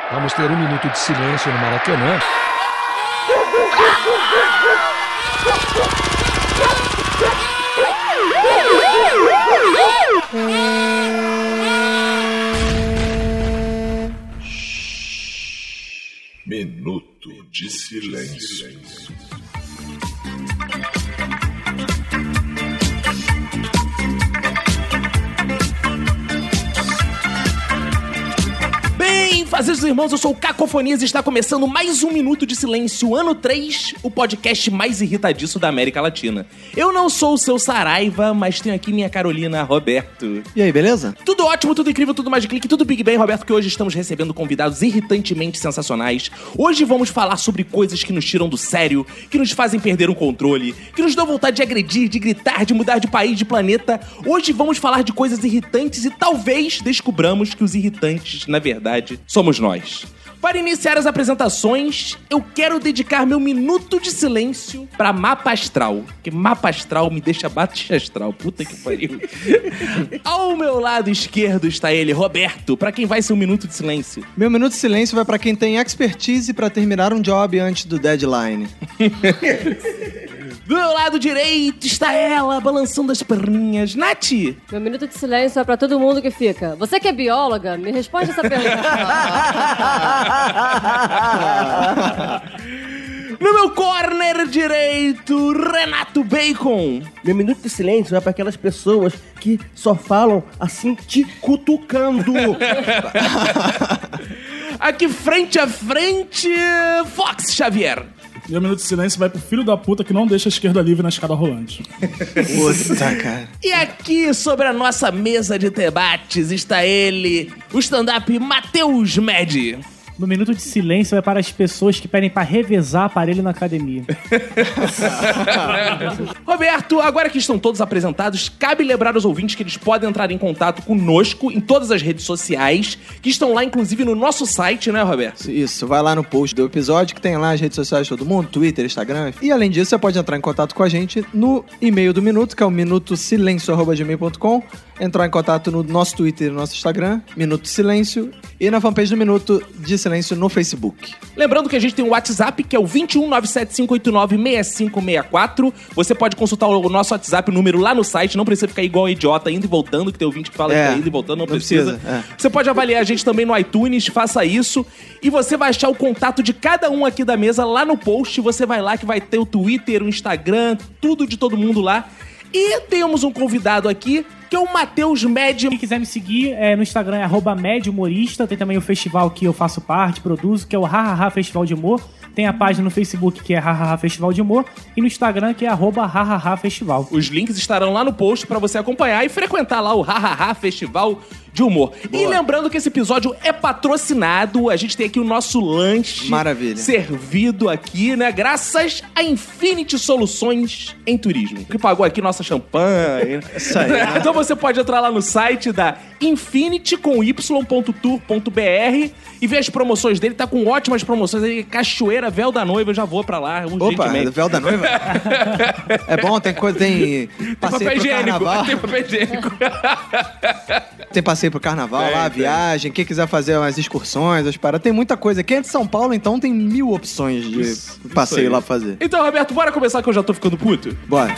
Vamos ter um minuto de silêncio no Maracanã. Minuto de silêncio. Bem, fazejos irmãos, eu sou o Cacofonias e está começando mais um Minuto de Silêncio, ano 3, o podcast mais irritadiço da América Latina. Eu não sou o seu Saraiva, mas tenho aqui minha Carolina Roberto. E aí, beleza? Tudo ótimo, tudo incrível, tudo mais de clique, tudo Big Bang, Roberto, que hoje estamos recebendo convidados irritantemente sensacionais. Hoje vamos falar sobre coisas que nos tiram do sério, que nos fazem perder o controle, que nos dão vontade de agredir, de gritar, de mudar de país, de planeta. Hoje vamos falar de coisas irritantes e talvez descobramos que os irritantes, na verdade, somos nós. Para iniciar as apresentações, eu quero dedicar meu minuto de silêncio pra Mapa Astral. Porque Mapa Astral me deixa baixo astral. Puta que pariu. Ao meu lado esquerdo está ele, Roberto. Pra quem vai ser um minuto de silêncio? Meu minuto de silêncio vai pra quem tem expertise pra terminar um job antes do deadline. Do meu lado direito está ela, balançando as perninhas. Nath! Meu minuto de silêncio é pra todo mundo que fica. Você que é bióloga, me responde essa pergunta. No meu corner direito, Renato Bacon. Meu minuto de silêncio é para aquelas pessoas que só falam assim te cutucando. Aqui frente a frente, Fox Xavier. Meu minuto de silêncio vai pro filho da puta que não deixa a esquerda livre na escada rolante. Puta, cara. E aqui sobre a nossa mesa de debates está ele, o stand-up Matheus Medi. No minuto de silêncio vai para as pessoas que pedem para revezar aparelho na academia. Roberto, agora que estão todos apresentados, cabe lembrar aos ouvintes que eles podem entrar em contato conosco em todas as redes sociais, que estão lá inclusive no nosso site, né, Roberto? Isso, vai lá no post do episódio que tem lá as redes sociais de todo mundo, Twitter, Instagram. E além disso, você pode entrar em contato com a gente no e-mail do Minuto, que é o minutosilencio@gmail.com. Entrar em contato no nosso Twitter e no nosso Instagram, Minuto Silêncio, e na fanpage do Minuto de Silêncio no Facebook. Lembrando que a gente tem um WhatsApp, que é o 21975896564. Você pode consultar o nosso WhatsApp, o número lá no site, não precisa ficar igual um idiota, indo e voltando, que tem ouvinte que fala que tá indo e voltando, não precisa. Você pode avaliar a gente também no iTunes, faça isso, e você vai achar o contato de cada um aqui da mesa lá no post, você vai lá que vai ter o Twitter, o Instagram, tudo de todo mundo lá. E temos um convidado aqui, que é o Matheus Medi. Quem quiser me seguir no Instagram é @medhumorista. Tem também o festival que eu faço parte, produzo, que é o Hahaha Festival de Humor. Tem a página no Facebook que é Hahaha Festival de Humor e no Instagram que é @Hahaha Festival. Os links estarão lá no post pra você acompanhar e frequentar lá o Hahaha Festival de Humor. Boa. E lembrando que esse episódio é patrocinado, a gente tem aqui o nosso lanche. Maravilha. Servido aqui, né? Graças a Infinity Soluções em Turismo, que pagou aqui nossa champanhe. Isso aí. Então você pode entrar lá no site da infinity.tour.br e ver as promoções dele. Tá com ótimas promoções aí. Cachoeira, Véu da Noiva, eu já vou pra lá urgentemente. Opa, Véu da Noiva? É bom, tem coisa, tem passeio pro carnaval. Tem papel higiênico. Tem passeio pro carnaval lá, viagem, quem quiser fazer umas excursões, as paradas. Tem muita coisa. Quem é de São Paulo, então, tem 1000 opções de passeio lá pra fazer. Então, Roberto, bora começar que eu já tô ficando puto? Bora.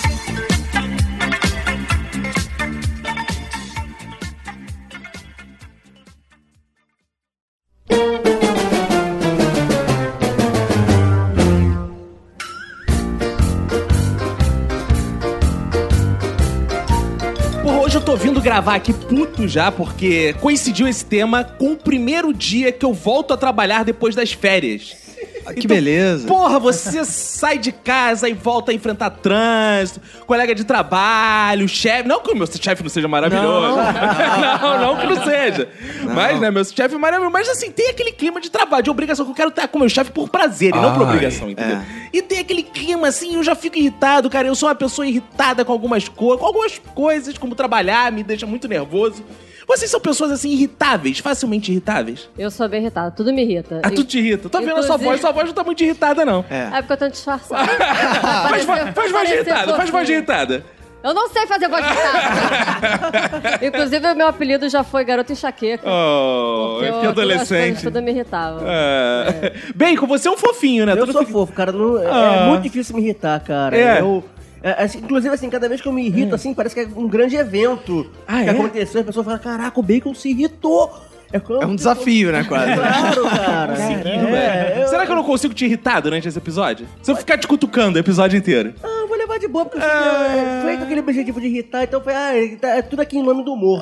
Hoje eu tô vindo gravar aqui puto já, porque coincidiu esse tema com o primeiro dia que eu volto a trabalhar depois das férias. Que beleza. Porra, você sai de casa e volta a enfrentar trânsito, colega de trabalho, chefe. Não que o meu chefe não seja maravilhoso. Não que não seja. Não. Mas, né, meu chefe é maravilhoso. Mas, assim, tem aquele clima de trabalho, de obrigação, que eu quero estar com o meu chefe por prazer e não por obrigação, entendeu? E tem aquele clima, assim, eu já fico irritado, cara. Eu sou uma pessoa irritada com algumas coisas, como trabalhar, me deixa muito nervoso. Vocês são pessoas, assim, irritáveis, facilmente irritáveis? Eu sou bem irritada, tudo me irrita. Ah, tudo te irrita. Tô vendo a sua voz não tá muito irritada, não. É porque eu tô disfarçada. Faz voz de irritada, faz voz de irritada. Eu não sei fazer voz irritada. Inclusive, o meu apelido já foi Garota Enxaqueca. Oh, porque é porque adolescente. Tudo me irritava. Bacon, você é um fofinho, né? Eu Todo sou fi- fofo, cara. É muito difícil me irritar, cara. É. Inclusive, assim, cada vez que eu me irrito, assim, parece que é um grande evento Ah, que é? aconteceu. A pessoa fala, caraca, o Bacon se irritou. É um desafio, né, quase? Claro, cara. Será que eu não consigo te irritar durante esse episódio? Se eu ficar te cutucando o episódio inteiro. Ah, eu vou levar de boa, porque foi com aquele objetivo de irritar, então foi, é tudo aqui em nome do humor.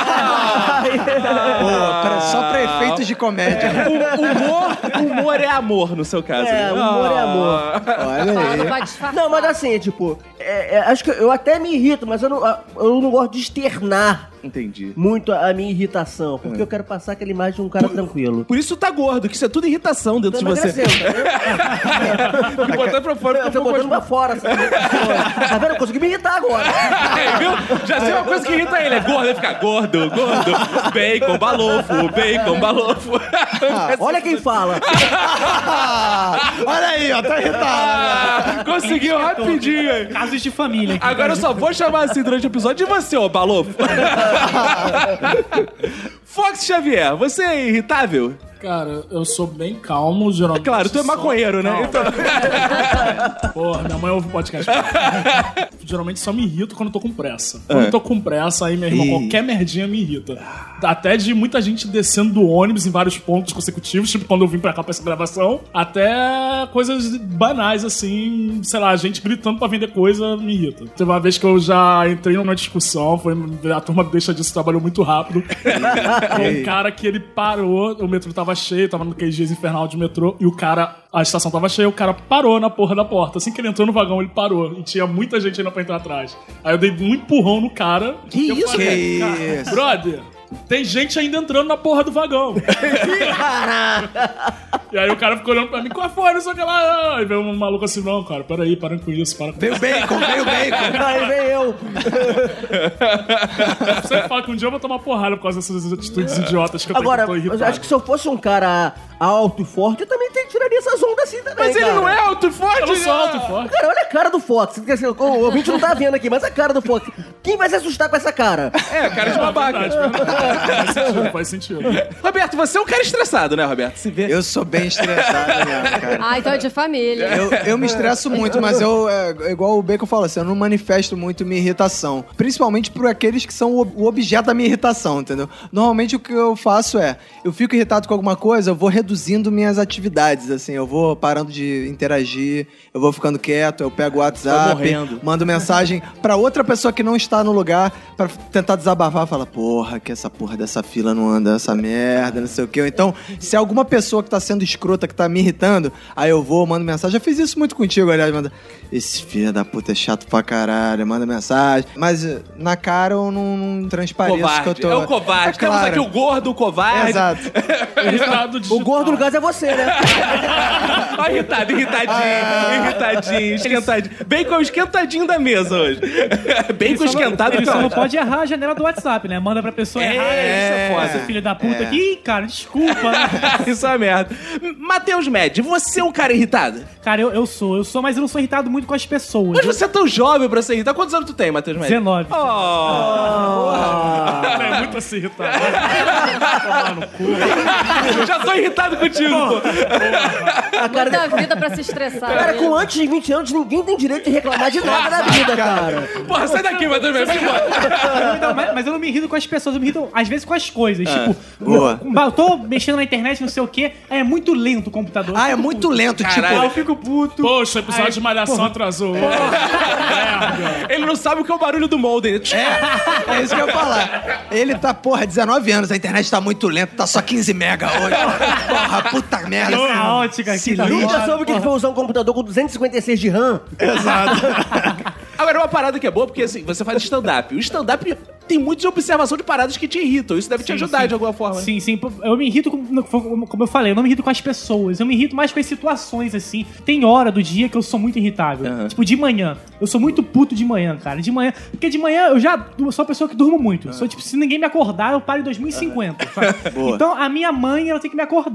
Só pra efeitos de comédia. Humor é amor, no seu caso. É, né? humor é amor. Olha Não aí. vai disfarçar. Não, mas assim, tipo, acho que eu até me irrito, mas eu não gosto de externar Entendi. muito a minha irritação, porque eu quero passar aquela imagem de um cara tranquilo. Por isso tá gordo, que isso é tudo irritação dentro de você. Botando pra fora, Eu tô botando pra fora. Assim, tá vendo? Eu consegui me irritar agora. Viu? Já sei uma coisa que irrita ele. É gordo, ele fica gordo. Bacon, balofo. Olha quem fala. Olha aí, ó, tá irritado. Conseguiu rapidinho. aí. Casos de família aqui. Agora eu só vou chamar assim durante o episódio. E você, ô balofo? Fox Xavier, você é irritável? Cara, eu sou bem calmo, geralmente. Claro, tu é maconheiro, né? Calmo. Então... Porra, minha mãe ouve o podcast. Geralmente só me irrito quando eu tô com pressa. Quando eu tô com pressa, aí, meu irmão, qualquer merdinha me irrita. Até de muita gente descendo do ônibus em vários pontos consecutivos, tipo quando eu vim pra cá pra essa gravação, até coisas banais, assim, sei lá, gente gritando pra vender coisa me irrita. Teve uma vez que eu já entrei numa discussão, a turma deixa disso, trabalhou muito rápido. Com um cara que ele parou, o metrô tava cheio, tava naqueles dias infernal de metrô, e a estação tava cheia, o cara parou na porra da porta. Assim que ele entrou no vagão, ele parou. E tinha muita gente ainda pra entrar atrás. Aí eu dei um empurrão no cara. Que eu isso, falei, que cara, isso? brother, tem gente ainda entrando na porra do vagão. E aí o cara ficou olhando pra mim, qual foi? Não sei o que lá. Aí veio um maluco assim, não, cara, peraí, para com isso, para com Veio bacon. Aí vem eu. Você fala que um dia eu vou tomar porrada por causa dessas atitudes idiotas que eu Agora, tô eu irritado. acho que se eu fosse um cara alto e forte, eu também tiraria essas ondas assim também, Mas ele cara. não é alto e forte, Eu não sou alto e né? forte. Cara, olha a cara do Fox. Quer dizer, o ouvinte não tá vendo aqui, mas a cara do Fox. Quem vai se assustar com essa cara? É, cara de babaca. Faz sentido. Roberto, você é um cara estressado, né, Roberto? Se vê. Eu sou bem estressado mesmo, cara. Ah, então é de família. Eu me estresso muito, mas igual o Bacon falou assim, eu não manifesto muito minha irritação. Principalmente por aqueles que são o objeto da minha irritação, entendeu? Normalmente o que eu faço eu fico irritado com alguma coisa, eu vou reduzindo minhas atividades, assim, eu vou parando de interagir, eu vou ficando quieto, eu pego o WhatsApp, morrendo. mando mensagem pra outra pessoa que não está no lugar pra tentar desabafar, fala, porra, que essa porra dessa fila não anda, essa merda, não sei o quê. Ou então, se alguma pessoa que tá sendo escrota, que tá me irritando, aí eu vou, mando mensagem. Já fiz isso muito contigo, aliás, manda. Esse filho da puta é chato pra caralho, manda mensagem. Mas na cara eu não transpareço Covarde. que eu tô. É o covarde. Temos claro. aqui o gordo, o covarde. Exato. Irritado O digital. gordo no caso é você, né? Ó, irritadinho, esquentadinho. Bacon é o esquentadinho da mesa hoje. Bacon esquentado Ele só não ótimo. pode errar a janela do WhatsApp, né? Manda pra pessoa errar. isso é foda. Esse filho da puta aqui. Ih, cara, desculpa, né? Isso é uma merda. Matheus Med, você é um cara irritado? Cara, eu sou, mas eu não sou irritado muito com as pessoas. Mas você é tão jovem pra ser irritado. Quantos anos tu tem, Matheus Med? 19. Cara, é muito assim irritado. Tomar no cu. Já tô irritado contigo, pô. A cara Muita vida pra se estressar. Cara, né? com antes de 20 anos, ninguém tem direito de reclamar de nada na vida, cara. Porra, sai daqui, Matheus Med. Vai embora. Não, mas eu não me irrito com as pessoas, eu me irrito às vezes com as coisas. Tipo, boa. eu tô mexendo na internet, não sei o quê, aí é muito lento o computador. É muito lento, Aí Caralho. eu fico puto. Poxa, o episódio de Malhação atrasou. Ele não sabe o que é o barulho do molden. É isso que eu ia falar. Ele tá, 19 anos, a internet tá muito lenta, tá só 15 mega hoje. Porra, puta merda. Essa ótica aqui tá Nunca foda. soube que ele foi usar um computador com 256 de RAM. Agora, uma parada que é boa, porque assim, você faz stand-up. O stand-up tem muito de observação de paradas que te irritam. Isso deve te ajudar de alguma forma. né? Sim, sim. Eu me irrito, como eu falei, eu não me irrito com as pessoas. Eu me irrito mais com as situações, assim. Tem hora do dia que eu sou muito irritável. Tipo, de manhã. Eu sou muito puto de manhã, cara. De manhã. Porque de manhã eu sou uma pessoa que durmo muito. Sou, tipo, se ninguém me acordar, eu paro em 2050. sabe? Então, a minha mãe, ela tem que me acordar.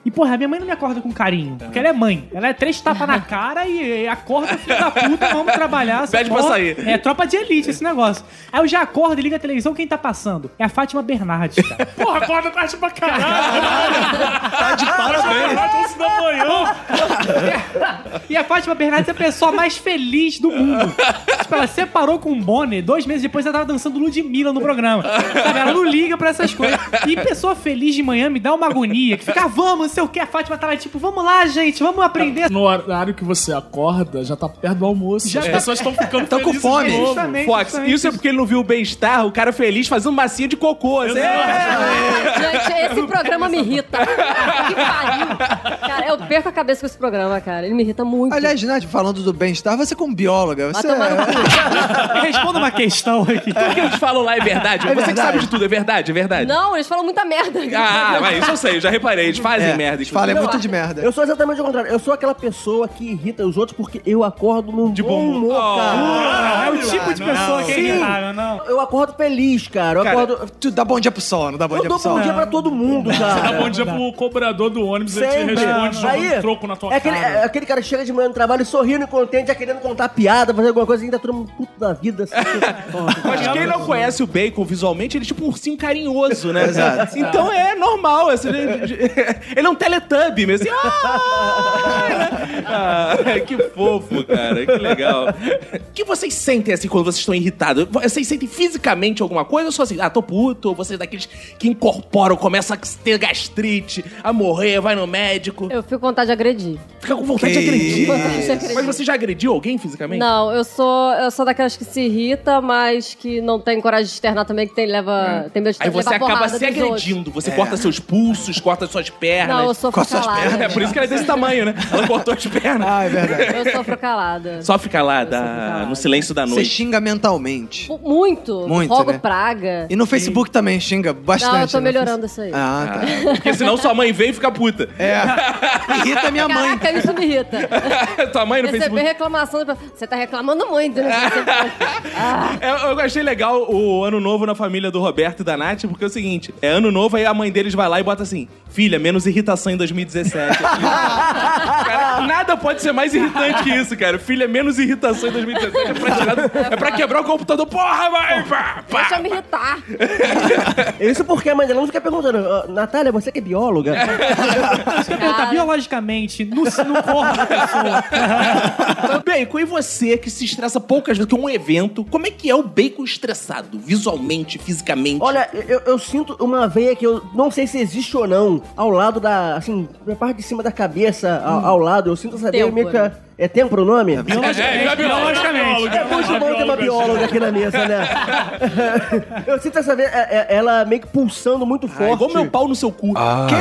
E, porra, a minha mãe não me acorda com carinho. Porque ela é mãe. Ela é 3 tapas na cara e acorda, filho da puta, vamos trabalhar. Pede pra sair. É tropa de elite esse negócio. Aí eu já acordo e ligo a televisão, quem tá passando? É a Fátima Bernardes, cara. Porra, acorda tarde pra caralho. Tá de parabéns. 11 da manhã. E a Fátima Bernardes é a pessoa mais feliz do mundo. Tipo, ela separou com o Bonner, 2 meses depois ela tava dançando Ludmilla no programa. Sabe, ela não liga pra essas coisas. E pessoa feliz de manhã me dá uma agonia, que fica, vamos, não sei o que, a Fátima tá lá, tipo, vamos lá, gente, vamos aprender. No horário que você acorda, já tá perto do almoço. Já As tá- pessoas estão ficando Tão com felizes fome. de novo. Justamente, Fox, justamente. isso é porque ele não viu o bem-estar, o cara feliz fazendo massinha de cocô. Gente, esse programa me irrita. Que pariu. Cara, eu perco a cabeça com esse programa, cara. Ele me irrita muito. Aliás, Nath, falando do bem-estar, você como bióloga, Vai você... tomar no cu. Responda uma questão aqui. Tudo que eles falam lá é verdade. Você que verdade. sabe de tudo, é verdade, é verdade. Não, eles falam muita merda. Ah, mas isso eu sei, eu já reparei. Eles fazem merda. Fala, é inclusive. muito de merda. Eu sou exatamente o contrário. Eu sou aquela pessoa que irrita os outros porque eu acordo num bom humor, cara. É o tipo de pessoa que é irritável, não. Eu acordo feliz, cara. Eu acordo... Tu dá bom dia pro sol, não dá bom Eu dia dou pro sol? bom dia pra todo mundo, cara. Dá bom dia pro cobrador do ônibus, ele te Sempre. responde jogando Aí, troco na tua é aquele, cara. é aquele cara que chega de manhã no trabalho sorrindo e contente, já querendo contar piada, fazer alguma coisa, e ainda todo mundo puto da vida. Assim, Mas quem não conhece o Bacon visualmente, ele é tipo um ursinho carinhoso, né? Exato. Então é normal. Assim, ele é um teletubby, mesmo assim. Que fofo, cara. Que legal. O que vocês sentem assim quando vocês estão irritados? Vocês sentem fisicamente alguma coisa ou só assim, tô puto? Ou vocês daqueles que incorporam, começam a ter gastrite, a morrer, vai no médico? Eu fico com vontade de agredir. Fica com vontade de Que agredir. Vontade de agredir. Mas você já agrediu alguém fisicamente? Não, eu sou daquelas que se irrita, mas que não tem coragem de externar também, que tem medo de Aí você levar acaba porrada se dos outros. agredindo. Você corta seus pulsos, corta suas pernas. Não, eu sofro Corta suas calada. pernas. É por isso que ela é desse tamanho, né? Ela cortou as pernas. Ah, é verdade. Eu sofro calada. Só fica lá, Eu só fico calada. no silêncio da Você noite. xinga mentalmente. Muito. Muito, Rogo né? praga. E no Facebook também xinga bastante. Não, eu tô né? melhorando isso aí. Ah, tá. Porque senão sua mãe vem e fica puta. Irrita minha mãe. Caraca, isso me irrita. Tua mãe no Receber Facebook. reclamação. Você tá reclamando muito, né? Eu achei legal o ano novo na família do Roberto e da Nath, porque é o seguinte: é ano novo, aí a mãe deles vai lá e bota assim: filha, menos irritação em 2017. Cara, nada pode ser mais irritante que isso, cara. Filha, menos irritação em 2017. É pra quebrar o computador. Porra, mãe! Deixa eu me irritar. Isso porque a mãe dela não fica perguntando, Natália, você que é bióloga? Tá biologicamente no corpo da pessoa. Bacon, e você que se estressa poucas vezes, que é um evento, como é que é o Bacon estressado? Visualmente, fisicamente? Olha, eu sinto uma veia que eu não sei se existe ou não, ao lado da, assim, na parte de cima da cabeça, ao lado, eu sinto essa veia meio que... É têmpora o nome? Biologicamente. É muito bom ter uma bióloga aqui na mesa, né? Eu sinto essa veia, ela meio que pulsando muito forte. Igual meu pau no seu cu.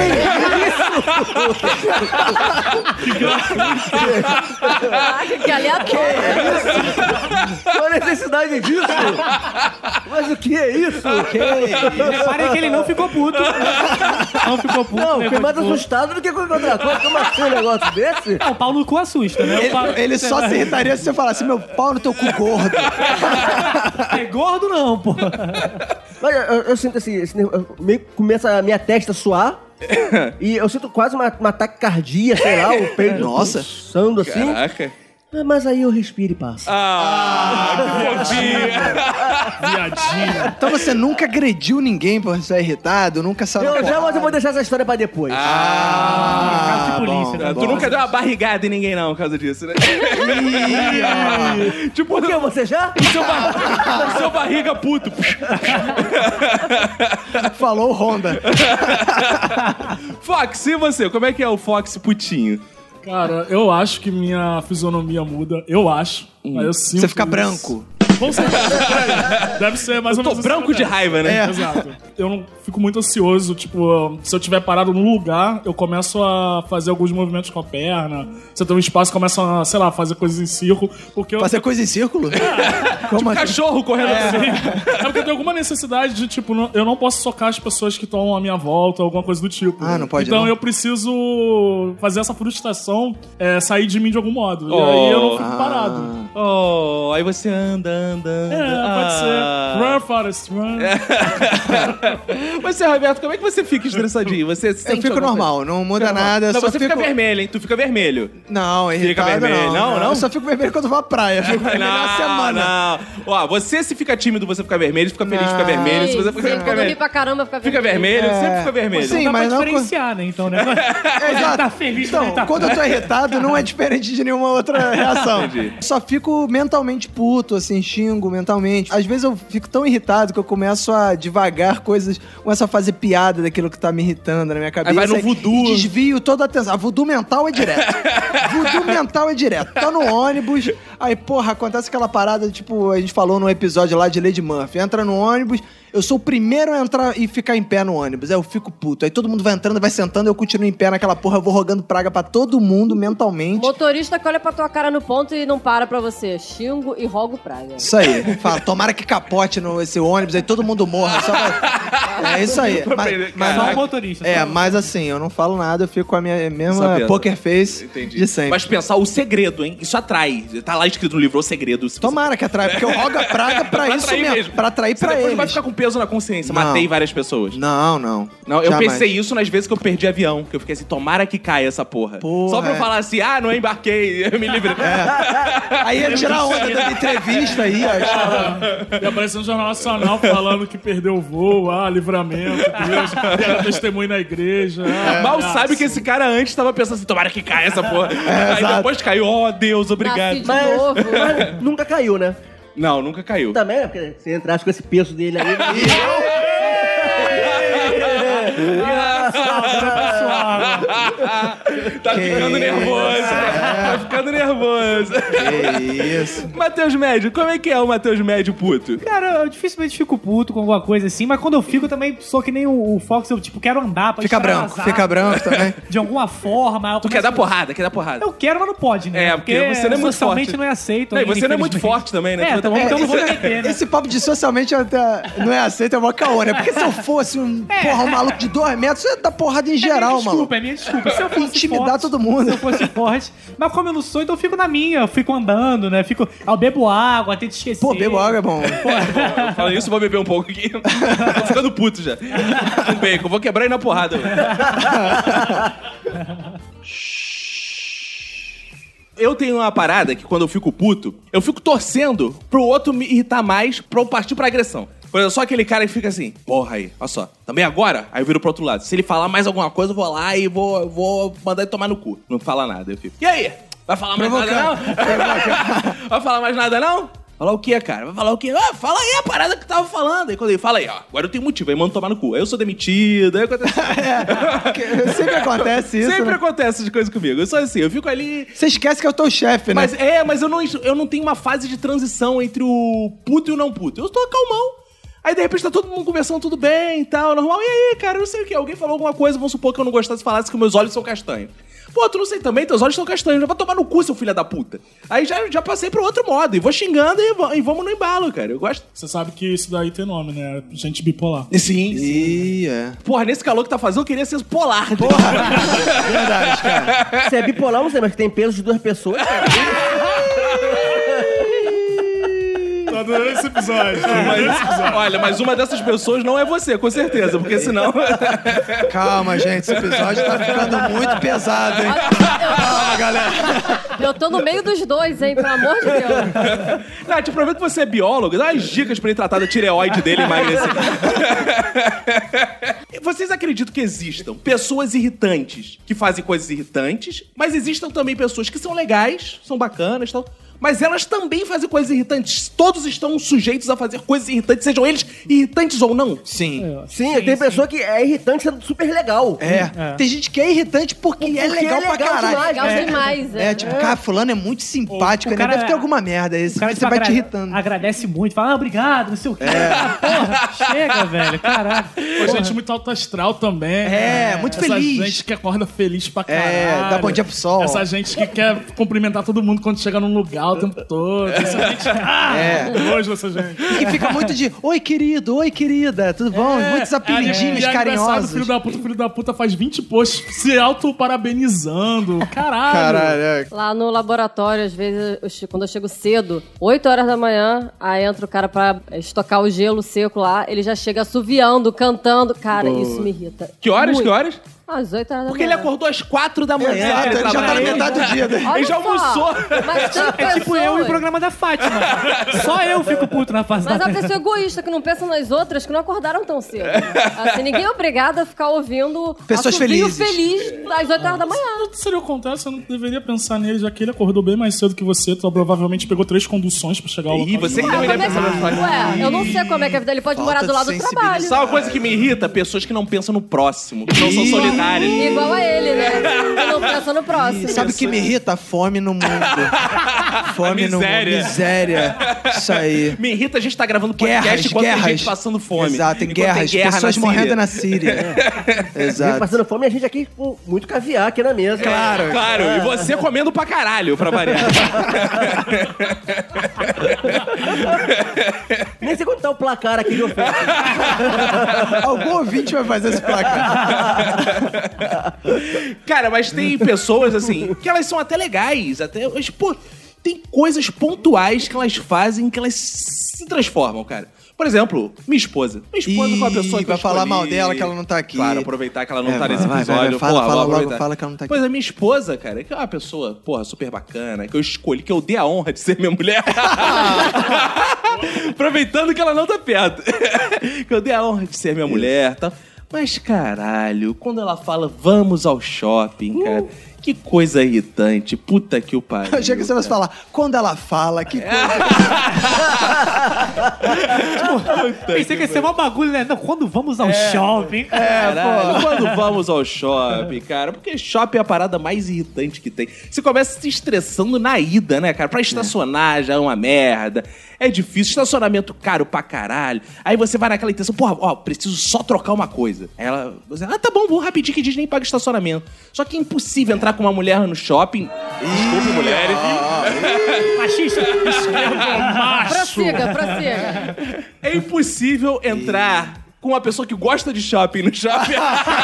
Caraca, que aleatório. Qual a necessidade disso? Mas o que é isso? Reparem que ele não ficou puto. Não ficou puto. Não, levou fiquei mais de boa. assustado do que qualquer outra coisa. Como assim um negócio desse? Não, o pau no cu assusta, né? O pau- Ele só se irritaria se você falasse meu pau no teu cu gordo. É gordo não, pô. Mas eu sinto assim, meio que começa a minha testa a suar. E eu sinto quase uma taquicardia, sei lá, o peito Nossa. pulsando assim. Caraca. Mas aí eu respiro e passo. Que fofinho. Viadinho. Então você nunca agrediu ninguém por ser irritado? Nunca saiu na Mas eu vou deixar essa história pra depois. Caso de polícia, né? Tu nunca deu uma barrigada em ninguém, não, por causa disso, né? Tipo, Por que você já? o seu barriga puto. Falou o Honda. Fox, e você? Como é que é o Fox putinho? Cara, eu acho que minha fisionomia muda. Eu acho. Mas eu sinto Você fica isso. branco. Com certeza. Deve ser mais ou Tô menos. branco de raiva, né? Exato. Eu não fico muito ansioso. Tipo, se eu tiver parado num lugar, eu começo a fazer alguns movimentos com a perna. Se eu tenho um espaço, começo a, sei lá, fazer coisas em círculo. Porque eu. Fazer coisa em círculo? Como assim? Cachorro correndo assim. É porque eu tenho alguma necessidade de, tipo, eu não posso socar as pessoas que estão à minha volta, alguma coisa do tipo. Ah, não pode Então não. eu preciso fazer essa frustração sair de mim de algum modo. E aí eu não fico parado. Oh, aí você anda. Pode ser. Run, Forrest, run. Você, Roberto, como é que você fica estressadinho? Você Eu sente fico alguma normal, coisa? não muda nada. Não, só você fico... fica vermelho, hein? Tu fica vermelho. Não, irritado vermelho. Não? Eu só fico vermelho quando vou à praia. Fico vermelho na semana. Não. Ó, você se fica tímido, você fica vermelho. Se fica feliz, fica vermelho. Se você fica Quando ri vermelho, pra caramba, fica fica vermelho. Sempre fica vermelho. Sim, Não dá mas pra não- diferenciar, né? Então, né? Quando ele tá feliz, quando ele Então, tá quando eu tô irritado, não é diferente de nenhuma outra reação. Entendi. Só fico mentalmente puto, assim, xingo mentalmente. Às vezes eu fico tão irritado que eu começo a devagar coisas, começo a fazer piada daquilo que tá me irritando na minha cabeça. vai no voodoo. E desvio toda a atenção. A voodoo mental é direto. Voodoo mental é direto. Tá no ônibus, aí, porra, acontece aquela parada, tipo, a gente falou num episódio lá de Lady Murphy. Entra no ônibus, eu sou o primeiro a entrar e ficar em pé no ônibus. Aí eu fico puto. Aí todo mundo vai entrando, vai sentando, eu continuo em pé naquela porra, eu vou rogando praga pra todo mundo mentalmente. Motorista que olha pra tua cara no ponto e não para pra você. Xingo e rogo praga. Isso aí. Fala, tomara que capote esse ônibus, aí todo mundo morra. Só vai... É isso aí. Mas Só não o motorista. É, mas assim, eu não falo nada, eu fico com a minha Só mesma pensa. poker face Entendi. de sempre. Mas pensar o segredo, hein? Isso atrai. Tá lá escrito no livro, o segredo. Se você- Tomara que atrai, porque eu rogo a praga pra isso atrair mesmo. Pra atrair Você pra depois eles. não vai ficar com peso na consciência. Não. Matei várias pessoas. Não. Não, eu Jamais. pensei isso nas vezes que eu perdi avião. Que eu fiquei assim, tomara que caia essa porra. Só pra eu falar assim, não embarquei, eu me livrei. Aí ia tirar a onda da entrevista aí, ó. E apareceu no Jornal Nacional falando que perdeu o voo, livramento, Deus, e era testemunho na igreja. Mal ameaça. sabe que esse cara antes tava pensando assim, tomara que caia essa porra. Aí exato. depois caiu, Deus, obrigado. Nasci de novo. Mas nunca caiu, né? Não, nunca caiu. Também, né? Porque se entrasse com esse peso dele aí... Tá ficando nervoso. Tá ficando nervoso. Que isso. Matheus Médio, como é que é o Matheus Médio puto? Cara, eu dificilmente fico puto com alguma coisa assim, mas quando eu fico também sou que nem o Fox, eu tipo, quero andar pra Fica branco também. de alguma forma. Tu quer dar porrada, quer dar porrada. Eu quero, mas não pode, né? É, porque você não é muito socialmente forte. não é aceito. Não, e ainda, você não é muito infelizmente. forte também, né? É, Tu então também- não vou me meter, né? Esse papo de socialmente até não é aceito, é mó caô, né? Porque se eu fosse um maluco de 2 metros, você ia dar porrada em geral, mano. É minha desculpa. Se eu fosse Intimidar forte, todo mundo. Se eu fosse forte. Mas como eu não sou, então eu fico na minha. Eu fico andando, né? Eu bebo água, tento esquecer. Pô, bebo água é bom. Falando isso, vou beber um pouco aqui. Tô ficando puto já. Com bacon, vou quebrar aí na porrada. Eu tenho uma parada que quando eu fico puto, eu fico torcendo pro outro me irritar mais pra eu partir pra agressão. Por exemplo, só aquele cara que fica assim, porra aí, olha só, também agora? Aí eu viro pro outro lado. Se ele falar mais alguma coisa, eu vou lá e vou mandar ele tomar no cu. Não fala nada, eu fico. E aí? Vai falar mais nada não? Vai falar mais nada não? Falar o quê, cara? Vai falar o quê? Fala aí a parada que tava falando. Aí quando ele fala aí, agora eu tenho motivo, aí manda tomar no cu. Aí eu sou demitido, aí acontece... Sempre acontece isso, Sempre né? acontece de coisa comigo. Eu sou assim, eu fico ali... Você esquece que eu tô o chefe, né? Mas eu não tenho uma fase de transição entre o puto e o não puto. Eu tô calmão. Aí, de repente, tá todo mundo conversando tudo bem e tal, normal. E aí, cara, eu não sei o que. Alguém falou alguma coisa, vamos supor que eu não gostasse, falasse que meus olhos são castanhos. Pô, tu não sei também, teus olhos são castanhos. Já vai tomar no cu, seu filho da puta. Aí já passei pro outro modo. E vou xingando e vamos no embalo, cara. Eu gosto. Você sabe que isso daí tem nome, né? Gente bipolar. Sim. Ih, é. Porra, nesse calor que tá fazendo, eu queria ser polar. Verdade, cara. Você é bipolar, não sei, mas tem peso de 2 pessoas. Tô adorando esse episódio. Olha, mas uma dessas pessoas não é você, com certeza. Porque senão... Calma, gente, esse episódio tá ficando muito pesado, hein? Calma, galera. Eu tô no meio dos dois, hein? Pelo amor de Deus. Nath, aproveita que você é biólogo, dá umas dicas pra ele tratar da tireoide dele mais nesse... Vocês acreditam que existam pessoas irritantes que fazem coisas irritantes, mas existam também pessoas que são legais, são bacanas e tal, mas elas também fazem coisas irritantes. Todos estão sujeitos a fazer coisas irritantes, sejam eles irritantes ou não? Sim. Sim, tem pessoa que é irritante sendo super legal. Tem gente que é irritante porque é legal pra caralho. Legal demais, Tipo, cara, fulano é muito simpático, O né? cara- Deve ter alguma merda aí. O cara, Você tipo, vai te irritando. agradece muito, fala, obrigado, não sei o quê. Porra, chega, velho, caralho. Pô, gente muito alto astral também. Muito Essa feliz. gente que acorda feliz pra caralho. Dá bom dia pro sol. Essa gente que quer cumprimentar todo mundo quando chega num lugar. fala o tempo todo. Essa gente... nojo dessa gente. E fica muito de, oi querido, oi querida, tudo bom? Muitos apelidinhos carinhosos. Filho da puta faz 20 posts se auto-parabenizando. Caralho. Caralho. Lá no laboratório, às vezes, quando eu chego cedo, 8 horas da manhã, aí entra o cara pra estocar o gelo seco lá, ele já chega assoviando, cantando. Cara, isso me irrita. Que horas? Muito. Que horas? Às 8 horas da Porque manhã. ele acordou às 4 da manhã. Exato, ele já tá na metade do dia. Né? Olha Ele já só, almoçou. Mas tem É tipo eu e o programa da Fátima. Só eu fico puto na fase Mas da a pessoa egoísta que não pensa nas outras, que não acordaram tão cedo. Assim, ninguém é obrigado a ficar ouvindo Pessoas assobio felizes. feliz às 8 horas da manhã. Se ele acontece, você não deveria pensar nele, já que ele acordou bem mais cedo que você. Tu provavelmente pegou 3 conduções pra chegar ao local. Ih, você que Como deveria é que... pensar nas Ué, eu não sei como é que é a vida dele. Pode Falta morar do lado de do trabalho. Sabe uma coisa que me irrita? Pessoas que não pensam no próximo, que não são solidárias. Igual a ele, né? Não pensa no próximo. Sabe o que me irrita? Fome no mundo. Fome no mundo. Miséria. Miséria. Isso aí. Me irrita a gente tá gravando podcast Guerras, enquanto tem guerras. gente passando fome. Exato, tem Enquanto guerras. guerra Pessoas na Síria. morrendo na Síria. Gente Exato. passando fome e a gente aqui com muito caviar aqui na mesa. Claro. Claro, e você comendo pra caralho, pra variar. Nem sei quanto tá o placar aqui de oferta. Algum ouvinte vai fazer esse placar. Cara, mas tem pessoas, assim, que elas são até legais, até... Mas, pô, tem coisas pontuais que elas fazem que elas se transformam, cara. Por exemplo, minha esposa. Minha esposa foi uma pessoa que vai eu falar escolhi. mal dela que ela não tá aqui. Claro, aproveitar que ela não É, tá nesse vai, episódio. fala Porra, vou logo, aproveitar. fala que ela não tá aqui. Pois a minha esposa, cara, que é uma pessoa, porra, super bacana, que eu escolhi, que eu dei a honra de ser minha mulher. Aproveitando que ela não tá perto. Que eu dei a honra de ser minha mulher e tal. Mas, caralho, quando ela fala, vamos ao shopping, cara... Que coisa irritante, puta que o pariu. Eu achei que você vai falar, quando ela fala, que coisa. Pensei que ia ser mó bagulho, né? Não, quando vamos ao shopping. Caralho, quando vamos ao shopping, cara? Porque shopping é a parada mais irritante que tem. Você começa se estressando na ida, né, cara? Pra estacionar já é uma merda. É difícil, estacionamento caro pra caralho. Aí você vai naquela intenção, porra, ó, preciso só trocar uma coisa. Aí ela, você, tá bom, vou rapidinho que diz nem paga estacionamento. Só que é impossível entrar com uma mulher no shopping. Desculpe, mulheres. Machista. Prossiga. É impossível entrar com uma pessoa que gosta de shopping no shopping.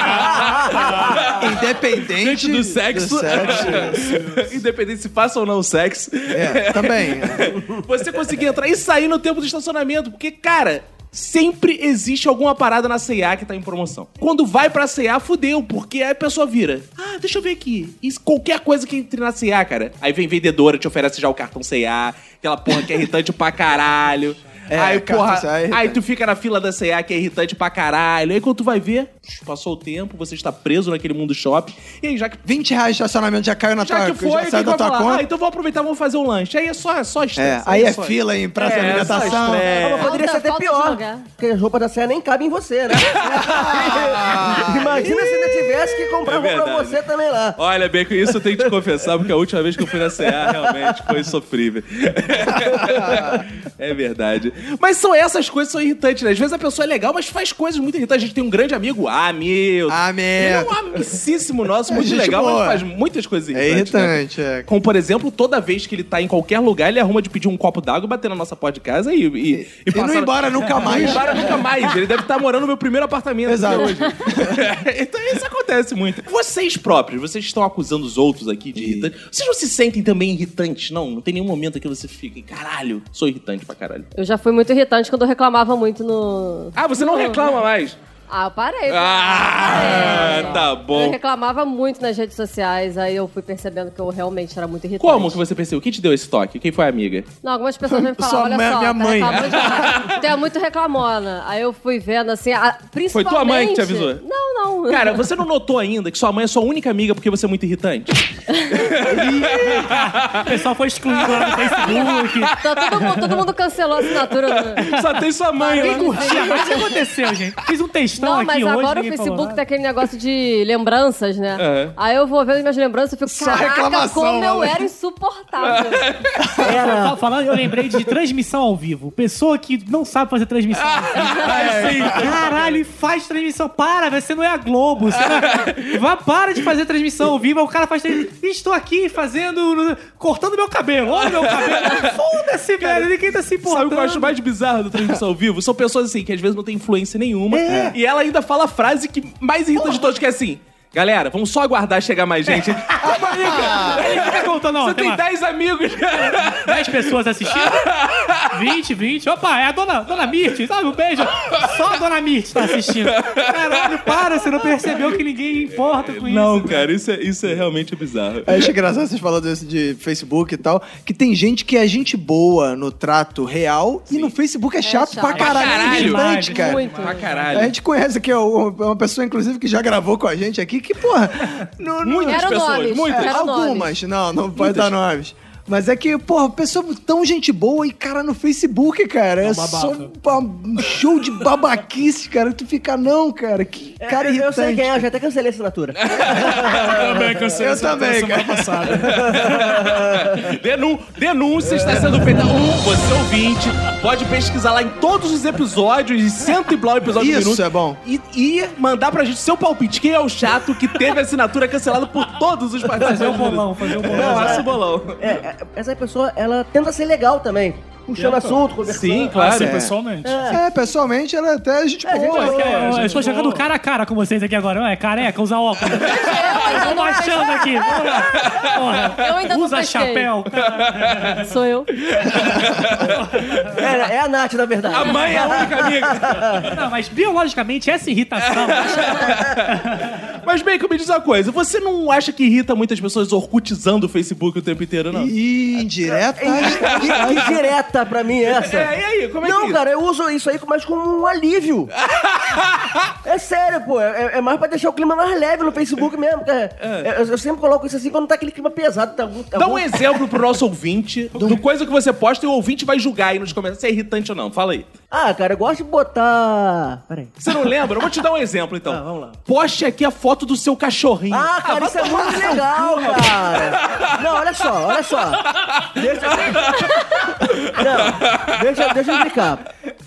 Independente do sexo. Independente se faça ou não sexo. É, também. Você conseguir entrar e sair no tempo do estacionamento. Porque, cara, sempre existe alguma parada na C&A que tá em promoção. Quando vai pra C&A, fudeu, porque aí a pessoa vira. Ah, deixa eu ver aqui. E qualquer coisa que entre na C&A, cara. Aí vem vendedora, te oferece já o cartão C&A. Aquela porra que é irritante pra caralho. Aí, porra, aí tu fica na fila da C&A que é irritante pra caralho. Aí quando tu vai ver, passou o tempo, você está preso naquele mundo shopping. E aí já que... R$20 de estacionamento já caiu na tua conta. Já que foi, já saiu da tua conta. Ah, então vou aproveitar, vamos fazer um lanche. Aí é só estresse. Aí é só fila em praça de alimentação. Mas poderia ser até Falta de pior. lugar. Porque as roupas da Serra nem cabem em você, né? Imagina se ainda tivesse que comprar roupa pra verdade. você também lá. Olha, Bacon, isso eu tenho que te confessar, porque a última vez que eu fui na C&A realmente foi sofrível. É verdade. Mas são essas coisas que são irritantes, né? Às vezes a pessoa é legal, mas faz coisas muito irritantes. A gente tem um grande amigo, Hamilton. Ele é um amicíssimo nosso, muito gente legal, boa. mas faz muitas coisas É irritantes. irritante, né? é. Como, por exemplo, toda vez que ele tá em qualquer lugar, ele arruma de pedir um copo d'água, bater na nossa porta de casa e não ir embora nunca mais. Não ir embora nunca mais. Ele deve estar morando no meu primeiro apartamento. Exato. Hoje. Então isso acontece muito. Vocês próprios, vocês estão acusando os outros aqui de irritante. Vocês não se sentem também irritantes, não? Não tem nenhum momento que você fica, caralho, sou irritante pra caralho. Eu já fui muito irritante quando eu reclamava muito no... Ah, você não reclama mais? Ah, eu parei. Ah, tá bom. Eu reclamava muito nas redes sociais, aí eu fui percebendo que eu realmente era muito irritante. Como que você percebeu? Quem te deu esse toque? Quem foi a amiga? Não, algumas pessoas me Sua falavam, olha mãe, só, minha tá mãe. reclamando demais. Tu é muito reclamona. Aí eu fui vendo, assim, principalmente... Foi tua mãe que te avisou? Não. Cara, você não notou ainda que sua mãe é sua única amiga porque você é muito irritante? O pessoal foi excluído lá no Facebook. Então, todo mundo cancelou a assinatura. Só tem sua mãe. Quem lá. curtia? Mas o que aconteceu, gente? Fiz um textinho estão Não, aqui mas hoje. agora o ninguém falou Facebook nada. tem aquele negócio de lembranças, né? Aí eu vou vendo minhas lembranças e fico, Só caraca, reclamação, como eu maluco. era insuportável. Falando, eu lembrei de transmissão ao vivo. Pessoa que não sabe fazer transmissão ao vivo. Caralho, faz transmissão. Para, velho, você não é a Globo. Para de fazer transmissão ao vivo. O cara faz transmissão. Estou aqui cortando meu cabelo. Olha meu cabelo. Foda-se, velho. Ninguém tá se importando. Sabe o que eu acho mais bizarro da transmissão ao vivo? São pessoas assim, que às vezes não tem influência nenhuma. E ela ainda fala a frase que mais irrita de todos, que é assim... Galera, vamos só aguardar chegar mais gente. Ele fica contando, Você tem 10 amigos. 10 pessoas assistindo? 20. Opa, é a dona Mirth, sabe? Um beijo. Só a dona Mirth tá assistindo. Caralho, para, você não percebeu que ninguém importa com isso. Não, cara, isso é realmente bizarro. Eu acho engraçado vocês falando isso de Facebook e tal, que tem gente que é gente boa no trato real e no Facebook é chato pra caralho. É irritante, cara. Muito. Pra caralho. A gente conhece aqui uma pessoa, inclusive, que já gravou com a gente aqui, que, porra... Muitas Quero pessoas, nomes. muitas. Quero Algumas, não pode dar nomes. Mas é que, porra, pessoa tão gente boa e, cara, no Facebook, cara, é só um show de babaquice, cara. Tu fica, não, cara, que cara irritante. Eu sei quem é, eu já até cancelei a assinatura. Eu também cancelei Eu também, semana cara. passada. Denúncia está sendo feita. Você ouvinte, pode pesquisar lá em todos os episódios, e cento e blá episódio do Isso minuto. é bom. E mandar pra gente seu palpite. Quem é o chato que teve a assinatura cancelada por todos os participantes? Fazer o bolão. Faça o bolão. Essa pessoa, ela tenta ser legal também. Puxando assunto, conversando. Sim, claro. Assim, pessoalmente. Pessoalmente, ela é até gente boa. Eu estou chegando cara a cara com vocês aqui agora. Ué, careca, usa óculos. Estamos achando aqui. Porra. Eu ainda não Usa testei. chapéu. Sou eu. É a Nath, na verdade. A mãe é a única amiga. Não, mas biologicamente essa irritação... Mas, Bacon, me diz uma coisa. Você não acha que irrita muitas pessoas orkutizando o Facebook o tempo inteiro, não? E indireta. Indireta pra mim essa. E aí, como é que é Não, isso? cara, eu uso isso aí mais como um alívio. É sério, pô. É mais pra deixar o clima mais leve no Facebook mesmo. Eu sempre coloco isso assim quando tá aquele clima pesado. Dá um exemplo pro nosso ouvinte do coisa que você posta e o ouvinte vai julgar aí nos comentários se é irritante ou não. Fala aí. Ah, cara, eu gosto de botar... Peraí. Você não lembra? Eu vou te dar um exemplo, então. Vamos lá. Poste aqui a foto do seu cachorrinho. Ah, cara, isso é muito legal, cara. Não, olha só. Deixa eu explicar.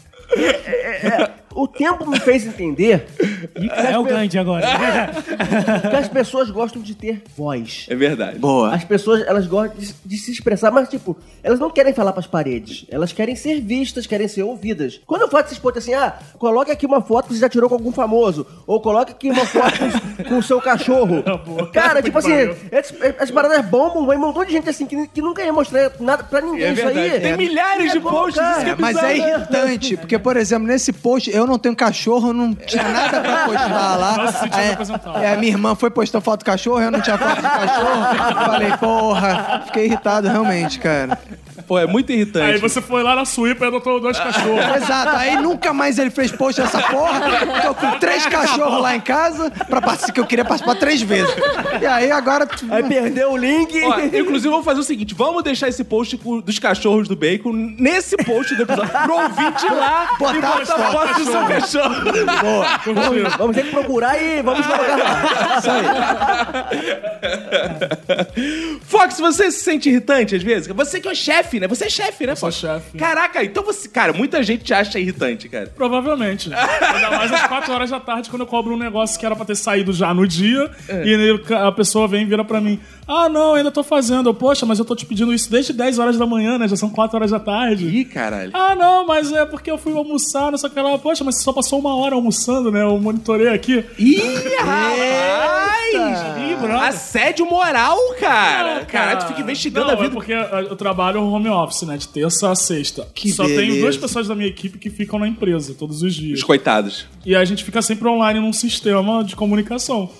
O tempo me fez entender É o Gandhi agora. que as pessoas gostam de ter voz. É verdade. Boa. As pessoas, elas gostam de se expressar, mas, tipo, elas não querem falar pras paredes. Elas querem ser vistas, querem ser ouvidas. Quando eu faço esses pontos assim, coloque aqui uma foto que você já tirou com algum famoso. Ou coloque aqui uma foto com o seu cachorro. Cara, tipo assim, as paradas bombam, vai um montão de gente assim que nunca ia mostrar nada pra ninguém. Isso aí. Tem milhares de posts. Isso que é Mas é bizarro. irritante, porque, por exemplo, nesse post, eu não tenho cachorro, eu não tinha nada pra postar lá. Não se sentiu representado. A minha irmã foi postar foto do cachorro, eu não tinha foto do cachorro. Falei, porra, fiquei irritado realmente, cara. Pô, é muito irritante. Aí você foi lá na Suípa e adotou 2 cachorros. Exato, aí nunca mais ele fez post dessa porra. Tô com 3 cachorros lá em casa pra participar, que eu queria participar 3 vezes. E aí agora. Aí perdeu o link. Ó, inclusive, vamos fazer o seguinte: vamos deixar esse post dos cachorros do Bacon nesse post do episódio pro ouvinte ir lá Botar e botar foto. foto do seu cachorro. Vamos ter que procurar e vamos colocar lá. Isso aí. Fox, você se sente irritante às vezes? Você que é o chefe, né? Você é chefe, né, sou Fox? chefe. Caraca, então você... Cara, muita gente te acha irritante, cara. Provavelmente. Ainda mais às 4 horas da tarde, quando eu cobro um negócio que era pra ter saído já no dia, e aí a pessoa vem e vira pra mim: ah, não, ainda tô fazendo. Poxa, mas eu tô te pedindo isso desde 10 horas da manhã, né? Já são 4 horas da tarde. Ih, caralho. Ah, não, mas é porque eu fui almoçar, não sei o que lá. Poxa, mas você só passou 1 hora almoçando, né? Eu monitorei aqui. Ih, rapaz! Ih, brother. Assédio moral, cara. Não, Caralho, tu fica investigando não, a vida. É porque eu trabalho home office, né? De terça a sexta. Que Só tenho beleza. 2 pessoas da minha equipe que ficam na empresa todos os dias. Os coitados. E a gente fica sempre online num sistema de comunicação.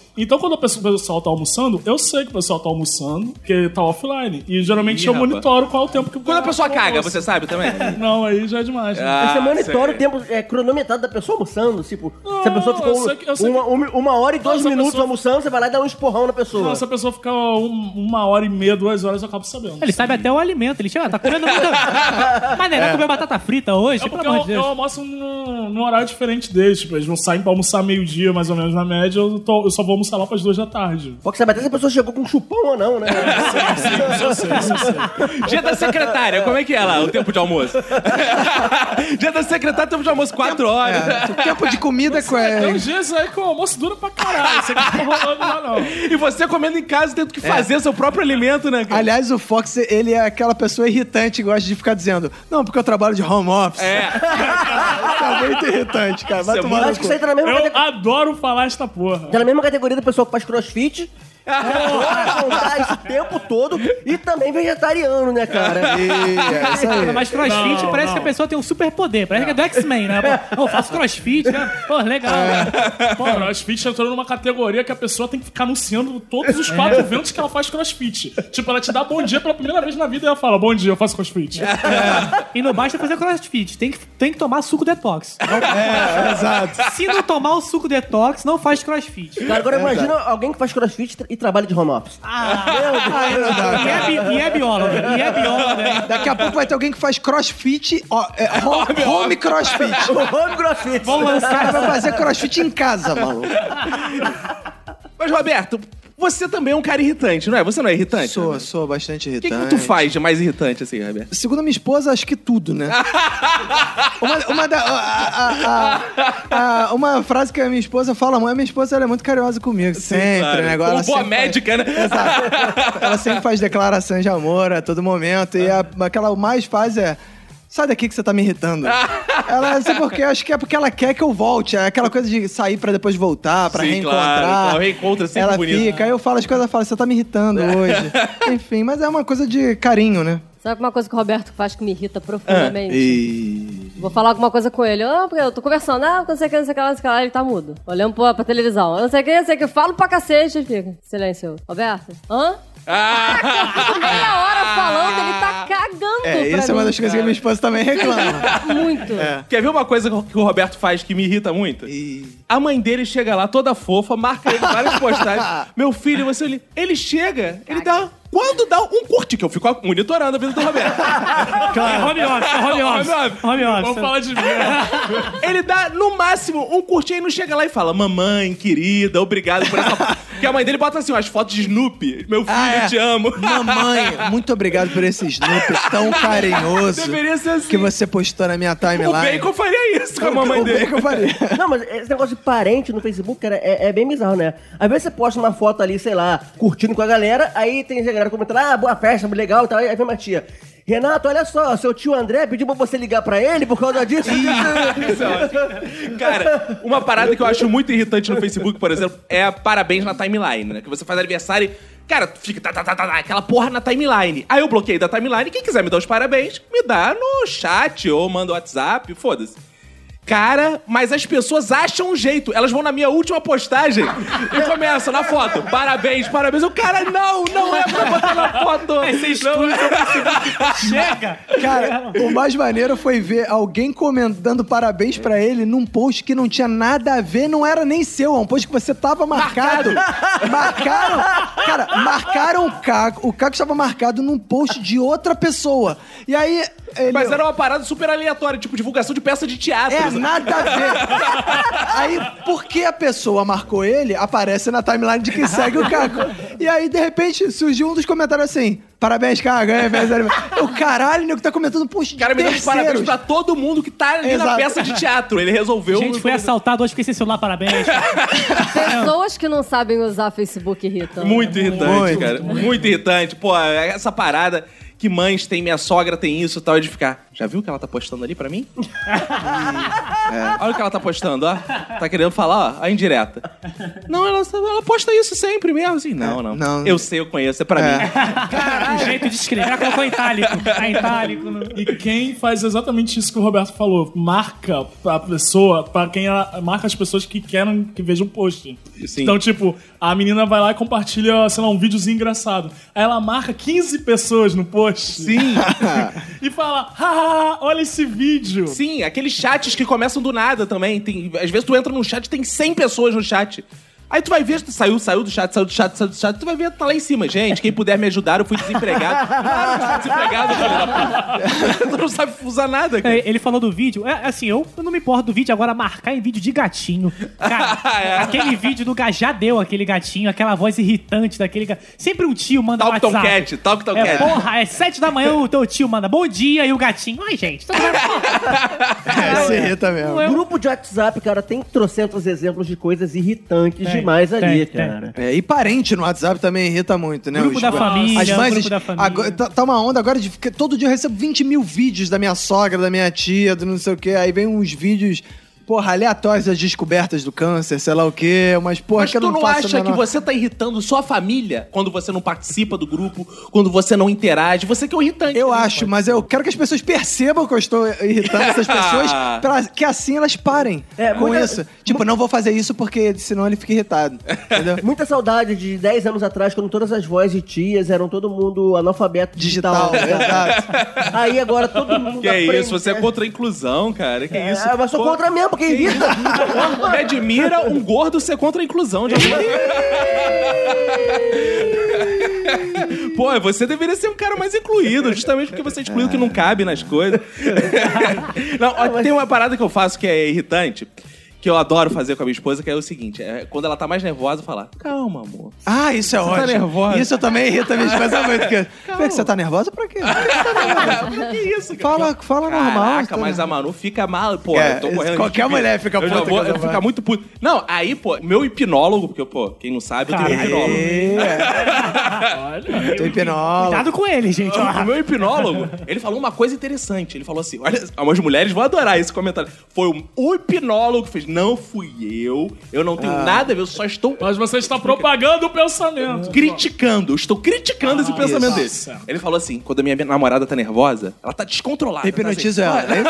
Então, quando o pessoal tá almoçando, eu sei que o pessoal tá almoçando, porque tá offline. E geralmente eu monitoro qual é o tempo que o Quando a pessoa tá caga, almoço. você sabe também? Não, aí já é demais. Né? Você monitora sei. o tempo cronometrado da pessoa almoçando. Tipo, se a pessoa eu ficou sei que- eu sei que- 1 hora e 2 Não, se a minutos pessoa- almoçando, você vai lá e dá um esporrão na pessoa. Não, se a pessoa ficar 1 hora e meia, 2 horas, eu acabo sabendo. Ele sabe até o alimento. Ele chega, tá comendo muita... Mas não comer batata frita hoje? É Pelo porque amor de eu Deus. almoço num horário diferente deles. Tipo, eles não saem pra almoçar meio-dia, mais ou menos, na média. Eu só vou almoçar lá pras 2 da tarde. Pode saber até se a pessoa chegou com um chupão ou não, né? Sim, eu sei. Dia da secretária, como é que é lá o tempo de almoço? Dia da secretária, tempo de almoço 4 horas. Tempo de comida com Tem uns dias aí que o almoço dura pra caralho. Isso aqui não tá rolando lá, não. E você comendo em casa, tendo que fazer seu próprio alimento, né, cara? Aliás, o Fox, ele é aquela pessoa irritante que gosta de ficar dizendo não, porque eu trabalho de home office. É muito irritante, cara. Vai Isso é tomar no Acho que isso aí cu. tá na mesma, Eu adoro falar esta porra. tá na mesma categoria do pessoal que faz crossfit. Contar esse tempo todo e também vegetariano, né, cara? É isso aí. Mas crossfit Não, parece não. que a pessoa tem um superpoder. Parece que é do X-Men, né? Pô, eu faço crossfit, né? Pô, legal. Pô, crossfit entrou numa categoria que a pessoa tem que ficar anunciando todos os 4 eventos que ela faz crossfit. Tipo, ela te dá bom dia pela primeira vez na vida e ela fala, bom dia, eu faço crossfit. E não basta fazer crossfit, tem que tomar suco detox. Exato. Se não tomar o suco detox, não faz crossfit. Cara, agora imagina alguém que faz crossfit e trabalha de home office. E é biólogo, hein? Daqui a pouco vai ter alguém que faz crossfit, home crossfit. O home crossfit. Vamos O lançar cara vai fazer crossfit em casa, maluco. Mas, Roberto, você também é um cara irritante, não é? Você não é irritante? Sou bastante O irritante. que tu faz de mais irritante, assim, Roberto? Segundo a minha esposa, acho que tudo, né? Uma frase que a minha esposa fala, a minha esposa ela é muito carinhosa comigo, sempre, claro. né? Agora Como ela boa sempre médica, né? Exato. Ela sempre faz declarações de amor a todo momento e aquela mais faz é... Sai daqui que você tá me irritando. Ela, não sei por quê, acho que é porque ela quer que eu volte. É aquela coisa de sair pra depois voltar, pra Sim, reencontrar. claro. O reencontro é sempre ela bonito. fica, aí eu falo as coisas, ela fala, você tá me irritando hoje. Enfim, mas é uma coisa de carinho, né? Sabe uma coisa que o Roberto faz que me irrita profundamente? Vou falar alguma coisa com ele. Porque eu tô conversando. Porque não sei o que, não sei o que lá, não sei o que lá. Ele tá mudo. Olhando pra televisão. Eu não sei o que, não sei o que. Eu falo pra cacete e fica. Silêncio. Roberto? Hã? Eu fico meia hora falando, ele tá cagando pra Isso é uma mim. das coisas que a minha esposa também reclama. Muito. Quer ver uma coisa que o Roberto faz que me irrita muito? A mãe dele chega lá toda fofa, marca ele em várias postagens. Meu filho, você... Ele chega, ele dá... Quando dá um curtir, que eu fico monitorando a vida do Roberto. Home office. Vamos falar de mim. Ele dá, no máximo, um curtir e não chega lá e fala, mamãe, querida, obrigado por essa... Porque a mãe dele bota assim, umas fotos de Snoopy. Meu filho, te amo. Mamãe, muito obrigado por esse Snoopy tão carinhoso Deveria ser assim. que você postou na minha O timeline. Bacon faria isso com a mamãe O dele. Bacon faria. Não, mas esse negócio de parente no Facebook, cara, é bem bizarro, né? Às vezes você posta uma foto ali, sei lá, curtindo com a galera, aí tem a galera comentando, boa festa, muito legal e tal, aí vem uma tia. Renato, olha só, seu tio André pediu pra você ligar pra ele por causa disso. Isso é ótimo. Cara, uma parada que eu acho muito irritante no Facebook, por exemplo, é a parabéns na timeline, né? Que você faz aniversário e, cara, fica aquela porra na timeline. Aí eu bloqueei da timeline, quem quiser me dar os parabéns, me dá no chat ou manda o WhatsApp, foda-se. Cara, mas as pessoas acham um jeito. Elas vão na minha última postagem e começam na foto. Parabéns, parabéns. O cara, não é pra botar na foto. Chega! Cara, o mais maneiro foi ver alguém dando parabéns pra ele num post que não tinha nada a ver, não era nem seu, é um post que você tava marcado. Marcaram o Caco. O Caco estava marcado num post de outra pessoa. E aí... Mas era uma parada super aleatória, tipo divulgação de peça de teatro. Nada a ver. Aí, porque a pessoa marcou ele, aparece na timeline de quem segue o Caco. E aí, de repente, surgiu um dos comentários assim, parabéns, Caco. O caralho, nego tá comentando post de O cara me deu os terceiros. parabéns pra todo mundo que tá ali na Exato. peça de teatro. Ele resolveu... Gente, foi assaltado, hoje fiquei sem celular, parabéns. Pessoas que não sabem usar Facebook irritam. Muito irritante, Muito. cara. Muito irritante. Pô, essa parada que mães têm, minha sogra tem isso e tal, é de ficar... Já viu o que ela tá postando ali pra mim? Olha o que ela tá postando, ó. Tá querendo falar, ó, a indireta. Não, ela posta isso sempre mesmo, assim. Não. Eu sei, eu conheço, é pra mim. O jeito de escrever, ela colocou itálico. E quem faz exatamente isso que o Roberto falou, marca a pessoa, pra quem ela marca as pessoas que querem que vejam o post. Sim. Então, tipo, a menina vai lá e compartilha, sei lá, um videozinho engraçado. Aí ela marca 15 pessoas no post. Sim. E fala, haha, olha esse vídeo. Sim, aqueles chats que começam do nada também. Às vezes tu entra num chat e tem 100 pessoas no chat. Aí tu vai ver, tu saiu do chat, tu vai ver, tá lá em cima. Gente, quem puder me ajudar, eu fui desempregado. Claro que tu tá desempregado, filho da puta. Tu não sabe usar nada, cara. Ele falou do vídeo, assim, eu não me importo do vídeo, agora marcar em vídeo de gatinho. Cara, aquele vídeo do já deu aquele gatinho, aquela voz irritante daquele gatinho. Sempre um tio manda Talk WhatsApp. Talk Cat. Porra, 7 da manhã o teu tio manda bom dia e o gatinho. Ai, gente, tudo bem? Você irrita mesmo. Grupo de WhatsApp, cara, tem trocentos exemplos de coisas irritantes demais ali, cara. E parente no WhatsApp também irrita muito, né? Grupo da família, As mães, grupo da família. Agora, tá uma onda agora de ficar... Todo dia eu recebo 20 mil vídeos da minha sogra, da minha tia, do não sei o quê. Aí vem uns vídeos... Porra, aleatórias das descobertas do câncer, sei lá o quê, mas porra, mas que eu não tu não faço acha que você tá irritando sua família quando você não participa do grupo, quando você não interage? Você que é o irritante. Eu acho, mas eu quero que as pessoas percebam que eu estou irritando essas pessoas, pra que assim elas parem com isso. Tipo, não vou fazer isso porque senão ele fica irritado. Entendeu? Muita saudade de 10 anos atrás, quando todas as vozes de tias eram todo mundo analfabeto digital. Exato. Aí agora todo mundo Que é isso? Você é contra a inclusão, cara. Que é isso? Mas sou contra mesmo, porque irrita. Me admira um gordo ser contra a inclusão de alguém. Pô, você deveria ser um cara mais incluído, justamente porque você é excluído que não cabe nas coisas. Não, tem uma parada que eu faço que é irritante, que eu adoro fazer com a minha esposa, que é o seguinte, quando ela tá mais nervosa, eu falar, calma, amor. Ah, isso é ótimo. Tá nervosa. Isso eu também irrita a minha esposa muito. Você tá nervosa pra quê? Que isso, cara? Fala normal. Caraca, mas a Manu fica mal, pô. Eu tô correndo qualquer mulher fica puta. Eu vou ficar muito puto. Não, aí, pô, meu hipnólogo, porque, pô, quem não sabe, eu tenho um hipnólogo. Olha, Tem hipnólogo. cuidado com ele, gente. O meu hipnólogo, ele falou uma coisa interessante. Ele falou assim, olha, as mulheres vão adorar esse comentário. Foi o hipnólogo que fez, não fui eu não tenho nada a ver, eu só estou... Mas você está propagando o pensamento. Eu estou criticando esse pensamento dele. Nossa. Ele falou assim, quando a minha namorada tá nervosa, ela tá descontrolada. Hipnotiza tá ela.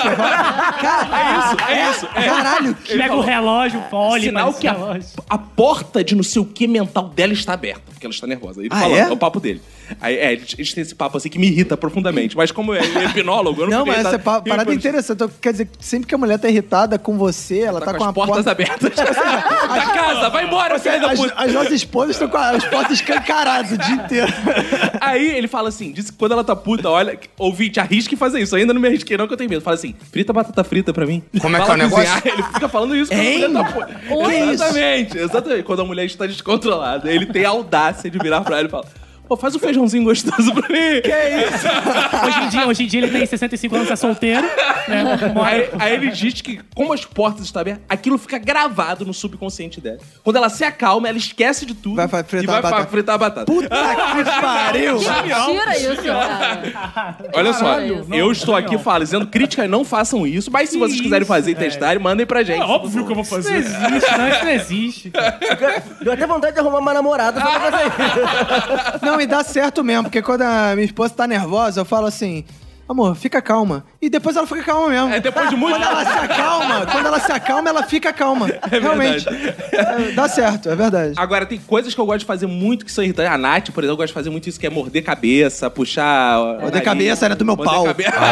É isso. Caralho. Pega o relógio, olha, Sinal que a porta de não sei o que mental dela está aberta, porque ela está nervosa. Ele falando, é o papo dele. Aí, eles têm esse papo assim que me irrita profundamente. Mas como ele é hipnólogo, eu não fico mas irritado. essa parada é interessante. Então, quer dizer, sempre que a mulher tá irritada com você, ela tá com as portas abertas. A casa, vai embora, filha da puta. As nossas esposas estão com as portas escancaradas o dia inteiro. Aí ele fala assim, diz que quando ela tá puta, olha, ouvinte, arrisque fazer isso. Eu ainda não me arrisquei não, que eu tenho medo. Fala assim, frita batata frita pra mim. Como é que é o negócio? Ele fica falando isso quando a mulher tá puta. Exatamente. Quando a mulher está descontrolada, ele tem a audácia de virar pra ela e falar... Pô, faz um feijãozinho gostoso pra mim. Que é isso? Hoje em dia ele tem 65 anos, é solteiro. Né? Aí ele diz que, como as portas estão abertas, aquilo fica gravado no subconsciente dela. Quando ela se acalma, ela esquece de tudo vai fritar e vai a batata. fritar a batata. Puta que pariu! Tira isso, cara. Olha só, Não, eu estou aqui fazendo críticas, não façam isso, mas se vocês quiserem fazer e testarem, mandem pra gente. É óbvio que eu vou fazer. Isso não existe. Deu até vontade de arrumar uma namorada só pra fazer isso. Não, e dá certo mesmo, porque quando a minha esposa tá nervosa, eu falo assim... Amor, fica calma. E depois ela fica calma mesmo. Depois de muito... Quando ela se acalma, ela fica calma. Realmente. Dá certo, é verdade. Agora, tem coisas que eu gosto de fazer muito que são irritantes. A Nath, por exemplo, gosta de fazer muito isso, que é morder cabeça, puxar... Morder cabeça era do meu pau.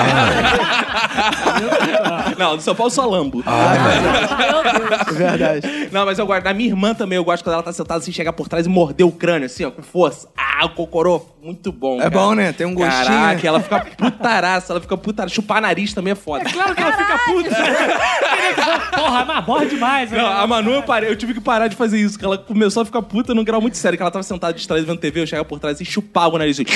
Não, do seu pau só lambo. É verdade. Não, mas eu gosto. Da minha irmã também, eu gosto quando ela tá sentada assim, chegar por trás e morder o crânio, assim, ó, com força. O cocorô. Muito bom, É bom, né? Tem um gostinho. Caraca, ela fica putaraça, Chupar nariz também é foda. É claro que ela fica puta. Porra, mas borra demais. Não, a Manu, eu tive que parar de fazer isso, porque ela começou a ficar puta num grau muito sério, que ela tava sentada distraída vendo TV, eu chegava por trás e chupava o nariz.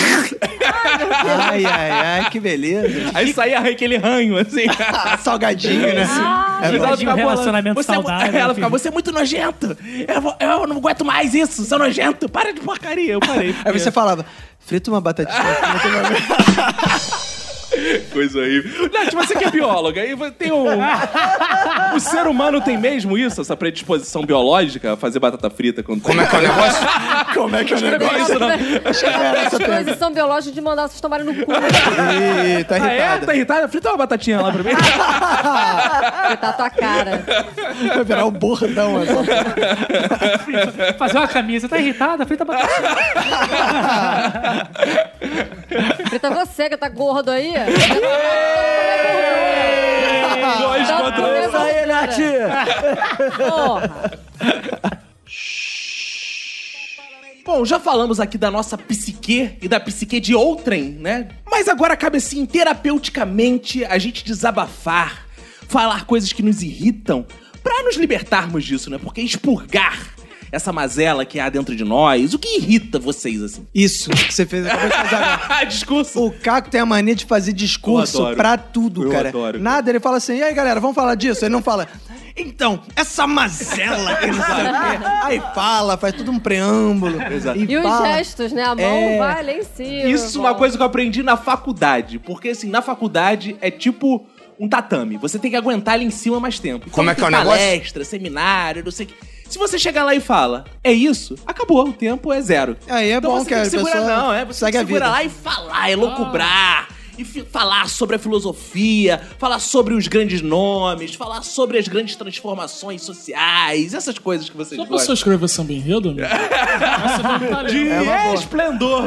Ai, que beleza. Aí saía aquele ranho, assim. Salgadinho, né? Um relacionamento saudável. Ela ficava, você é muito nojento. Eu não aguento mais isso, você é nojento. Para de porcaria. Eu parei. Aí você falava, frita uma batatinha. Coisa horrível. Nath, você que é bióloga, aí tem o ser humano tem mesmo isso, essa predisposição biológica a fazer batata frita quando Como é que é o negócio? Como é que é o negócio? Predisposição biológica de mandar vocês tomarem no cu. Ih, tá Ah, irritada. é? Tá irritada? Frita uma batatinha lá pra mim. Fritar a tua cara. Vai virar o bordão agora. Fazer uma camisa, tá irritada? Frita batatinha. Frita você que tá gordo aí. Dois contra Isso aí, Nath! Porra. Bom, já falamos aqui da nossa psique e da psique de outrem, né? Mas agora cabe assim, terapeuticamente, a gente desabafar, falar coisas que nos irritam, pra nos libertarmos disso, né? Porque expurgar essa mazela que há dentro de nós, o que irrita vocês, assim? Isso que você fez, acabou de fazer agora. Discurso. O Caco tem a mania de fazer discurso Eu adoro. pra tudo, Eu cara. adoro. Nada, ele fala assim, e aí, galera, vamos falar disso? Ele não fala, então, essa mazela que não sei o quê. Aí fala, faz tudo um preâmbulo. Exato. E os fala. gestos, né? A mão vai lá em cima. Isso é uma coisa que eu aprendi na faculdade. Porque, assim, na faculdade é tipo um tatame. Você tem que aguentar ali em cima mais tempo. Então, Como é que é o tem negócio? palestra, seminário, não sei o que. Se você chegar lá e fala, é isso, acabou, o tempo é zero. Aí é Então bom você que tem a que segurar, pessoa não, você segue tem a que segurar vida. lá e falar, elocubrar. E falar sobre a filosofia, falar sobre os grandes nomes, falar sobre as grandes transformações sociais, essas coisas que vocês Já pensou gostam. escrever samba enredo, amigo? Nossa, não tá De lendo. esplendor.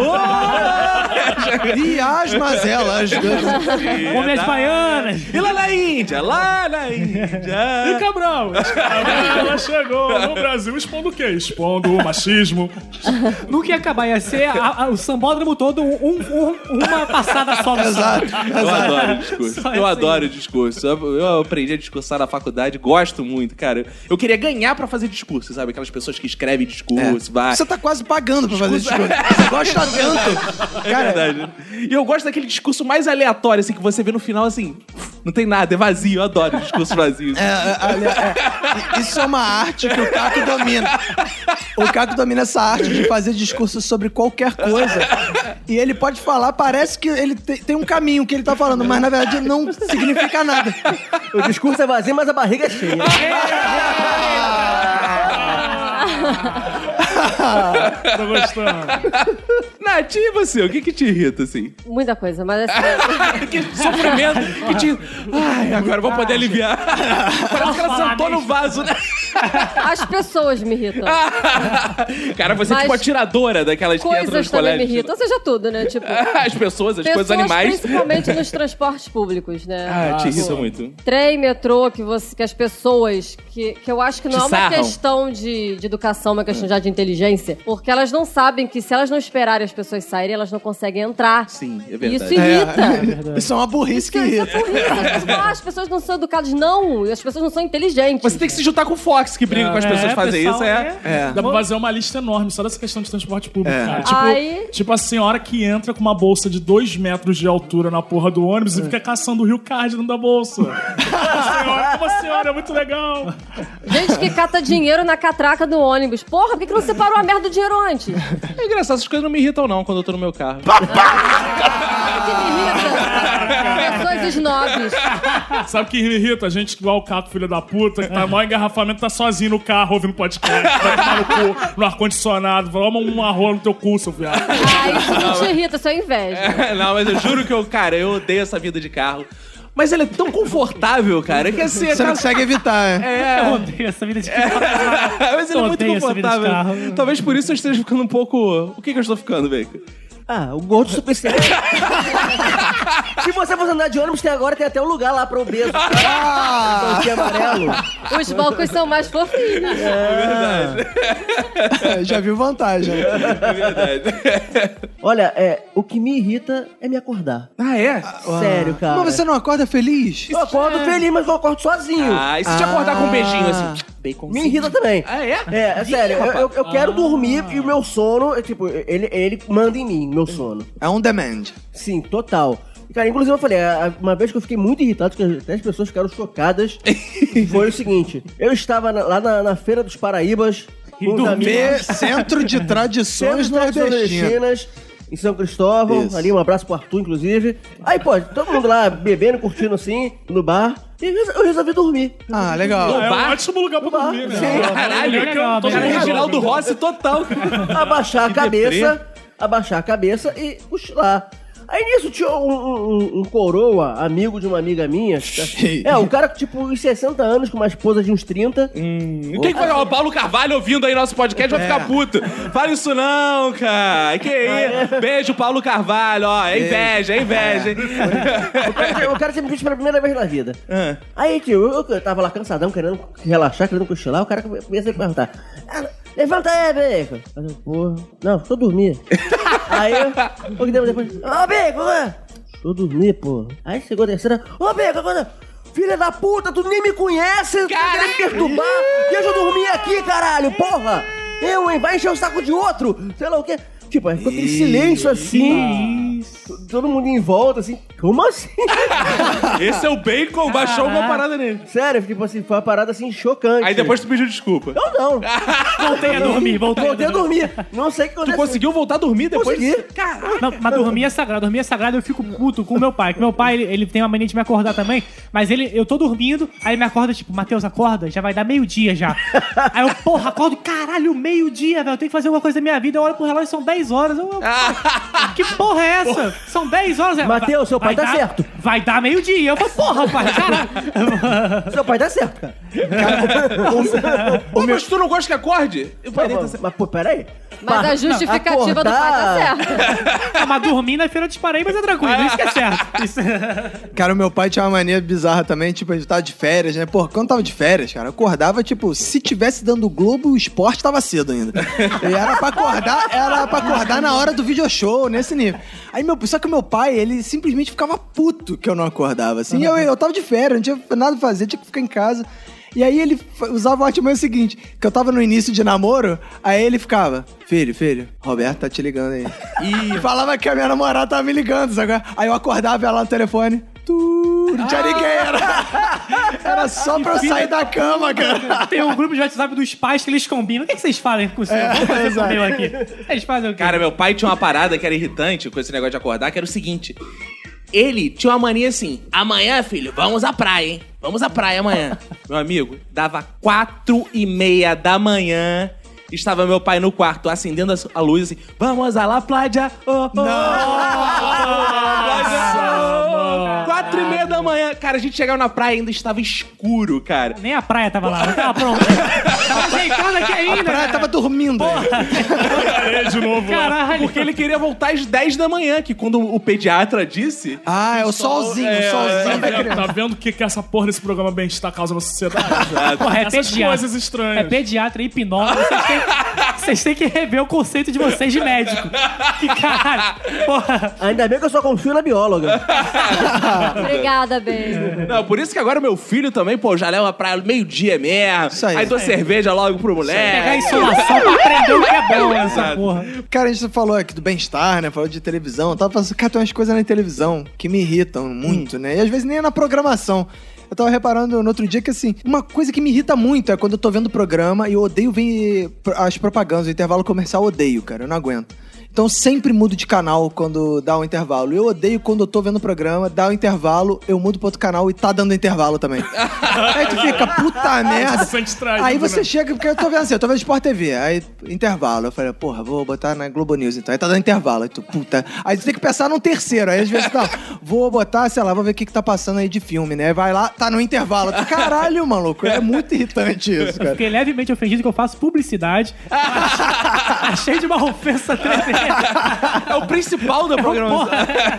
E as mazelas. Come as baianas. E lá na Índia, E Cabral? Ela chegou no Brasil expondo o quê? Expondo o machismo. Nunca ia acabar, ia ser o sambódromo todo uma passada só no Exato, Eu exato. adoro o discurso. Só Eu assim. adoro o discurso. Eu aprendi a discursar na faculdade, gosto muito, cara. Eu queria ganhar pra fazer discurso, sabe? Aquelas pessoas que escrevem discurso, vai. Você tá quase pagando pra fazer discurso. Você gosta tanto. É Cara, verdade. E eu gosto daquele discurso mais aleatório, assim, que você vê no final, assim, não tem nada, é vazio. Eu adoro discurso vazio. isso é uma arte que o Caco domina. O Caco domina essa arte de fazer discurso sobre qualquer coisa. E ele pode falar, parece que ele tem um caminho que ele tá falando, mas na verdade não significa nada. O discurso é vazio, mas a barriga é cheia. Tô gostando. Nath, e você? O que te irrita, assim? Muita coisa, mas assim... Que sofrimento que te... Ai, agora eu vou poder aliviar. Parece que ela sentou no vaso, né? As pessoas me irritam. Cara, você é Mas tipo atiradora daquelas que entram nos Coisas também me colégios. irritam. Ou seja, tudo, né? Tipo, As pessoas, as coisas pessoas animais. principalmente nos transportes públicos, né? Ah, te irrita Tipo, muito. Trem, metrô, que as pessoas... Que eu acho que não Te é uma sarram. questão de educação, uma questão já de inteligência. Porque elas não sabem que se elas não esperarem as pessoas saírem, elas não conseguem entrar. Sim, é E verdade. isso irrita. Isso é uma burrice que Isso é irrita. por isso. As pessoas falam, as pessoas não são educadas. Não, as pessoas não são inteligentes. Você tem que se juntar com o Fox, que briga com as pessoas fazer pessoal, isso, Dá pra fazer uma lista enorme só dessa questão de transporte público, cara. Aí- Tipo a senhora que entra com uma bolsa de 2 metros de altura na porra do ônibus e fica caçando o Rio Card dentro da bolsa. Como a senhora, é muito legal. Gente que cata dinheiro na catraca do ônibus. Porra, por que não separou a merda do dinheiro antes? É engraçado, essas coisas não me irritam não quando eu tô no meu carro. Que me irrita. Pessoas snobs. Sabe o que me irrita? A gente igual o Caco, filho da puta, que tá maior engarrafamento, tá sozinho no carro ouvindo podcast, vai tomar no cu, no ar-condicionado, toma uma rola no teu cu, seu viado. Ah, isso não te irrita, isso é inveja. Não, mas eu juro que eu odeio essa vida de carro. Mas ela é tão confortável, cara, que assim... Você não consegue evitar, Eu odeio essa vida de Mas ele é muito Odeio essa vida de confortável. carro. Talvez por isso eu esteja ficando um pouco... O que eu estou ficando, Bacon? Ah, o gordo suficiente. Se você for andar de ônibus, tem até um lugar lá pra obeso. Banquinho amarelo. Os bancos são mais fofinhos. Já viu vantagem. É verdade. Olha, o que me irrita é me acordar. Ah, é? Sério, cara. Mas você não acorda feliz? Eu acordo feliz, mas eu acordo sozinho. Ah, e se te acordar com um beijinho assim? Bacon. Me irrita também. Ah, é? É sério, eu quero dormir e o meu sono, tipo, ele manda em mim, meu sono. É um demand. Sim, total. Cara, inclusive eu falei, uma vez que eu fiquei muito irritado, que até as pessoas ficaram chocadas, foi o seguinte, eu estava lá na Feira dos Paraíbas, com os amigos, Centro de Tradições Nordestinas. em São Cristóvão. Isso. Ali, um abraço pro Arthur, inclusive. Aí, pô, todo mundo lá bebendo, curtindo assim, no bar. E eu resolvi dormir. Ah, legal. É um bar? ótimo lugar pra dormir, né? Sim. Caralho, legal, cara, legal. Reginaldo Rossi total, cara. Abaixar a cabeça e cochilar. Aí nisso tinha um coroa, amigo de uma amiga minha. O cara, tipo, uns 60 anos, com uma esposa de uns 30. Tem que fazer o Paulo Carvalho ouvindo aí nosso podcast, vai ficar puto. Fala isso não, cara. Que isso? Beijo, Paulo Carvalho, ó. É inveja, hein? O cara sempre me disse pela primeira vez na vida. Aí, tio, eu tava lá cansadão, querendo relaxar, querendo cochilar. O cara começa a me perguntar: levanta aí, Bacon. Eu, porra, não, tô dormindo. Aí, o que deu depois? Ô, Bacon, deixa eu dormir, pô. Aí chegou a terceira: ô, Bacon, filha da puta, tu nem me conhece, tu quer me perturbar. Deixa eu dormir aqui, caralho, porra. Hein, vai encher o saco de outro, sei lá o quê. Tipo, aí ficou aquele silêncio assim. Todo mundo em volta, assim. Como assim? Esse é o Bacon, baixou uma parada nele. Sério, tipo assim, foi uma parada assim chocante. Aí depois tu pediu desculpa. Eu não. Voltei a dormir, Voltei a dormir. Não sei o que Tu aconteceu. conseguiu voltar a dormir depois? Consegui. Não, mas dormir é sagrado. Dormir é sagrado, eu fico puto com o meu pai. Que meu pai, ele tem uma mania de me acordar também. Mas eu tô dormindo, aí ele me acorda, tipo, Matheus, acorda, já vai dar meio-dia já. Aí eu, porra, acordo, caralho, meio-dia, velho. Eu tenho que fazer alguma coisa da minha vida. Eu olho pro relógio, são 10 horas. Que porra é essa? São 10 horas. Matheus, seu pai tá certo. Vai dar meio-dia. Eu falo, porra, pai, caralho. Seu pai tá certo, cara. Mas tu não gosta que acorde? Mas, pô, peraí. Mas a justificativa do pai tá certa. Mas dormir na feira de Paraíba é tranquilo, isso que é certo. Isso. Cara, o meu pai tinha uma mania bizarra também, tipo, a gente tava de férias, né? Pô, quando tava de férias, cara, eu acordava, tipo, se tivesse dando Globo, o esporte tava cedo ainda. E era pra acordar na hora do video show, nesse nível. Aí, só que o meu pai, ele simplesmente ficava puto que eu não acordava, assim. Eu tava de férias, não tinha nada pra fazer, tinha que ficar em casa. E aí ele usava o argumento seguinte, que eu tava no início de namoro, aí ele ficava: Filho, Roberto tá te ligando aí. E falava que a minha namorada tava me ligando, sabe? Aí eu acordava ela no telefone, não tinha ninguém, era só pra eu sair da cama, cara. Tem um grupo de WhatsApp dos pais que eles combinam. O que vocês fazem com o seu? Vamos fazer com o meu aqui. Eles fazem o quê? Cara, meu pai tinha uma parada que era irritante com esse negócio de acordar, que era o seguinte: ele tinha uma mania assim: amanhã, filho, vamos à praia, hein? Vamos à praia amanhã. Meu amigo, dava 4:30 da manhã, estava meu pai no quarto acendendo a luz assim: vamos à la playa, oh, oh, oh, 4:30 da manhã. Cara, a gente chegava na praia e ainda estava escuro, cara. Nem a praia tava lá, não tava pronto. Tava ajeitando aqui ainda. A praia tava dormindo. De novo. Caralho. Porque ele queria voltar às 10 da manhã, que quando o pediatra disse... Ah, é o solzinho da criança. Tá vendo o que essa porra desse programa Bem-Estar causa na sociedade? Porra, é Essas pediatra. coisas estranhas. É pediatra, hipnose. Vocês têm que rever o conceito de vocês de médico. Que caralho. Porra. Ainda bem que eu só confio na bióloga. Obrigada, beijo. Não, por isso que agora meu filho também, pô, já leva pra meio-dia mesmo. Isso aí. Aí dou cerveja logo pro Pegar moleque. insolação pra aprender o que é bom essa porra. Cara, a gente falou aqui do bem-estar, né? Falou de televisão. Eu tava falando assim, cara, tem umas coisas na televisão que me irritam muito, né? E às vezes nem é na programação. Eu tava reparando no outro dia que, assim, uma coisa que me irrita muito é quando eu tô vendo o programa e eu odeio ver as propagandas, o intervalo comercial, eu odeio, cara, eu não aguento. Então eu sempre mudo de canal quando dá um intervalo. Eu odeio quando eu tô vendo o programa, dá um intervalo, eu mudo pro outro canal e tá dando intervalo também. Aí tu fica, puta merda. Se sente traído, Aí você né? chega, porque eu tô vendo assim, eu tô vendo Sport TV, aí intervalo. Eu falei, porra, vou botar na Globo News então. Aí tá dando intervalo, aí tu, puta. Aí tu tem que pensar num terceiro, aí às vezes, não, vou botar, sei lá, vou ver o que tá passando aí de filme, né? Vai lá, tá no intervalo. Tu, caralho, maluco, é muito irritante isso, cara. Fiquei levemente ofendido que eu faço publicidade. Achei de uma ofensa tremenda. É o principal da programação.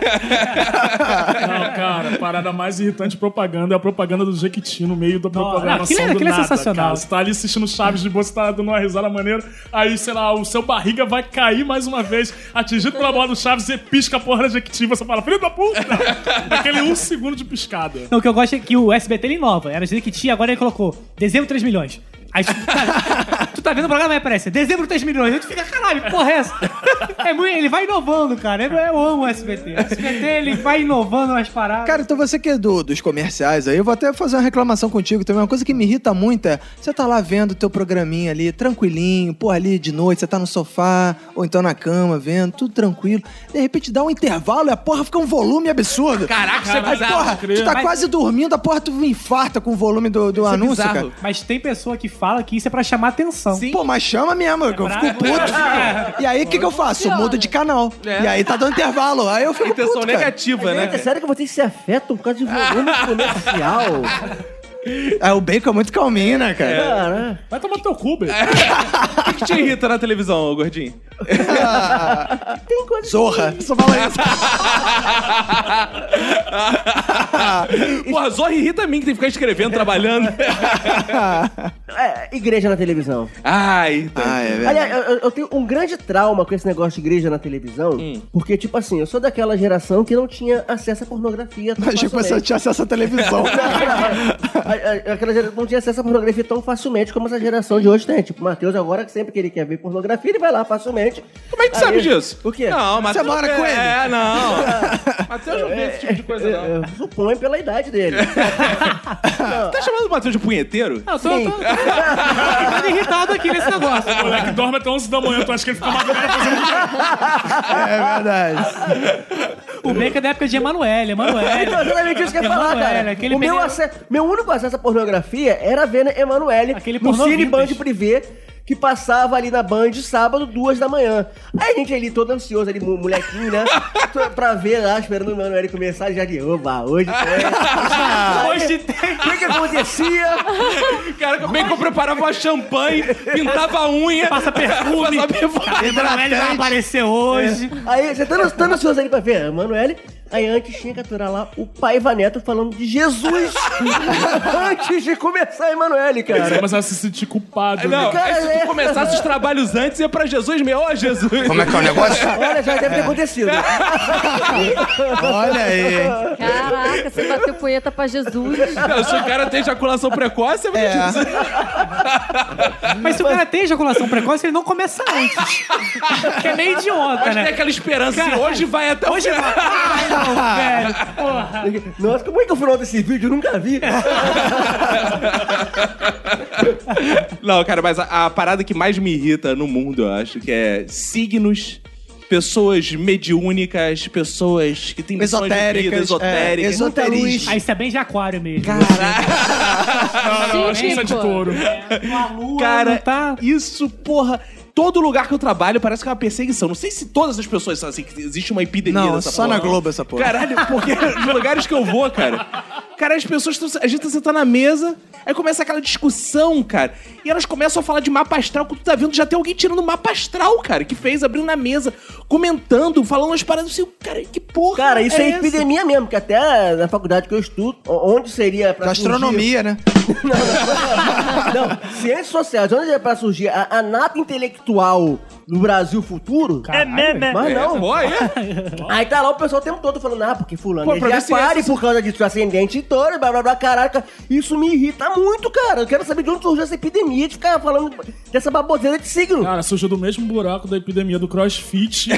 Não, cara, a parada mais irritante de propaganda é a propaganda do Jequiti no meio da programação aquilo do é nada, sensacional. cara. Você tá ali assistindo Chaves de boa, você tá dando uma risada maneira, aí, sei lá, o seu barriga vai cair mais uma vez, atingido pela bola do Chaves, e pisca a porra da Jequiti, você fala, filho da puta! Aquele 1 segundo de piscada. Não, o que eu gosto é que o SBT ele inova. Era dizer que tinha, agora ele colocou dezembro 3 milhões. Aí tu tá vendo o programa e aparece dezembro 3 milhões. Aí tu fica, caralho, que porra é essa? Ele vai inovando, cara. Eu amo o SBT. O SBT, ele vai inovando as paradas. Cara, então você que é dos comerciais aí, eu vou até fazer uma reclamação contigo também. Uma coisa que me irrita muito é, você tá lá vendo o teu programinha ali, tranquilinho, porra, ali de noite, você tá no sofá, ou então na cama, vendo, tudo tranquilo. De repente dá um intervalo e a porra fica um volume absurdo. Caraca, isso é Aí, bizarro. porra, tu tá quase dormindo, a porra tu infarta com o volume do anúncio, bizarro. cara. Mas tem pessoa que fala que isso é pra chamar atenção. Sim. Pô, mas chama mesmo, eu fico puto. E aí, o que eu faço? Eu mudo de canal. É. E aí tá dando intervalo. Aí eu fico Intenção puto, cara. negativa, né? É sério que vocês se afetam por causa de volume comercial? O Bacon é muito calminho, né, cara? Cara, Vai tomar no teu cu, Bacon. O que te irrita na televisão, gordinho? tem coisa Zorra. Só fala isso. Porra, Zorra irrita a mim que tem que ficar escrevendo, trabalhando. igreja na televisão. Ai, É verdade. Aliás, eu tenho um grande trauma com esse negócio de igreja na televisão, porque, tipo assim, eu sou daquela geração que não tinha acesso à pornografia tão Achei que você facilmente. tinha acesso à televisão. Aquela geração não tinha acesso à pornografia tão facilmente como essa geração de hoje tem. Tipo, o Matheus agora, que sempre que ele quer ver pornografia, ele vai lá facilmente. Como é que tu sabe disso? O quê? Não, Matheus Você mora não com vê. ele? É, não. Matheus não vê esse tipo de coisa, não. Eu suponho pela idade dele. Tá chamando o Matheus de punheteiro? Eu tô ficando irritado aqui nesse negócio. O moleque dorme até 11 da manhã, tu acha que ele fica madrugada fazendo É verdade. O Bacon é da época de Emanuele. Então, exatamente isso que eu ia falar, cara. Aquele O meu único acesso à pornografia era ver Emanuele Aquele no pornô Cine vintage. Band Privé, que passava ali na Band sábado, 2 da manhã. Aí a gente ali todo ansioso ali, molequinho, né? Pra ver lá, esperando o Emanuele começar, já de, oba, hoje tem. Hoje tem. O que acontecia? Cara, como é que eu preparava uma champanhe, pintava a unha, Passa perfume. passava perfume. Emanuele vai aparecer hoje. Aí você tá ansioso ali pra ver a Emanuele. Aí antes tinha que aturar lá o pai Vaneto falando de Jesus antes de começar a Emanuele, Você cara. começa a se sentir culpado. Não, né? Cara, aí se tu começasse os trabalhos antes, ia pra Jesus mesmo. Ó, Jesus. Como é que é o negócio? Olha, já deve ter acontecido. Olha aí. Caraca, você bateu punheta pra Jesus. Não, se o cara tem ejaculação precoce, é Jesus. Mas se o cara tem ejaculação precoce, ele não começa antes. Que é meio idiota, Mas tem né? aquela esperança Cara, que hoje vai até o Hoje final. vai. Ai, não, velho. Porra. Nossa, como é que é o final desse vídeo? Eu nunca vi. Não, cara, mas a parada que mais me irrita no mundo, eu acho, que é signos, pessoas mediúnicas, pessoas que têm missões de vida, Esotéricas, esotéricas. esoterismo. Ah, isso é bem de aquário mesmo. Não, acho que isso é de Tipo. touro. A lua Cara, não tá... isso, porra... Todo lugar que eu trabalho parece que é uma perseguição. Não sei se todas as pessoas são assim, que existe uma epidemia Não, dessa só porra. na Globo essa porra. Caralho, porque nos lugares que eu vou, cara, as pessoas estão... A gente tá sentado na mesa, aí começa aquela discussão, cara, e elas começam a falar de mapa astral, quando tu tá vendo, já tem alguém tirando mapa astral, cara, que fez, abrindo na mesa, comentando, falando umas paradas assim, cara, que porra Cara, isso é essa? epidemia mesmo, porque até na faculdade que eu estudo, onde seria pra Gastronomia, né? Não, ciências sociais, onde é pra surgir a nata intelectual no Brasil futuro? Mas não. Pô, é? Aí tá lá o pessoal o tempo todo falando, porque fulano Pô, é pra de ver se aquário essa- por causa disso, ascendente e touro, blá blá blá, caraca. Isso me irrita muito, cara. Eu quero saber de onde surgiu essa epidemia de ficar falando dessa baboseira de signo. Cara, surgiu do mesmo buraco da epidemia do crossfit.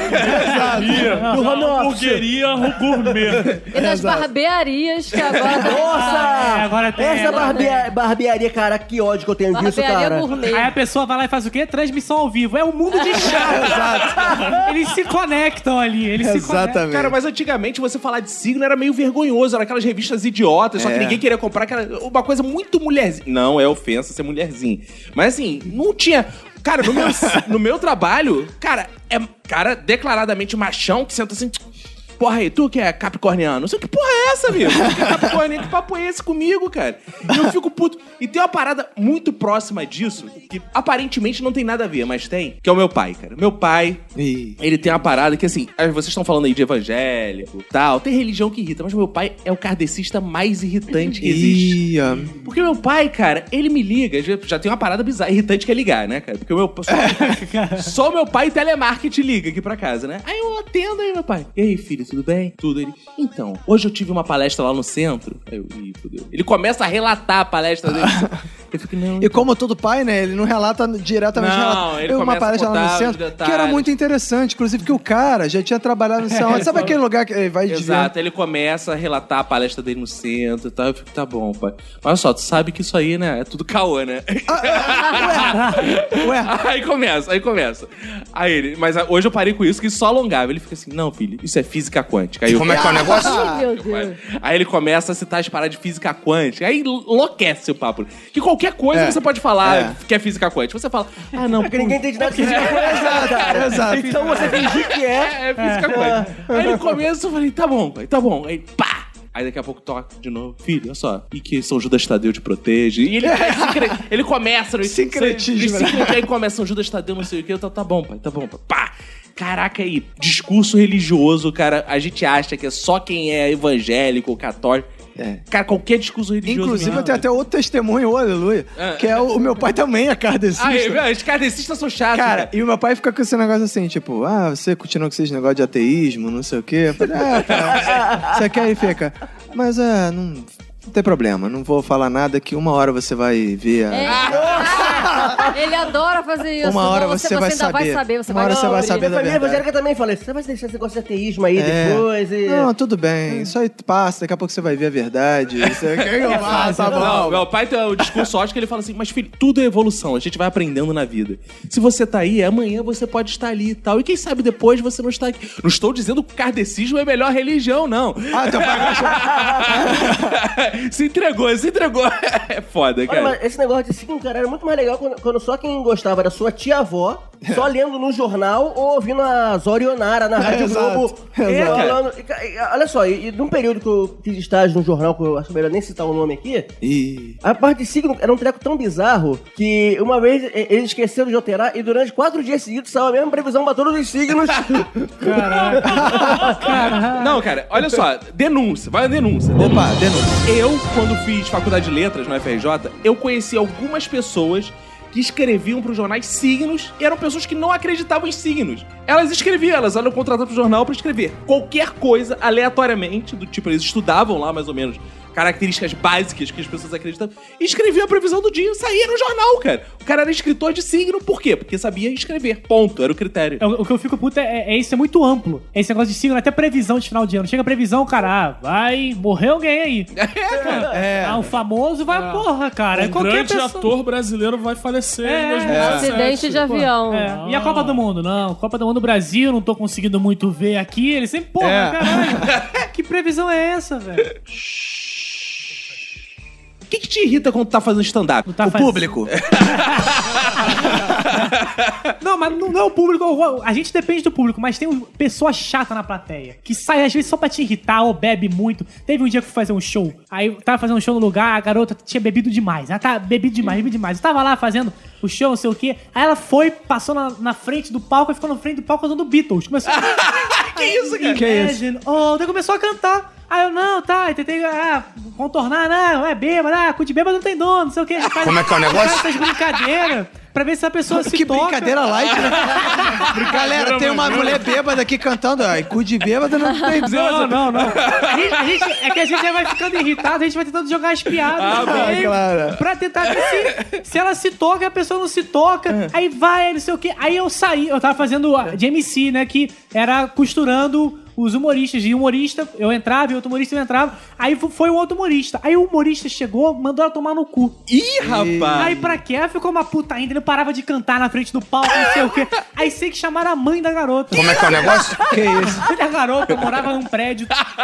Do home office. Hamburgueria gourmet. E das barbearias que agora tá... Nossa! agora tem- Essa agora barbearia, cara, que ódio que eu tenho disso, Barbearia cara. gourmet. Aí a pessoa vai lá e faz o quê? Transmissão ao vivo. É um mundo de chá. Eles se conectam ali. Eles se conectam. Exatamente. Cara, mas antigamente você falar de signo era meio vergonhoso, era aquelas revistas idiotas, só que ninguém queria comprar uma coisa muito mulherzinha. Não é ofensa ser mulherzinho. Mas assim, não tinha. Cara, no meu trabalho, cara, é cara declaradamente machão que senta assim. Porra aí, tu que é capricorniano, não sei que porra é essa, amigo? Que capricorniano, que papo é esse comigo, cara? E eu fico puto. E tem uma parada muito próxima disso, que aparentemente não tem nada a ver, mas tem, que é o meu pai, cara. Meu pai, Ih. ele tem uma parada que, assim, vocês estão falando aí de evangélico, tal, tem religião que irrita, mas meu pai é o kardecista mais irritante que existe. Ia. Porque meu pai, cara, ele me liga, já tem uma parada bizarra, irritante que é ligar, né, cara? Porque só o meu pai telemarketing liga aqui pra casa, né? Aí eu atendo aí, meu pai. E aí, filho, tudo bem? Tudo. Ele, então, hoje eu tive uma palestra lá no centro. Aí eu, fudeu. Ele começa a relatar a palestra dele. Eu fico, não. E como todo pai, né? Ele não relata diretamente. Não, ele uma começa palestra a lá no contar centro, os que era muito interessante. Inclusive que o cara já tinha trabalhado no centro. Sabe aquele lugar que vai desviar? Exato, ele começa a relatar a palestra dele no centro e tal. Eu fico, tá bom, pai. Mas olha só, tu sabe que isso aí, né? É tudo caô, né? Ué. Aí começa. Aí ele, mas hoje eu parei com isso, que isso só alongava. Ele fica assim, não, filho, isso é física quântica. Aí Como é que é o negócio? Ai, meu Deus. Aí ele começa a citar as paradas de física quântica. Aí enlouquece o papo. Que qualquer coisa você pode falar que é física quântica. Você fala, não, Porque ninguém entende nada de física quântica, cara. Exato. Então você fingir que é física quântica. Aí ele começa, eu falei, tá bom, pai, tá bom. Aí, pá! Aí daqui a pouco toca de novo. Filho, olha só. E que São Judas Tadeu te protege. E ele começa no sincretismo. Aí começa São Judas Tadeu, não sei o que. Tá bom, pai, tá bom, pai. Pá! Caraca, aí, discurso religioso, cara. A gente acha que é só quem é evangélico ou católico. Cara, qualquer discurso religioso. Inclusive, eu tenho até outro testemunho, aleluia. Que é o meu pai também é kardecista. Os kardecistas são chatos. Cara, e o meu pai fica com esse negócio assim, tipo, você continua com esses negócios de ateísmo, não sei o quê. Eu falei, cara, você quer e fica. Mas não tem problema, não vou falar nada que uma hora você vai ver. Ele adora fazer isso. Uma hora você vai ainda vai saber. saber. Você Uma hora você vai saber A da família verdade. evangélica também fala isso. Você vai deixar esse negócio de ateísmo aí depois e... Não, tudo bem. Isso aí passa, daqui a pouco você vai ver a verdade. Isso aí que eu faço, tá bom. Não, meu pai tem o discurso ótimo que ele fala assim, mas filho, tudo é evolução, a gente vai aprendendo na vida. Se você tá aí, amanhã você pode estar ali e tal. E quem sabe depois você não está aqui. Não estou dizendo que o kardecismo é a melhor religião, não. Teu pai Se entregou. É foda, cara. Olha, mas esse negócio de signo, cara, era muito mais legal quando só quem gostava era sua tia-avó, só lendo no jornal ou ouvindo a Zorionara na Rádio Globo. Falando. Olha só, e num período que eu fiz estágio num jornal, que eu acho melhor nem citar o nome aqui, a parte de signo era um treco tão bizarro que uma vez eles esqueceram de alterar e durante 4 dias seguidos saiu a mesma previsão pra todos os signos. Caraca. Não, cara, olha só, denúncia, vai a denúncia. Opa, denúncia. Eu, quando fiz faculdade de letras no FRJ, eu conheci algumas pessoas que escreviam para os jornais signos e eram pessoas que não acreditavam em signos. Elas escreviam, elas eram contratadas para o jornal para escrever qualquer coisa aleatoriamente, do tipo, eles estudavam lá mais ou menos características básicas que as pessoas acreditavam e escreviam a previsão do dia e saía no jornal, cara. O cara era escritor de signo, por quê? Porque sabia escrever, ponto, era o critério. O que eu fico puto é isso, é muito amplo. Esse negócio de signo, até previsão de final de ano. Chega a previsão, cara, vai morrer alguém aí. O famoso vai, porra, cara. Um grande ator brasileiro vai falecer em 2017. Acidente de avião. E a Copa do Mundo? Não, Copa do Mundo Brasil, não tô conseguindo muito ver aqui. Ele sempre, porra, caralho. Que previsão é essa, velho? O que te irrita quando tu tá fazendo stand-up? Público. Não, mas não é o público. A gente depende do público, mas tem pessoa chata na plateia que sai às vezes só pra te irritar ou bebe muito. Teve um dia que eu fui fazer um show. Aí eu tava fazendo um show no lugar, a garota tinha bebido demais. Ela tá bebido demais. Eu tava lá fazendo o show, não sei o quê. Aí ela foi, passou na frente do palco e ficou na frente do palco cantando Beatles. Começou Que isso, cara? Que é isso? Daí começou a cantar. Aí eu, não, tá, tentei contornar, não, é bêbado, cu de bêbado não tem dono, não sei o que. Como é que é o negócio? Faz essas brincadeiras pra ver se a pessoa se toca. Que brincadeira light, né? Galera, tem uma mulher bêbada aqui cantando, cu de bêbado não tem Não. É que a gente vai ficando irritado, a gente vai tentando jogar as piadas claro. pra tentar ver se ela se toca e a pessoa não se toca. Aí vai, não sei o que. Aí eu saí, eu tava fazendo de MC, né, que era costurando os humoristas. E humorista, eu entrava, e outro humorista eu entrava. Aí foi um outro humorista. Aí o humorista chegou, mandou ela tomar no cu. Ih, rapaz! Aí pra quê? Ela ficou uma puta ainda, ele parava de cantar na frente do palco, não sei o quê. Aí sei que chamaram a mãe da garota. Como é que é o negócio? Que isso? A garota morava num prédio.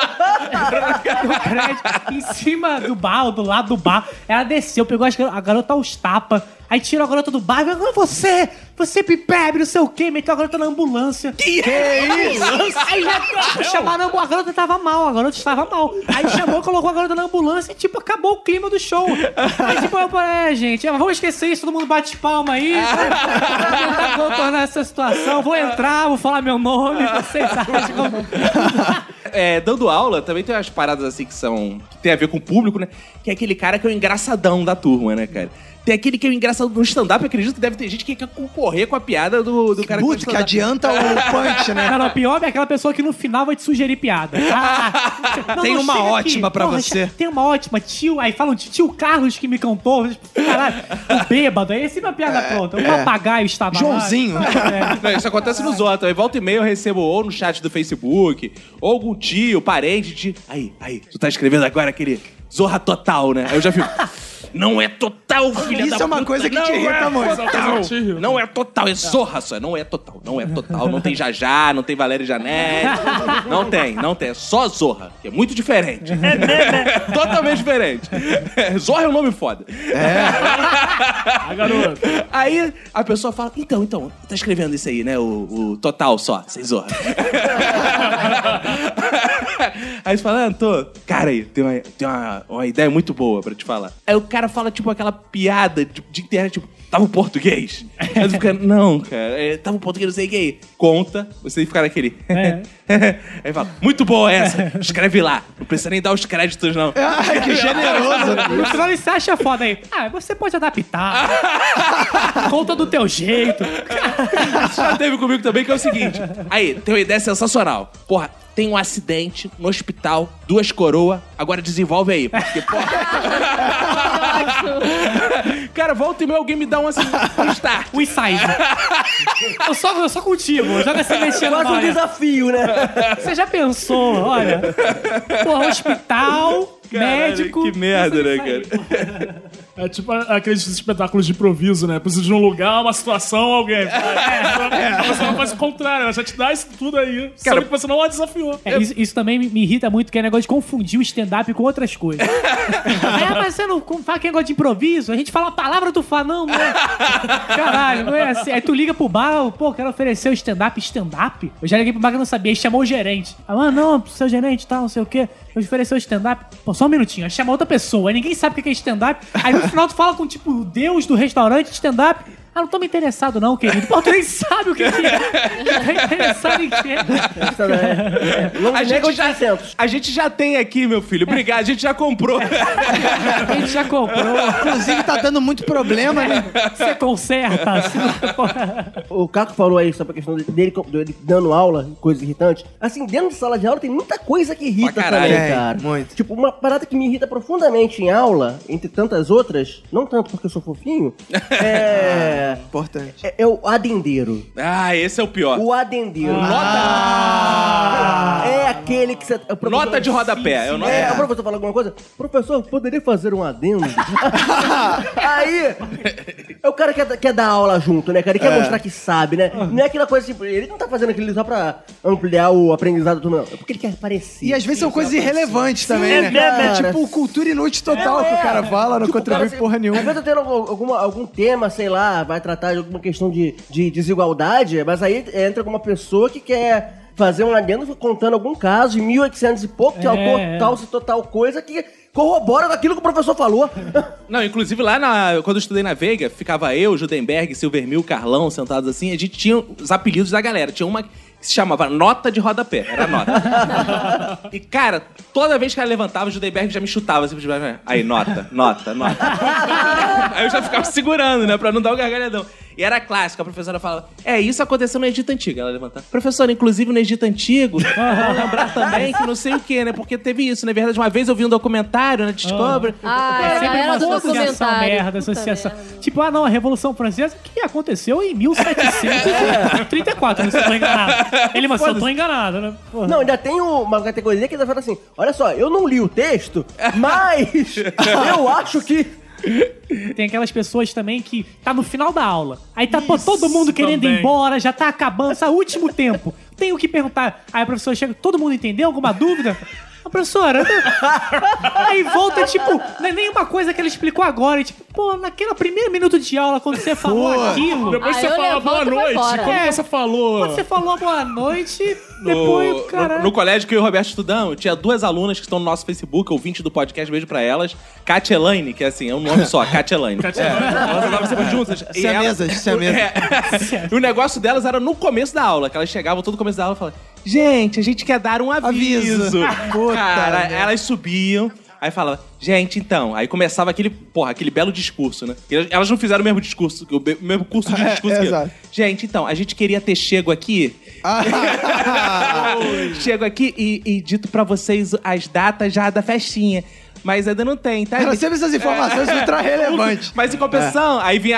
Em cima do bar, ou do lado do bar. Ela desceu, pegou a garota aos tapas. Aí tirou a garota do bar e falou, você bebe, não sei o quê, meteu a garota na ambulância. Que isso? Aí já chamaram a garota estava mal. Aí chamou, colocou a garota na ambulância e, tipo, acabou o clima do show. Aí, tipo, eu falei, gente, vamos esquecer isso, todo mundo bate palma aí. Vou tentar contornar essa situação, vou entrar, vou falar meu nome, vocês acham. dando aula, também tem umas paradas assim que tem a ver com o público, né? Que é aquele cara que é o engraçadão da turma, né, cara? Tem aquele que é o engraçado no stand-up, eu acredito que deve ter gente que quer concorrer com a piada do cara que adianta o punch, né? Não, pior é aquela pessoa que no final vai te sugerir piada. Tem uma ótima pra você. Tem uma ótima, tio. Aí falam, tio Carlos que me cantou. Caralho, o bêbado. Aí sempre uma piada pronta. O papagaio estava Joãozinho. lá. Não, isso acontece nos outros. Aí volta e meia eu recebo ou no chat do Facebook, ou algum tio, parente, Aí, tu tá escrevendo agora aquele Zorra Total, né? Aí eu já fico... Não é total, filha da puta. Isso é uma coisa que te irrita muito. Não é total, é Zorra só. Não é total. Não tem Jajá, não tem Valéria Janete. Não tem. É só Zorra, que é muito diferente. Totalmente diferente. Zorra é um nome foda. Garoto. Aí a pessoa fala, então, tá escrevendo isso aí, né? O total só, sem Zorra. Aí você fala, tô. Cara, aí, tem uma ideia muito boa pra te falar. Aí o cara fala, tipo, aquela piada de internet, tipo, tava em português? Aí você fica, não, cara, tava em português, não sei o que aí. Conta, você fica naquele... Aí fala, muito boa essa, escreve lá. Não precisa nem dar os créditos, não. Ai, que generoso. No final ele se acha foda aí. Você pode adaptar. Conta do teu jeito. Já teve comigo também, que é o seguinte. Aí, tem uma ideia sensacional. Porra, tem um acidente no hospital, 2 coroas, agora desenvolve aí. Porque, porra... Cara, volta e meia alguém me dá um start. O insight. Eu só contigo. Joga essa mexendo Quase um desafio, né? Você já pensou, olha. Porra, hospital, médico... Que merda, né, cara? É tipo aqueles espetáculos de improviso, né? Precisa de um lugar, uma situação, alguém. Você não faz o contrário, ela já te dá isso tudo aí. Cara, sabe que você não a desafiou. Isso também me irrita muito, que é negócio de confundir o stand-up com outras coisas. Mas você não fala que é negócio de improviso? A gente fala a palavra, tu fala, não é. Caralho, não é assim. Aí tu liga pro bar, quero oferecer o stand-up. Eu já liguei pro bar que não sabia, aí chamou o gerente. Não, seu gerente, tal, não sei o quê. Eu ofereceu o stand-up. Só um minutinho. Aí chama outra pessoa. Aí ninguém sabe o que é stand-up. Aí no final tu fala com, tipo, o Deus do restaurante stand-up. Não tô me interessado não, querido. Tu nem sabe o que é. Tá interessado em quê? A gente já tem aqui, meu filho. Obrigado, a gente já comprou. A gente já comprou. Inclusive tá dando muito problema, né? Você conserta. O Caco falou aí sobre a questão dele dando aula, coisas irritantes. Assim, dentro de sala de aula tem muita coisa que irrita também, cara. Muito. Tipo, uma parada que me irrita profundamente em aula, entre tantas outras, não tanto porque eu sou fofinho, importante. É o adendeiro. Esse é o pior. O adendeiro. É aquele que você... Nota de rodapé. O professor fala alguma coisa. Professor, poderia fazer um adendo? Aí, é o cara que quer dar aula junto, né, cara? Ele quer mostrar que sabe, né? Não é aquela coisa tipo... Ele não tá fazendo aquilo só pra ampliar o aprendizado do não. É porque ele quer parecer. E às vezes são coisas irrelevantes também, né? Tipo, cultura inútil total que o cara fala, não contribui porra nenhuma. Às vezes eu tenho algum tema, sei lá, vai tratar de alguma questão de desigualdade, mas aí entra alguma pessoa que quer fazer um adendo contando algum caso de 1800 e pouco, que autor citou tal coisa que corrobora daquilo que o professor falou. Não, inclusive lá quando eu estudei na Veiga, ficava eu, Judenberg, Silvermil, Carlão, sentados assim, a gente tinha os apelidos da galera. Tinha uma que se chamava Nota de Rodapé. Era nota. E, cara, toda vez que ela levantava, o Judenberg já me chutava. Assim, aí, nota. Aí eu já ficava segurando, né? Pra não dar o gargalhadão. E era clássico, a professora falava, isso aconteceu no Egito Antigo. Ela levantava. Professora, inclusive no Egito Antigo, vamos lembrar também que não sei o quê, né? Porque teve isso, na verdade, uma vez eu vi um documentário na Discovery. Sempre era do documentário. Associação. Tipo, a Revolução Francesa, que aconteceu em 1734, se eu tô enganado. Mas se eu tô enganado, né? Porra. Não, ainda tem uma categoria que ainda fala assim, olha só, eu não li o texto, mas eu acho que... Tem aquelas pessoas também que tá no final da aula. Aí tá todo mundo querendo ir embora, já tá acabando, é o último tempo. Tenho que perguntar. Aí a professora chega, todo mundo entendeu? Alguma dúvida? A professora, aí volta, tipo, não é nenhuma coisa que ela explicou agora. E, tipo, naquele primeiro minuto de aula, quando você falou aquilo. Depois você fala boa noite. Como você falou? Quando você falou boa noite, depois, caralho. No colégio que eu e o Roberto estudamos, tinha 2 alunas que estão no nosso Facebook, ouvinte do podcast, beijo pra elas. Katia Elaine, que é assim, é um nome só, Katia Elaine. Elas andavam sempre juntas. Siamesas. E o negócio delas era no começo da aula, que elas chegavam todo começo da aula e falavam, gente, a gente quer dar um aviso. Puta Cara, merda. elas subiam, aí falava, gente, então. Aí começava aquele belo discurso, né? Elas não fizeram o mesmo discurso, o mesmo curso de discurso que eu. exato. Gente, então, a gente queria ter chego aqui. Chego aqui e dito pra vocês as datas já da festinha. Mas ainda não tem, tá? Era gente? sempre essas informações ultra relevantes. Mas em compensação, aí vinha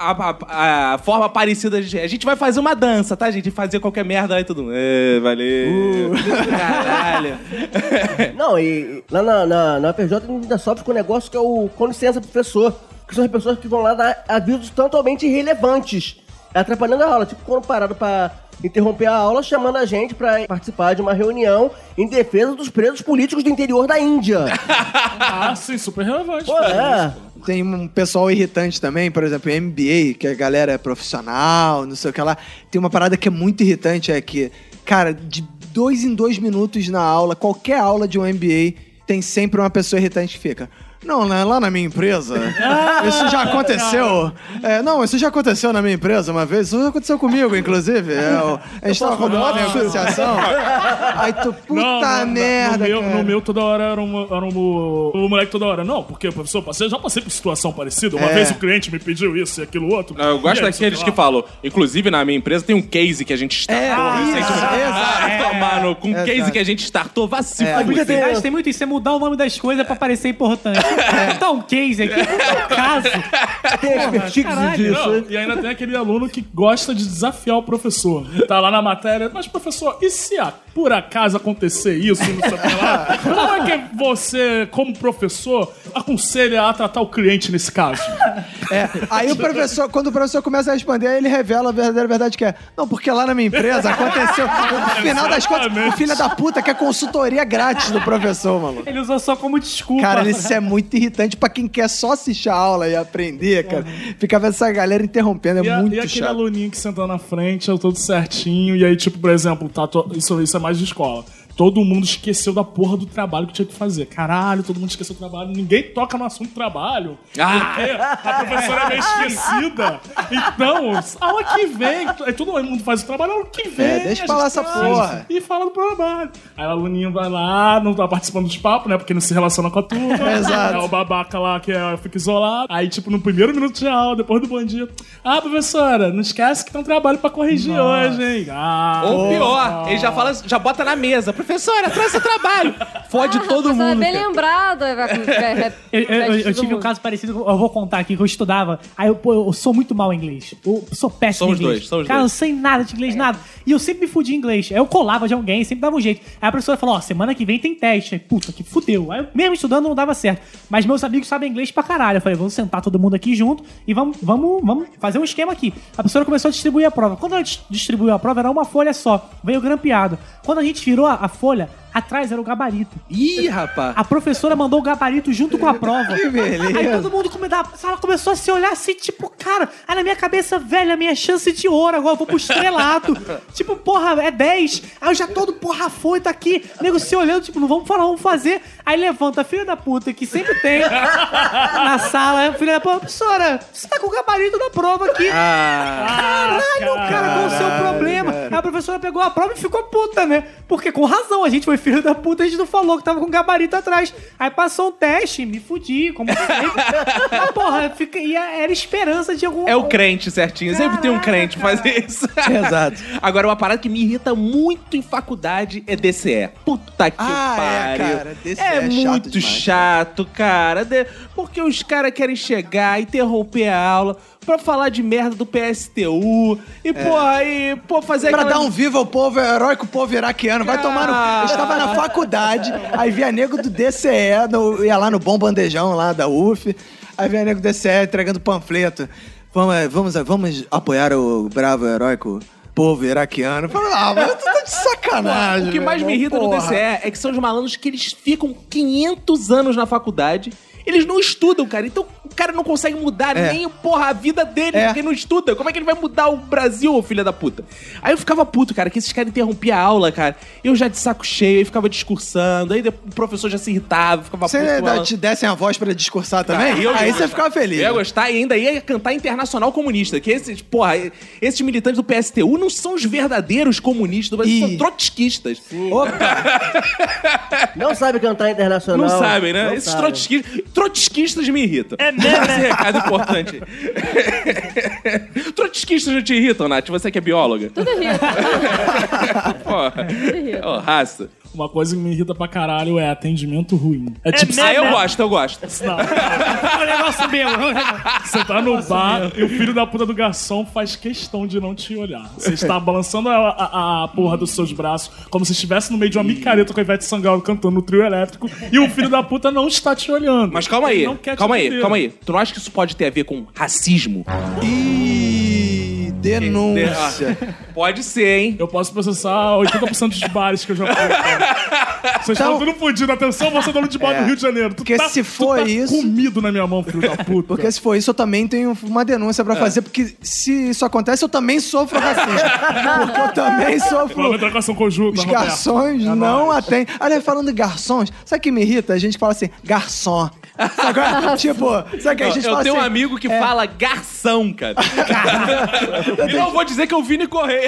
a forma parecida de... A gente vai fazer uma dança, tá, gente? Fazia qualquer merda, aí todo mundo... Valeu. Caralho. Não, e lá na PJ ainda sofre com um negócio que é o com licença, professor. Que são as pessoas que vão lá dar avisos totalmente irrelevantes, atrapalhando a aula. Tipo, quando pararam pra interromper a aula, chamando a gente pra participar de uma reunião em defesa dos presos políticos do interior da Índia. Ah, sim, super relevante. Pô, é. Tem um pessoal irritante também, por exemplo, em MBA, que a galera é profissional, não sei o que lá. Tem uma parada que é muito irritante, é que, cara, de 2 em 2 minutos na aula, qualquer aula de um MBA, tem sempre uma pessoa irritante que fica... Não, né? Lá na minha empresa, isso já aconteceu. Não, isso já aconteceu na minha empresa uma vez. Isso já aconteceu comigo, inclusive. A gente tava fazendo uma negociação. Aí tu, puta merda, no meu, toda hora era o moleque toda hora. Não, porque, professor, eu já passei por situação parecida. Uma vez o cliente me pediu isso e aquilo outro. Eu gosto daqueles que falam. Inclusive, na minha empresa tem um case que a gente startou. Exato. Com um case que a gente startou, vacilo. Tem muito isso, é mudar o nome das coisas pra parecer importante. Tá um case aqui, um caso. Tem expertise disso. Não, e ainda tem aquele aluno que gosta de desafiar o professor. Tá lá na matéria, mas professor, e se por acaso acontecer isso, não sei o que lá, como é que você, como professor, aconselha a tratar o cliente nesse caso? Aí o professor, quando o professor começa a responder, aí ele revela a verdadeira verdade que é, não, porque lá na minha empresa aconteceu, no final das contas, o filho da puta quer consultoria grátis do professor, maluco. Ele usou só como desculpa. Cara, isso é muito irritante pra quem quer só assistir a aula e aprender, cara. Fica vendo essa galera interrompendo, é muito E aquele chato. aluninho que senta na frente, é tudo certinho, e aí, tipo, por exemplo, isso é mais de escola. Todo mundo esqueceu da porra do trabalho que tinha que fazer. Caralho, todo mundo esqueceu do trabalho. Ninguém toca no assunto trabalho. Porque a professora é meio esquecida. Então, aula que vem. Aí todo mundo faz o trabalho, aula que vem. Deixa eu falar essa porra. E fala do trabalho. Aí o aluninho vai lá, não tá participando dos papos, né? Porque não se relaciona com a turma. Exato. É o babaca lá que fica isolado. Aí, tipo, no primeiro minuto de aula, depois do bom dia. Professora, não esquece que tem um trabalho pra corrigir hoje, hein? Ou pior, ele já bota na mesa. Professora, traz seu trabalho. Fode todo mundo. É bem cara. lembrado. Eu tive um caso parecido, eu vou contar aqui, que eu estudava. Aí eu sou muito mal em inglês. Eu sou péssimo em inglês. Somos Cara, eu dois. não sei nada de inglês, nada. E eu sempre me fudi em inglês. Aí eu colava de alguém, sempre dava um jeito. Aí a professora falou, semana que vem tem teste. Aí, puta, que fudeu. Aí eu, mesmo estudando, não dava certo. Mas meus amigos sabem inglês pra caralho. Eu falei, vamos sentar todo mundo aqui junto e vamos fazer um esquema aqui. A professora começou a distribuir a prova. Quando ela distribuiu a prova, era uma folha só. Veio grampeado. Quando a gente virou a folha, atrás era o gabarito. Ih, rapaz. A professora mandou o gabarito junto com a prova. Que beleza. Aí todo mundo da sala começou a se olhar assim, tipo, cara, aí na minha cabeça, velho, a minha chance de ouro, agora eu vou pro estrelado. Tipo, porra, é 10. Aí eu já todo, porra, foi, tá aqui. Nego se olhando, tipo, não vamos falar, vamos fazer. Aí levanta a filha da puta, que sempre tem na sala, filha da puta, professora, você tá com o gabarito da prova aqui. Caralho, cara, qual o seu problema? Aí a professora pegou a prova e ficou puta, né? Porque com razão, a gente foi filho da puta, a gente não falou que tava com gabarito atrás. Aí passou um teste, me fudi, como sempre. Mas, porra, era esperança de algum... É o crente certinho. Sempre tem um crente que faz isso. Exato. Agora, uma parada que me irrita muito em faculdade é DCE. Puta que pariu. cara, DCE é chato muito demais. chato, cara. Porque os caras querem chegar, interromper a aula pra falar de merda do PSTU. E, fazer Pra aquela... dar um viva ao povo heróico, povo iraquiano. Vai tomar no... Eu estava na faculdade, aí via nego do DCE, ia lá no Bom Bandejão lá da UF, aí via nego do DCE entregando panfleto. Vamos apoiar o bravo heróico povo iraquiano. Mas tu tá de sacanagem. O que mais me irrita no DCE é que são os malandros que eles ficam 500 anos na faculdade Eles não estudam, cara. Então o cara não consegue mudar nem, porra, a vida dele, porque ele não estuda. Como é que ele vai mudar o Brasil, ô filha da puta? Aí eu ficava puto, cara, que esses caras interrompiam a aula, cara. Eu já de saco cheio, aí ficava discursando. Aí o professor já se irritava, ficava puto. Se te dessem a voz pra discursar também, aí você ficava feliz. Eu ia gostar e ainda ia cantar Internacional Comunista. Que esses militantes do PSTU não são os verdadeiros comunistas, mas são trotskistas. Opa! Não sabe cantar Internacional. Não sabem, né? Não Esses sabe. trotskistas me irritam. Esse recado importante. Trotskistas não te irritam, Nath? Você que é bióloga. Tudo irrita. Porra. Ô, raça. Uma coisa que me irrita pra caralho é atendimento ruim. É tipo... eu gosto. Não. É um negócio meu. Você tá no bar e o filho da puta do garçom faz questão de não te olhar. Você está balançando a porra dos seus braços como se estivesse no meio de uma micareta com a Ivete Sangalo cantando no trio elétrico e o filho da puta não está te olhando. Mas calma aí. Ele não quer te Calma atender. aí. Tu não acha que isso pode ter a ver com racismo? Denúncia. Pode ser, hein? Eu posso processar 80% dos bares que eu já fui. Cara. Vocês estão tudo fodidos. Atenção, você dono de bar do Rio de Janeiro. Porque se for isso... comido na minha mão, filho da puta. Porque se for isso, eu também tenho uma denúncia pra fazer, porque se isso acontece, eu também sofro racismo. Porque eu também sofro... Vamos entrar com ação conjunta, Os Roberto. garçons não atendem. Olha, falando de garçons, sabe o que me irrita? A gente fala assim, garçom. Sabe? Tipo, sabe que a gente Eu fala tenho assim... um amigo que fala garção, cara. E não vou dizer que eu Vini Correia.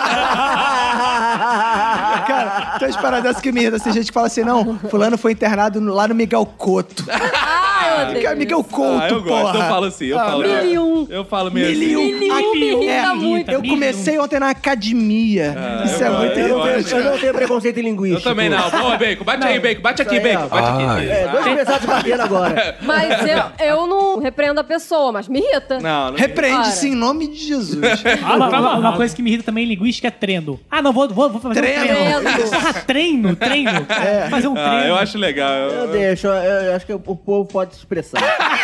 Cara, tem umas paradas dessas que me irritam. Tem gente que fala assim, não, fulano foi internado lá no Miguel Couto. Ah, eu odeio Miguel Couto, eu gosto, porra. eu falo assim, eu falo. Mil e um. Eu falo mesmo. Mil e um me irrita muito. Eu comecei ontem na academia. Isso é muito irritante. Eu não tenho preconceito Eu linguístico. também não. Boa, Bacon. Bate aí, Bacon. Bate aqui, Isso aí, Bacon. ó. Bate aqui. É, dois pesados batendo agora. Mas eu não repreendo a pessoa, mas me irrita. Não. Repreende-se em nome de Jesus. Uma coisa que me irrita também em linguística é treino. Ah, não, vou fazer Treino. um treino. Treino. Fazer um treino. Eu acho legal. Eu deixo, eu acho que o povo pode se expressar.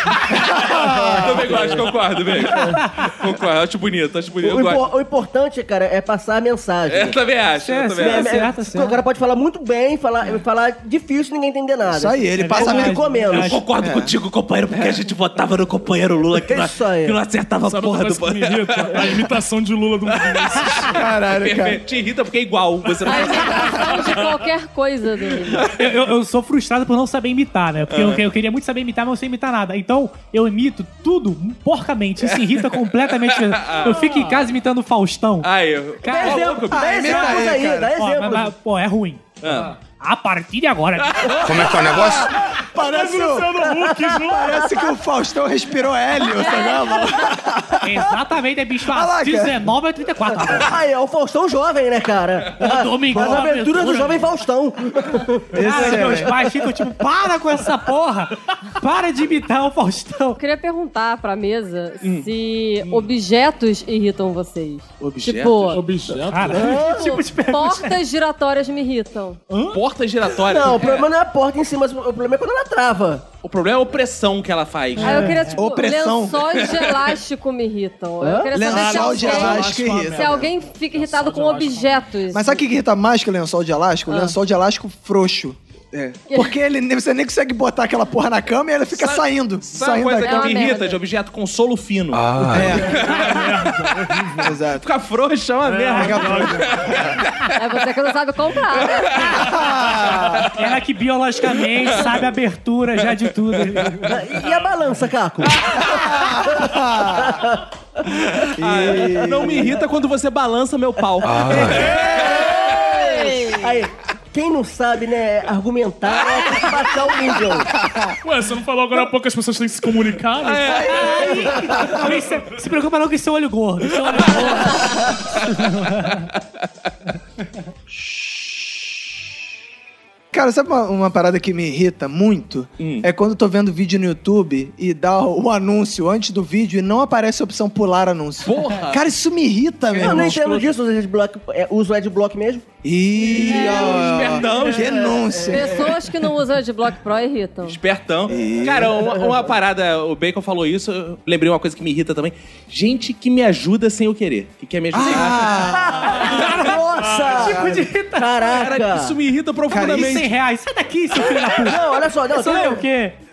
Eu também gosto, concordo, Bacon. Concordo, acho bonito, eu gosto. O importante, cara, é passar a mensagem. Eu também acho, eu também acho. O cara pode falar muito bem, falar difícil, ninguém entender nada. Isso aí, ele passa Ele mesmo. comendo. Eu concordo contigo, companheiro, porque a gente votava no companheiro Lula que Isso aí. não acertava a Sabe porra outra do coisa que me irrita? A imitação de Lula do Vinícius. Caralho, cara. Perfeito. Te irrita porque é igual. Você não A imitação de qualquer coisa dele. Eu sou frustrado por não saber imitar, né? Porque eu queria muito saber imitar, mas não sei imitar nada. Então, eu imito tudo porcamente. Isso irrita completamente. Eu fico em casa imitando o Faustão. Aí, Dá exemplos imita aí, aí, cara. dá Ó, exemplos. mas, pô, é ruim. A partir de agora. Como é que é o negócio? Parece que o Faustão respirou hélio, sabe? Exatamente, é bicho. Olha lá, cara. 19 a 34 agora. Aí, é o Faustão jovem, né, cara? Domingo, As aventuras do jovem Faustão. Cara, meus pais ficam tipo, para com essa porra! Para de imitar o Faustão. Eu queria perguntar pra mesa se objetos irritam vocês. Objetos? Tipo, Objeto. Cara, que tipo de pergunta? portas giratórias me irritam. Porta giratória. Não, o problema não é a porta em si, mas o problema é quando ela trava. O problema é a opressão que ela faz. Aí eu queria, tipo, Opressão. lençóis de elástico me irritam. Eu queria saber Lençol de se alguém, elástico irrita. se alguém fica irritado com objetos. Mas sabe o que irrita mais que o lençol de elástico? O lençol de elástico frouxo. Porque você nem consegue botar aquela porra na cama e ela fica saindo. Sabe Saindo uma coisa da que cama. me uma irrita merda. de objeto? Consolo fino. Exato. Ficar frouxo é uma merda. É você que não sabe comprar, né? Ela que biologicamente sabe a abertura já de tudo. E a balança, Caco? Não me irrita quando você balança meu pau. Aí, quem não sabe, né, argumentar, tem que baixar o nível. Ué, você não falou agora há pouco que as pessoas têm que se comunicar? Né? Se preocupa não com seu olho gordo. Seu olho gordo. Cara, sabe uma parada que me irrita muito? É quando eu tô vendo vídeo no YouTube e dá o anúncio antes do vídeo e não aparece a opção pular anúncio. Porra! Cara, isso me irrita, meu Eu não irmão. entendo disso, uso adblock mesmo. Ih, ó. Espertão, Denúncia. Pessoas que não usam Adblock Pro irritam. Espertão. Cara, uma parada, o Bacon falou isso, eu lembrei uma coisa que me irrita também. Gente que me ajuda sem eu querer. Que quer me ajudar. Nossa! Tipo de Caraca! Cara, isso me irrita profundamente. R$100. Sai daqui, seu filho da puta. Não, olha só, não, Isso é o quê?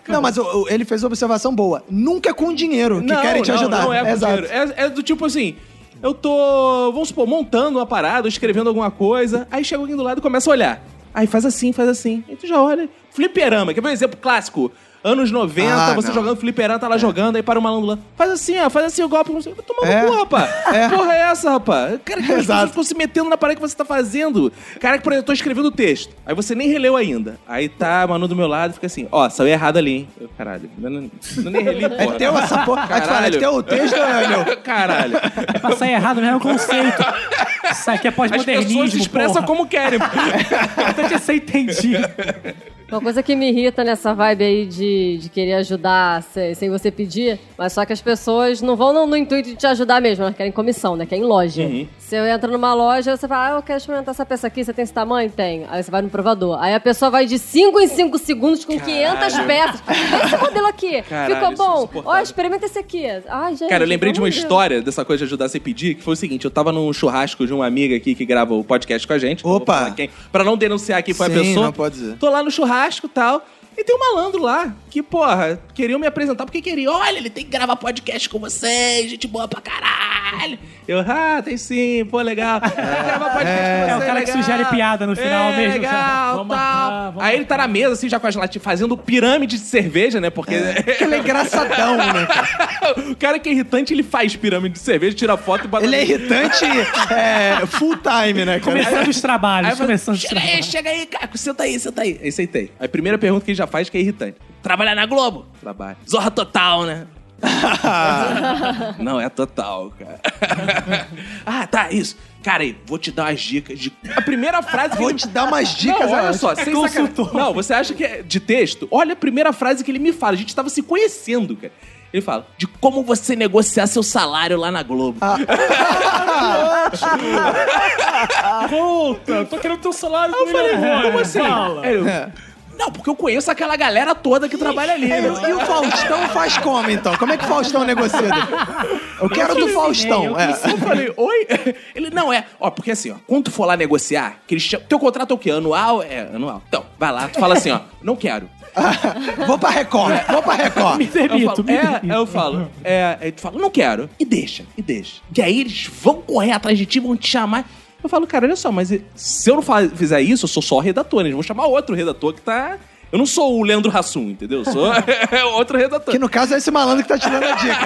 Não, mas ele fez uma observação boa. Nunca é com dinheiro que querem te ajudar. Não é com Exato. dinheiro. É do tipo assim... Eu tô, vamos supor, montando uma parada, escrevendo alguma coisa, aí chega alguém do lado e começa a olhar. Aí faz assim. Aí tu já olha. Fliperama, que é um exemplo clássico. Anos 90, você jogando fliperama, tá lá jogando, aí para o malandro lá. Faz assim o golpe. Vai tomar no cu, rapaz. Porra é essa, rapaz? Cara, que as pessoas ficam se metendo na parada que você tá fazendo. Cara, que por exemplo, eu tô escrevendo o texto. Aí você nem releu ainda. Aí tá, Manu do meu lado, fica assim, saiu errado ali, hein? Eu, caralho, não nem reli, porra. É teu essa porra. Aí tu fala, é teu o texto ou é meu? Caralho. É pra sair errado mesmo o conceito. Isso aqui é As pós-modernismo, pessoas se expressam como querem. Importante é ser entendido. Uma coisa que me irrita nessa vibe aí de querer ajudar sem você pedir, mas só que as pessoas não vão no intuito de te ajudar mesmo, elas querem comissão, né? Querem loja. Uhum. Você entra numa loja, você fala, eu quero experimentar essa peça aqui, você tem esse tamanho? Tem. Aí você vai no provador. Aí a pessoa vai de 5 em 5 segundos com 500 peças. Vê esse modelo aqui. Caralho, ficou bom. isso é Ó, experimenta esse aqui. Ai, gente. Cara, eu lembrei de uma pelo amor de história dessa coisa de ajudar sem pedir, que foi o seguinte, eu tava num churrasco de uma amiga aqui que grava o podcast com a gente. Opa! Não vou falar quem, pra não denunciar quem foi a Sim, pessoa. não pode dizer. Tô lá no churrasco e tal. E tem um malandro lá que, porra, queriam me apresentar porque queriam. Olha, ele tem que gravar podcast com vocês, gente boa pra caralho. Eu, tem sim, pô, legal. Tem que gravar podcast com vocês, É o cara que legal. sugere piada no final mesmo. Legal, Vamos tal. marcar, vamos Aí ele tá na mesa, assim, já com as latinhas, fazendo pirâmide de cerveja, né? Porque... Ele é engraçadão, né, cara? O cara que é irritante, ele faz pirâmide de cerveja, tira foto e bota... Ele é irritante full time, né, cara? Começando os trabalhos, Aí fala, começando os chega trabalhos. aí, Caco, senta aí. Aí sentei. Aí a primeira pergunta que ele já faz que é irritante. Trabalhar na Globo? Trabalho. Zorra total, né? Não, é total, cara. Tá, isso. Cara, aí, vou te dar umas dicas de... A primeira frase que Vou ele... te dar umas dicas. Não, olha só, sem sacanagem. Não, você acha que é de texto? Olha a primeira frase que ele me fala. A gente tava se conhecendo, cara. Ele fala, de como você negociar seu salário lá na Globo. Puta, tô querendo teu salário Eu falei, como assim? Fala. Aí eu, não, porque eu conheço aquela galera toda que trabalha ali. E o Faustão faz como, então? Como é que o Faustão negocia? Eu quero do Faustão. Eu falei, oi? Ele, não, porque assim, quando tu for lá negociar, que eles chamam, teu contrato é o quê? Anual? É, anual. Então, vai lá, tu fala assim, não quero. Vou pra Record. Me demito, me demito. Eu falo, aí tu fala, não quero. E deixa. Que aí eles vão correr atrás de ti, vão te chamar. Eu falo, cara, olha só, mas se eu não fizer isso, eu sou só redator, né? Eles vão chamar outro redator que tá... Eu não sou o Leandro Hassum, entendeu? Eu sou outro redator. Que no caso é esse malandro que tá te dando a dica,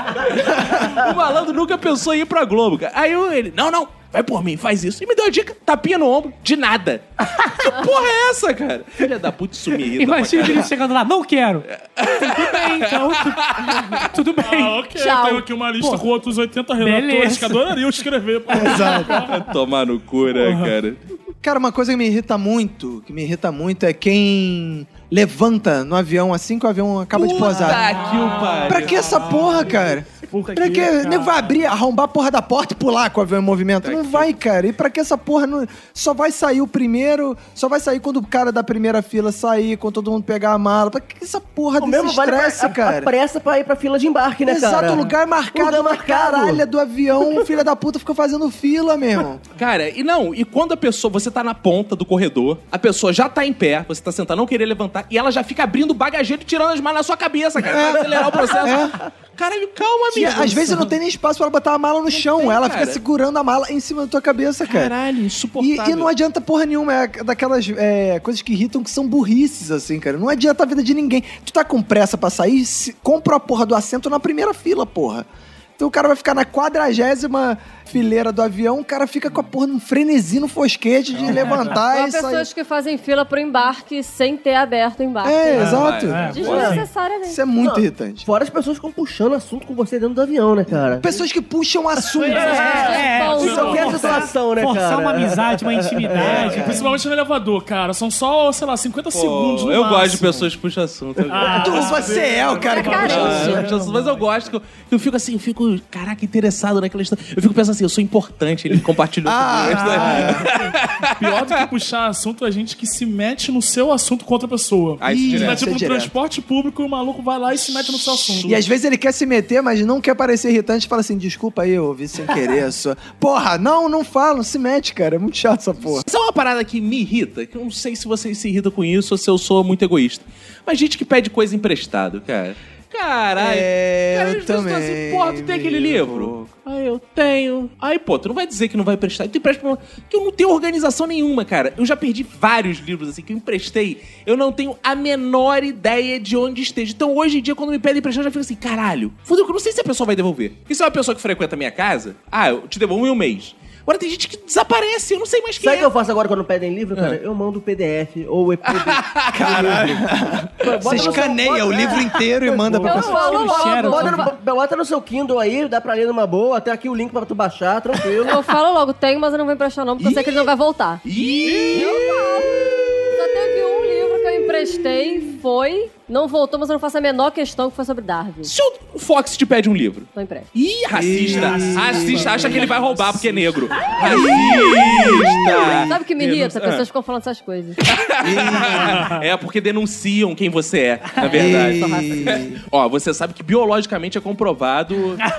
né? O malandro nunca pensou em ir pra Globo, cara. Aí ele, não, vai por mim, faz isso. E me deu a dica, tapinha no ombro, de nada. Que porra é essa, cara? Filha da puta, isso me irrita. Imagina ele chegando lá, não quero. Tudo bem, então. Tudo bem. Ok, Tchau. eu tenho aqui uma lista com outros 80 redatores Beleza. que adorariam escrever. Exato. Tomar no cu, né, cara? Cara, uma coisa que me irrita muito é quem levanta no avião assim que o avião acaba de pousar. Puta que o pariu. Pra que essa porra, cara? Pra que? O nego vai abrir, arrombar a porra da porta e pular com o avião em movimento? Não vai, cara. E pra que essa porra não... Só vai sair o primeiro... Só vai sair quando o cara da primeira fila sair, quando todo mundo pegar a mala. Pra que essa porra O desse mesmo vale estresse, a cara? pressa pra ir pra fila de embarque, né, cara? Exato, lugar marcado Lugar na marcado. caralha do avião. O filho da puta fica fazendo fila, meu irmão. Cara, e quando a pessoa, você tá na ponta do corredor, a pessoa já tá em pé, você tá sentado, não querer levantar, e ela já fica abrindo o bagageiro e tirando as malas na sua cabeça, cara, pra acelerar o processo. Caralho, calma, E, amigo. às vezes não tem nem espaço pra ela botar a mala no chão. tem, Ela cara. fica segurando a mala em cima da tua cabeça, cara. Caralho, insuportável. E não adianta porra nenhuma, é daquelas coisas que irritam que são burrices, assim, cara. Não adianta a vida de ninguém. Tu tá com pressa pra sair, compra a porra do assento na primeira fila, porra. Então o cara vai ficar na 40ª fileira do avião, o cara fica com a porra num frenesi no fosquete de levantar Há e sair. pessoas que fazem fila pro embarque sem ter aberto o embarque. Exato. Desnecessariamente. Isso é muito irritante. Fora as pessoas que ficam puxando assunto com você dentro do avião, né, cara? Pessoas que puxam assunto. Isso é a situação, né, Forçar cara? uma amizade, uma intimidade. Principalmente no elevador, cara. São só, sei lá, 50 segundos no eu máximo. gosto de pessoas que puxam assunto. Você é o cara que É puxa carente. assunto. Mas eu gosto que eu fico assim, fico todo, caraca, interessado naquela história. Eu fico pensando assim, eu sou importante, ele compartilhou comigo. Pior do que puxar assunto, a gente que se mete no seu assunto com outra pessoa. Isso direto. Tá tipo no direto. transporte público e o maluco vai lá e se mete no seu assunto. E às vezes ele quer se meter, mas não quer parecer irritante e fala assim, desculpa aí, eu ouvi sem querer. Porra, não fala, não se mete, cara. É muito chato essa porra. Isso é uma parada que me irrita, que eu não sei se vocês se irritam com isso ou se eu sou muito egoísta. Mas gente que pede coisa emprestado, cara. Caralho. Cara, eu também. Assim, porra, tu tem aquele livro? Aí eu tenho. Aí, pô, tu não vai dizer que não vai emprestar. Tu empresta pra... Que eu não tenho organização nenhuma, cara. Eu já perdi vários livros, assim, que eu emprestei. Eu não tenho a menor ideia de onde esteja. Então, hoje em dia, quando me pedem emprestar, eu já fico assim, caralho. Fudeu, que eu não sei se a pessoa vai devolver. Porque se é uma pessoa que frequenta a minha casa, eu te devolvo em um mês. Agora tem gente que desaparece, eu não sei mais quem Sabe o é. que eu faço agora quando pedem livro, cara? Eu mando o PDF ou o EPUB. Caralho. Você escaneia o livro inteiro e manda pra Eu pessoa. falo logo. Bota no seu Kindle aí, dá pra ler numa boa. Até aqui o link pra tu baixar, tranquilo. Eu falo logo, tenho, mas eu não vou emprestar não, porque eu sei que ele não vai voltar. Eu falo. Só teve um livro que eu emprestei, não voltou, mas eu não faço a menor questão, que foi sobre Darwin. Se o Fox te pede um livro. Não empresto. Ih, racista. Racista, acha que ele vai roubar porque é negro. Racista. Sabe o que me irrita? Pessoas ficam falando essas coisas. É porque denunciam quem você é, na verdade. Ó, você sabe que biologicamente é comprovado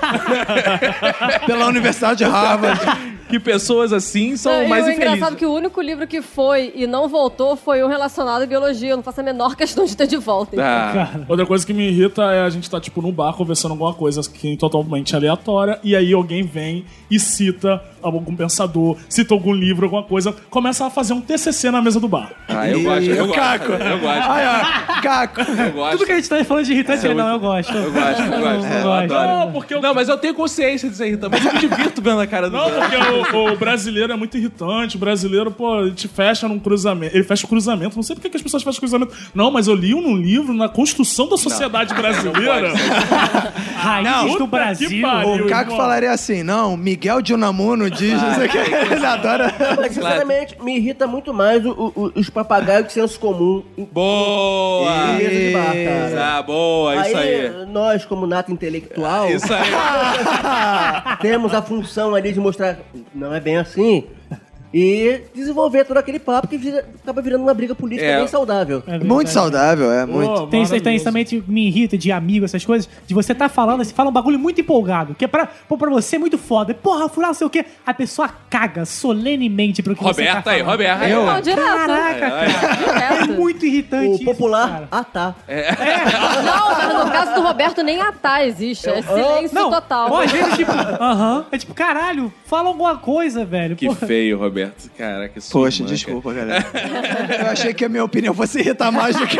Pela Universidade de Harvard. que pessoas assim são mais E o infelizes. engraçado é que o único livro que foi e não voltou foi um relacionado à biologia. Eu não faço a menor questão de ter de volta. Outra coisa que me irrita é a gente tá, tipo, no bar conversando alguma coisa que é totalmente aleatória e aí alguém vem e cita algum pensador, cita algum livro, alguma coisa, começa a fazer um TCC na mesa do bar. Eu gosto, eu gosto. Caco. Eu gosto. Caco. Eu gosto. Tudo que a gente tá falando de irritante, eu gosto. Eu gosto, eu gosto. Eu gosto. adoro. Não, porque Não, mas eu tenho consciência disso aí também. Eu me divirto vendo a cara do Não, porque o brasileiro é muito irritante. O brasileiro, pô, ele te fecha num cruzamento. Ele fecha o cruzamento. Não sei por que as pessoas fecham o cruzamento. Não, mas eu li num livro na construção da sociedade brasileira. Raízes do Puta que Brasil. pariu. O Caco falaria assim, não, Miguel de Unamuno diz, não sei o que, ele adora. Mas, sinceramente, me irrita muito mais os papagaios de senso comum em Boa! mesa de bar, cara. Ah, boa, isso aí. Nós, como nato intelectual, Isso aí. temos a função ali de mostrar não é bem assim. E desenvolver todo aquele papo que acaba virando uma briga política bem saudável. É Muito saudável, muito. Pô, Tem isso maravilhoso. também que me irrita de amigo, essas coisas, de você tá falando, você fala um bagulho muito empolgado, que é pra você é muito foda. Porra, furar não sei o quê. A pessoa caga solenemente pro que você tá Roberto aí, falando. Roberto aí. Não, direto. Caraca, cara. É Direto. muito irritante O isso, popular, cara. tá. Não, mas no caso do Roberto, nem atá existe. É silêncio Não, total. ó, às vezes, tipo, é tipo, caralho, fala alguma coisa, velho. Que Porra. feio, Roberto. Caraca, sua Poxa, irmã, desculpa, galera. Eu achei que a minha opinião fosse irritar mais do que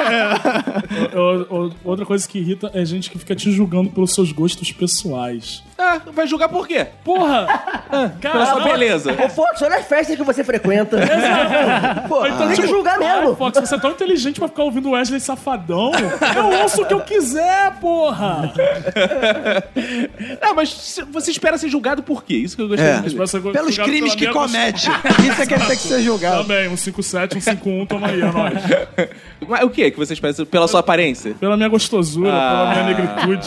Outra coisa que irrita é gente que fica te julgando pelos seus gostos pessoais. Vai julgar por quê? Porra! Pela sua beleza. Ô, Fox, olha as festas que você frequenta. Pô, Então, tem que julgar mesmo. Ai, Fox, você é tão inteligente pra ficar ouvindo Wesley Safadão. Eu ouço o que eu quiser, porra! Não, mas você espera ser julgado por quê? Isso que eu gostaria de dizer. Pra ser pelos julgado crimes pela que minha comete. Isso é que ele tem que ser julgado. Também, um 5-7, um 5-1, toma aí, é nóis. Mas o que que você espera? Pela sua aparência? Pela minha gostosura, pela minha negritude.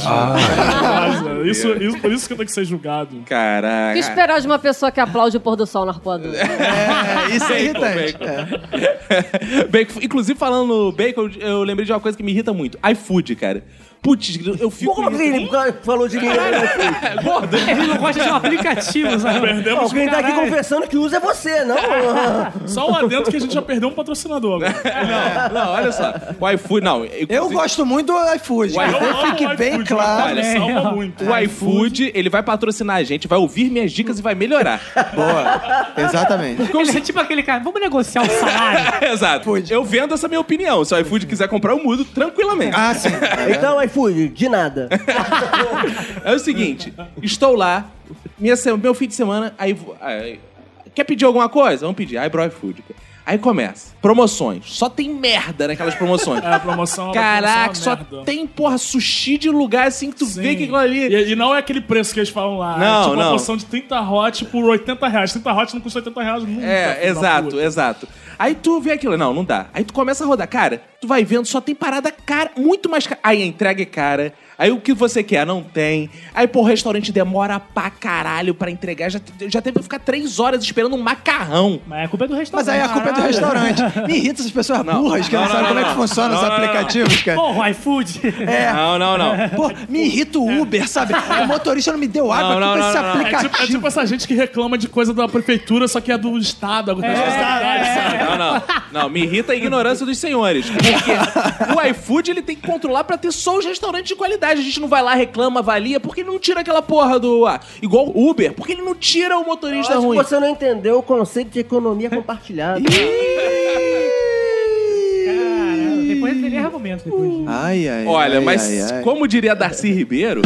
Por isso que eu tenho que ser julgado. O que Caraca. esperar de uma pessoa que aplaude o pôr do sol no arpoador? Isso é irritante. Bacon, inclusive, falando no bacon, eu lembrei de uma coisa que me irrita muito. iFood, cara. Putz, eu fico... Como que ele falou de mim? Gordo. Ele não gosta de um aplicativo, sabe? Perdemos Quem tá aqui Caralho. confessando que usa é você, não? só um adendo que a gente já perdeu um patrocinador agora. Não, olha só. O iFood, não. Eu gosto muito do iFood. Eu amo Fique o bem iFood, claro. Ele salva muito. O iFood, ele vai patrocinar a gente, vai ouvir minhas dicas e vai melhorar. Boa. Exatamente. Ele é tipo aquele cara, vamos negociar o salário? Exato. Eu vendo essa minha opinião. Se o iFood quiser comprar, eu mudo tranquilamente. Ah, sim. Então, iFood, de nada. É o seguinte, estou lá, meu fim de semana, aí quer pedir alguma coisa? Vamos pedir. Aí, bro, iFood. Aí começa. Promoções. Só tem merda naquelas promoções. É, a promoção Caraca, só merda. tem, porra, sushi de lugar assim que tu vê que aquilo ali... E não é aquele preço que eles falam lá. Não, é tipo uma não. porção de 30 hot por 80 reais. 30 hot não custa 80 reais nunca. É, filho da exato, puta. exato. Aí tu vê aquilo, não dá. Aí tu começa a rodar. Cara, tu vai vendo, só tem parada cara, muito mais cara. Aí a entrega é cara, Aí o que você quer? Não tem. Aí, pô, o restaurante demora pra caralho pra entregar. Já teve que ficar 3 horas esperando um macarrão. Mas a culpa é do restaurante. Mas aí a culpa é do restaurante. Me irrita essas pessoas burras que não sabem como é que funcionam os aplicativos, cara. Porra, o iFood. Não. Pô, me irrita o Uber, sabe? O motorista não me deu água, Não, esse não. aplicativo. É tipo essa gente que reclama de coisa da prefeitura, só que é do Estado. Não, me irrita a ignorância dos senhores. Porque o iFood, ele tem que controlar pra ter só os restaurantes de qualidade. A gente não vai lá, reclama, avalia, porque ele não tira aquela porra do... igual o Uber, porque ele não tira o motorista ruim. Você não entendeu o conceito de economia compartilhada. Caramba, depois ele erra argumento depois. Ai. Olha, mas como diria Darcy Ribeiro...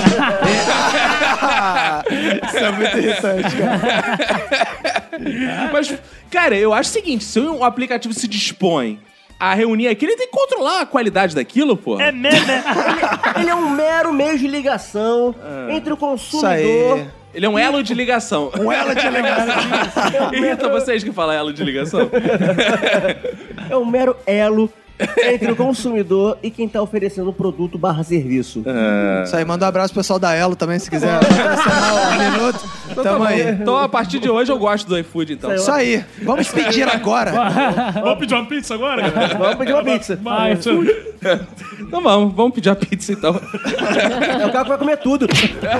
Isso é muito irritante, cara. Mas, cara, eu acho o seguinte, se um aplicativo se dispõe a reunir aqui, ele tem que controlar a qualidade daquilo, pô. É mesmo, né? Ele é um mero meio de ligação entre o consumidor... Ele é um elo de ligação. Um elo de ligação. Irrita vocês que falam elo de ligação? É um mero elo entre o consumidor e quem tá oferecendo o produto / serviço. Isso aí, manda um abraço pro pessoal da Elo também, se quiser adicionar um minuto. Tamo aí. Então, a partir de hoje, eu gosto do iFood, então. Isso aí. Vamos pedir agora. Vamos pedir uma pizza agora, cara? Vamos pedir uma pizza. Vai, Então vamos pedir a pizza, então. É o cara que vai comer tudo.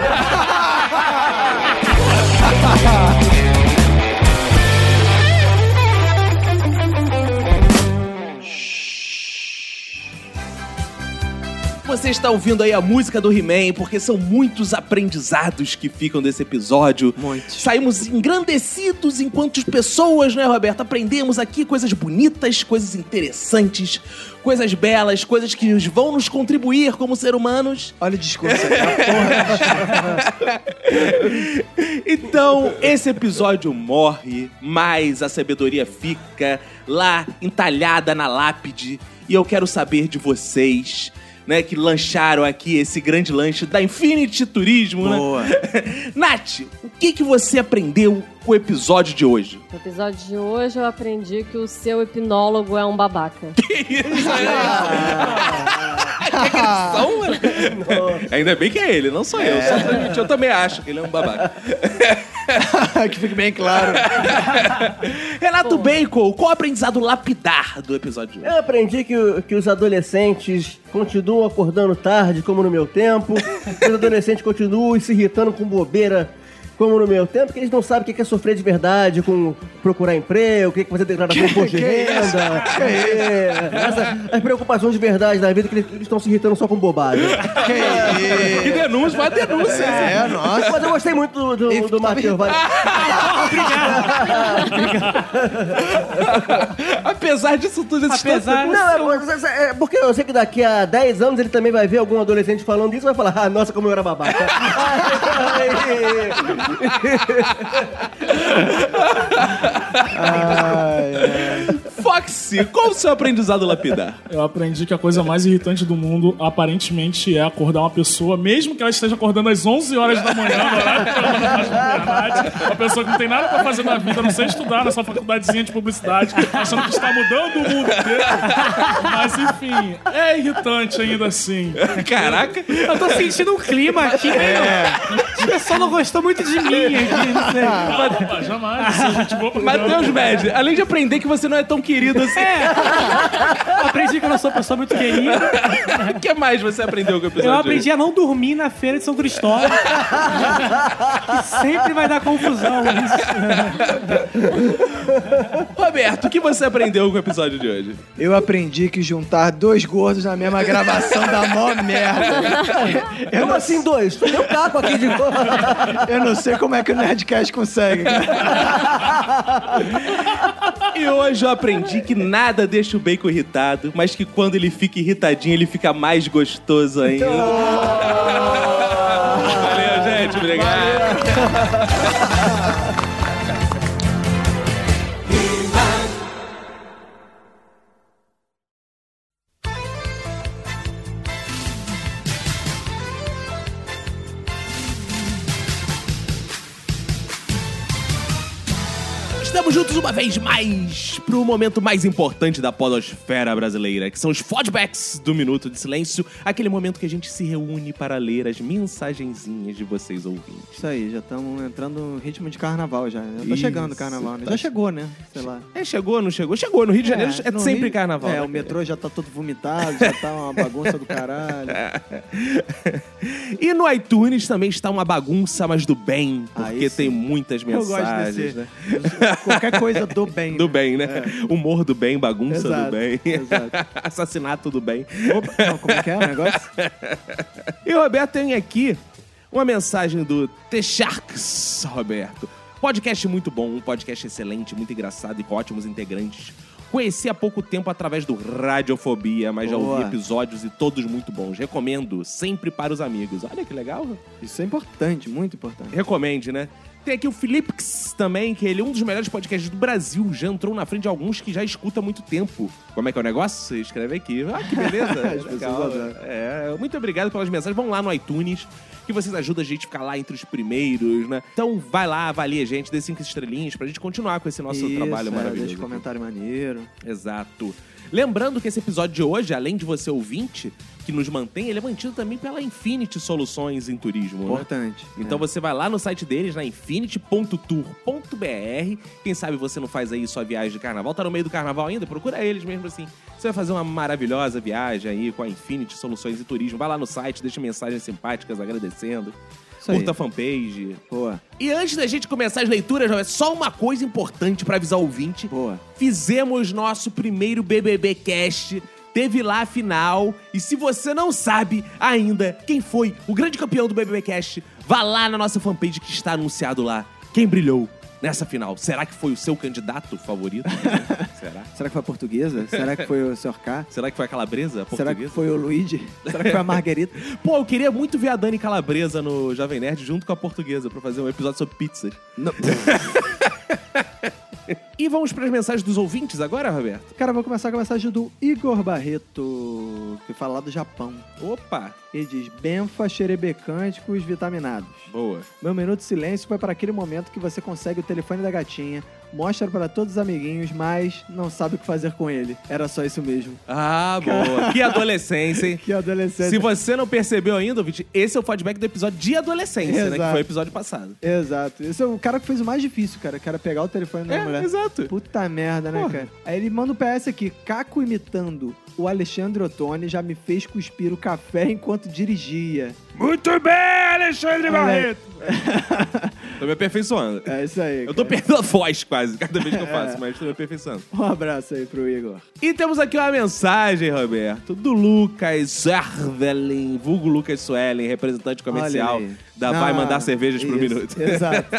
Você está ouvindo aí a música do He-Man, porque são muitos aprendizados que ficam desse episódio. Muitos. Saímos engrandecidos enquanto pessoas, né, Roberto? Aprendemos aqui coisas bonitas, coisas interessantes, coisas belas, coisas que vão nos contribuir como ser humanos. Olha o discurso aí. Então, esse episódio morre, mas a sabedoria fica lá entalhada na lápide. E eu quero saber de vocês, né, que lancharam aqui esse grande lanche da Infinity Turismo, Boa. né? Nath, o que você aprendeu com o episódio de hoje? No episódio de hoje eu aprendi que o seu hipnólogo é um babaca. Ainda bem que é ele, não sou eu. Só transmitir, eu também acho que ele é um babaca. Que fique bem claro. Renato Bacon, qual o aprendizado lapidar do episódio de hoje? Eu aprendi que os adolescentes continuam acordando tarde, como no meu tempo. Os adolescentes continuam se irritando com bobeira, como no meu tempo, porque eles não sabem o que é sofrer de verdade com procurar emprego, o que é fazer declaração de imposto de renda. As preocupações de verdade da vida, que eles estão se irritando só com bobagem. Que denúncia, vai denúncia. Nossa. Mas eu gostei muito do Matheus. Apesar disso tudo, Não, é porque eu sei que daqui a 10 anos ele também vai ver algum adolescente falando isso e vai falar, ah, nossa, como eu era babaca. Foxy, qual o seu aprendizado lapidar? Eu aprendi que a coisa mais irritante do mundo, aparentemente, é acordar uma pessoa, mesmo que ela esteja acordando às 11 horas da manhã, no horário que ela não faz faculdade, uma pessoa que não tem nada pra fazer na vida, não sei estudar nessa faculdadezinha de publicidade, achando que está mudando o mundo inteiro. Mas, enfim, é irritante ainda assim. Caraca. Eu tô sentindo um clima aqui. O pessoal não gostou muito de mim aqui, não sei. Opa, jamais. Se a gente for pro Matheus Médio, além de aprender que você não é tão querido assim, Aprendi que eu não sou uma pessoa muito querida. o que mais você aprendeu com o episódio? Eu aprendi a não dormir na feira de São Cristóvão. Que sempre vai dar confusão isso. Roberto, o que você aprendeu com o episódio de hoje? Eu aprendi que juntar 2 gordos na mesma gravação dá mó merda. Como assim 2? Tu deu caco aqui de Eu não sei como é que o Nerdcast consegue. E hoje eu aprendi que nada deixa o bacon irritado, mas que quando ele fica irritadinho, ele fica mais gostoso ainda. Valeu, gente. Obrigado. Estamos Vamos juntos uma vez mais pro momento mais importante da podosfera brasileira, que são os fodbacks do Minuto de Silêncio, aquele momento que a gente se reúne para ler as mensagenzinhas de vocês ouvintes. Isso aí, já estamos entrando no ritmo de carnaval já. Tá Isso, chegando o carnaval, né? Já chegou, né? Sei lá. Chegou, não chegou? Chegou, no Rio de Janeiro é no sempre Rio- carnaval. né? O metrô já tá todo vomitado, já tá uma bagunça do caralho. E no iTunes também está uma bagunça, mas do bem, porque Aí sim. tem muitas Eu gosto mensagens, desse. né? Qualquer coisa do bem. Do bem, né? Humor do bem, bagunça do Exato, bem. exato. Assassinato do bem. Opa, não, como é que é o negócio? E o Roberto tem aqui uma mensagem do The Sharks, Roberto. Podcast muito bom, um podcast excelente, muito engraçado e com ótimos integrantes. Conheci há pouco tempo através do Radiofobia, mas já ouvi Boa. episódios e todos muito bons. Recomendo, sempre para os amigos. Olha que legal. Isso é importante, muito importante. Recomende, né? Tem aqui o Philipix também, que ele é um dos melhores podcasts do Brasil. Já entrou na frente de alguns que já escuta há muito tempo. Como é que é o negócio? Você escreve aqui. Ah, que beleza. As Legal. pessoas adoram. Muito obrigado pelas mensagens. Vão lá no iTunes, que vocês ajudam a gente a ficar lá entre os primeiros, né? Então vai lá, avalia a gente, dê 5 estrelinhas pra gente continuar com esse nosso trabalho maravilhoso. Deixa comentário maneiro. Exato. Lembrando que esse episódio de hoje, além de você ouvinte, que nos mantém, ele é mantido também pela Infinity Soluções em Turismo. Importante. Né? Então você vai lá no site deles, na infinity.tour.br. Quem sabe você não faz aí sua viagem de carnaval, tá no meio do carnaval ainda? Procura eles mesmo assim. Você vai fazer uma maravilhosa viagem aí com a Infinity Soluções em Turismo. Vai lá no site, deixa mensagens simpáticas agradecendo. Isso aí. Curta a fanpage. Boa. E antes da gente começar as leituras, Roberto, só uma coisa importante pra avisar o ouvinte. Boa. Fizemos nosso primeiro BBB Cast, teve lá a final, e se você não sabe ainda quem foi o grande campeão do BBB Cast, vá lá na nossa fanpage que está anunciado lá quem brilhou nessa final. Será que foi o seu candidato favorito? Será? Será que foi a portuguesa? Será que foi o Sr. K? Será que foi a Calabresa, a Será portuguesa? que foi o Luigi? Será que foi a Marguerita? Pô, eu queria muito ver a Dani Calabresa no Jovem Nerd junto com a portuguesa pra fazer um episódio sobre pizzas. Não. E vamos para as mensagens dos ouvintes agora, Roberto? Cara, vou começar com a mensagem do Igor Barreto, que fala lá do Japão. Opa! Ele diz: benfa xerebecânticos vitaminados. Boa. Meu minuto de silêncio foi para aquele momento que você consegue o telefone da gatinha, mostra para todos os amiguinhos, mas não sabe o que fazer com ele. Era só isso mesmo. Ah, boa. Que adolescência, hein? Que adolescente. Se você não percebeu ainda, ouvinte, esse é o feedback do episódio de adolescência, né? Exato. Que foi o episódio passado. Exato. Esse é o cara que fez o mais difícil, cara. Que era pegar o telefone da mulher. exato. Puta merda, né, Porra. cara? Aí ele manda um PS aqui. Caco imitando o Alexandre Ottoni já me fez cuspir o café enquanto dirigia. Muito bem, Alexandre Barreto! Tô me aperfeiçoando. É isso aí. Eu tô cara. perdendo a voz quase, cada vez que eu faço, mas tô me aperfeiçoando. Um abraço aí pro Igor. E temos aqui uma mensagem, Roberto, do Lucas Suellen, vulgo Lucas Suellen, representante comercial Olha aí. da Vai Mandar Cervejas pro isso, Minuto. Exato.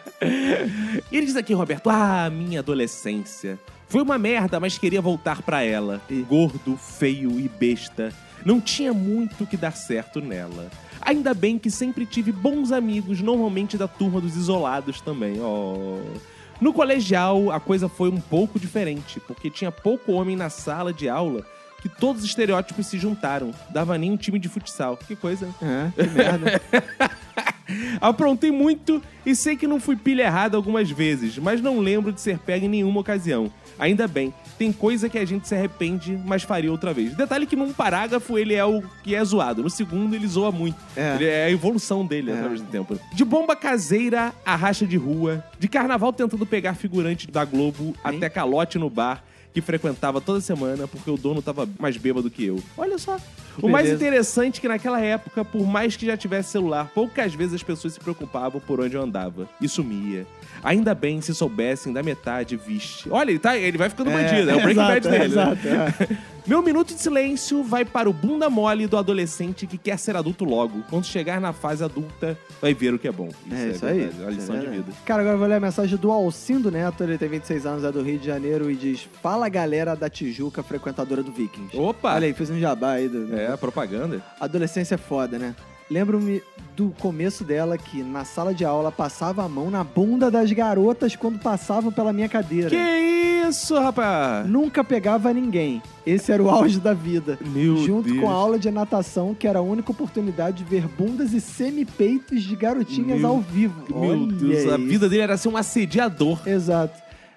E ele diz aqui, Roberto, minha adolescência. Foi uma merda, mas queria voltar pra ela. Gordo, feio e besta. Não tinha muito que dar certo nela. Ainda bem que sempre tive bons amigos, normalmente da turma dos isolados também. No colegial, a coisa foi um pouco diferente, porque tinha pouco homem na sala de aula que todos os estereótipos se juntaram. Dava nem um time de futsal. Que coisa, né? Que merda. Aprontei muito e sei que não fui pilha errada algumas vezes, mas não lembro de ser pego em nenhuma ocasião. Ainda bem, tem coisa que a gente se arrepende, mas faria outra vez. Detalhe que num parágrafo ele é o que é zoado, no segundo ele zoa muito. Ele é a evolução dele através do tempo. De bomba caseira a racha de rua, de carnaval tentando pegar figurante da Globo até calote no bar, que frequentava toda semana porque o dono tava mais bêbado que eu. Olha só. O mais interessante é que naquela época, por mais que já tivesse celular, poucas vezes as pessoas se preocupavam por onde eu andava. E sumia. Ainda bem se soubessem da metade, vixe. Olha, ele vai ficando bandido. É o Breaking Bad dele. Exato, né? Meu minuto de silêncio vai para o bunda mole do adolescente que quer ser adulto logo. Quando chegar na fase adulta, vai ver o que é bom. Isso aí. É a lição de vida. Cara, agora eu vou ler a mensagem do Alcindo Neto. Ele tem 26 anos, é do Rio de Janeiro e diz: fala galera da Tijuca, frequentadora do Vikings. Opa! Olha aí, fez um jabá aí. Propaganda. Adolescência é foda, né? Lembro-me do começo dela que na sala de aula passava a mão na bunda das garotas quando passavam pela minha cadeira. Que isso, rapaz? Nunca pegava ninguém. Esse era o auge da vida. Meu Junto Deus. com a aula de natação, que era a única oportunidade de ver bundas e semipeitos de garotinhas ao vivo. Meu Deus, a vida dele era ser um assediador. Exato.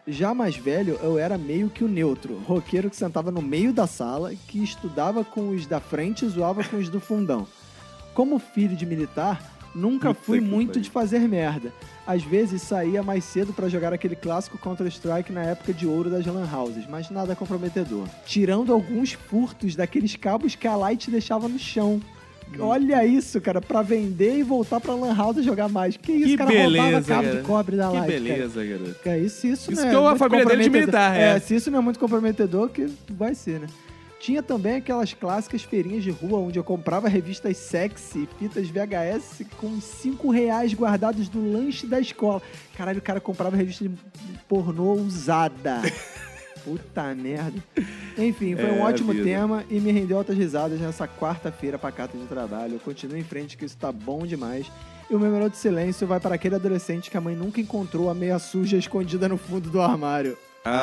Já mais velho, eu era meio que o neutro, roqueiro que sentava no meio da sala, que estudava com os da frente e zoava com os do fundão. Como filho de militar, nunca fui muito de fazer merda. Às vezes saía mais cedo pra jogar aquele clássico Counter-Strike na época de ouro das lan houses, mas nada comprometedor. Tirando alguns furtos daqueles cabos que a Light deixava no chão. Olha isso, cara, pra vender e voltar pra lan house jogar mais. Que isso, Que cara, beleza, roubava cabo cara. de cobre da Que Light, beleza, garoto. cara. Isso Isso não é que é a muito família dele de comprometedor. militar, Se isso não é muito comprometedor, que vai ser, né? Tinha também aquelas clássicas feirinhas de rua onde eu comprava revistas sexy e fitas VHS com R$5 guardados do lanche da escola. Caralho, o cara comprava revista de pornô usada. Puta merda. Enfim, foi um ótimo tema e me rendeu altas risadas nessa quarta-feira pacata de trabalho. Eu continuo em frente que isso tá bom demais. E o meu minuto de silêncio vai para aquele adolescente que a mãe nunca encontrou a meia suja escondida no fundo do armário.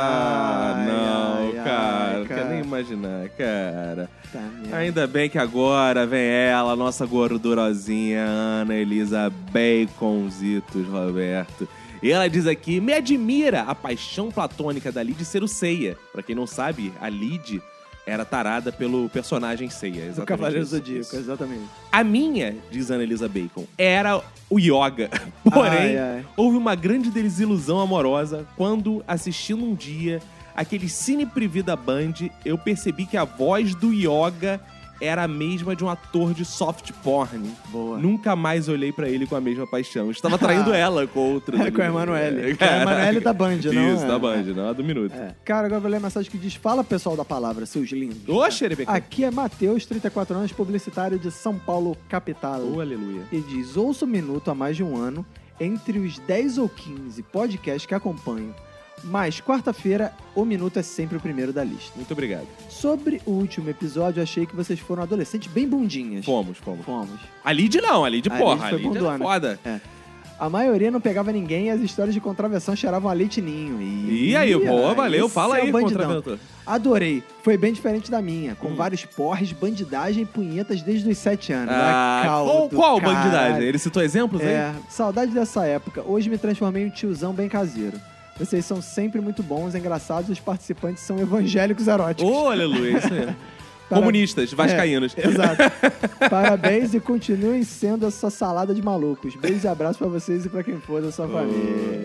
Cara. Quero nem imaginar, cara. Tá, merda. Ainda bem que agora vem ela, nossa gordurosinha, Ana Elisa Baconzitos, Roberto. E ela diz aqui, me admira a paixão platônica da Lid ser o Seiya. Pra quem não sabe, a Lid era tarada pelo personagem Seiya. Do Cavaleiro Zodíaco, exatamente. A minha, diz Ana Elisa Bacon, era o Yoga. Porém, houve uma grande desilusão amorosa quando, assistindo um dia aquele Cine Privé da Band, eu percebi que a voz do Yoga era a mesma de um ator de soft porn. Boa. Nunca mais olhei pra ele com a mesma paixão. Estava traindo ela com outras. Com a Emanuele. A Emanuele da Band, não? Isso, da Band, não a do Minuto. Cara, agora eu vou ler a mensagem que diz: fala, pessoal da palavra, seus lindos. Ô, Xerebeca. Aqui é Matheus, 34 anos, publicitário de São Paulo, capital. Ô, aleluia. E diz: ouço o Minuto há mais de um ano, entre os 10 ou 15 podcasts que acompanho. Mas quarta-feira, o Minuto é sempre o primeiro da lista. Muito obrigado. Sobre o último episódio, achei que vocês foram adolescentes bem bundinhas. Fomos. Fomos. A Lid não, a Lid, porra. A foi Lid era bundona. foda. A maioria não pegava ninguém e as histórias de contravenção cheiravam a leite ninho. E aí, boa, valeu. Esse Fala é aí, o bandidão. contraventor. Adorei. Foi bem diferente da minha, com vários porres, bandidagem e punhetas desde os 7 anos. Qual bandidagem? Ele citou exemplos aí? Saudade dessa época. Hoje me transformei em um tiozão bem caseiro. Vocês são sempre muito bons, engraçados, os participantes são evangélicos eróticos. Ô, aleluia, isso mesmo. Comunistas, vascaínos. Exato. Parabéns e continuem sendo essa salada de malucos. Beijo e abraço pra vocês e pra quem for da sua família.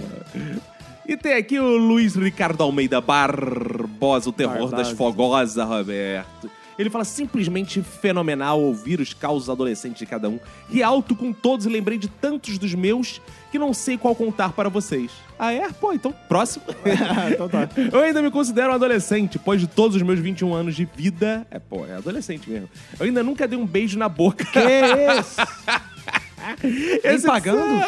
E tem aqui o Luiz Ricardo Almeida Barbosa, o terror das fogosas, Roberto. Ele fala, simplesmente fenomenal ouvir os causos adolescentes de cada um. Ri alto com todos e lembrei de tantos dos meus que não sei qual contar para vocês. Ah, é? Pô, então, próximo. Então tá. Eu ainda me considero um adolescente, pois de todos os meus 21 anos de vida... É adolescente mesmo. Eu ainda nunca dei um beijo na boca. Que isso? Nem pagando?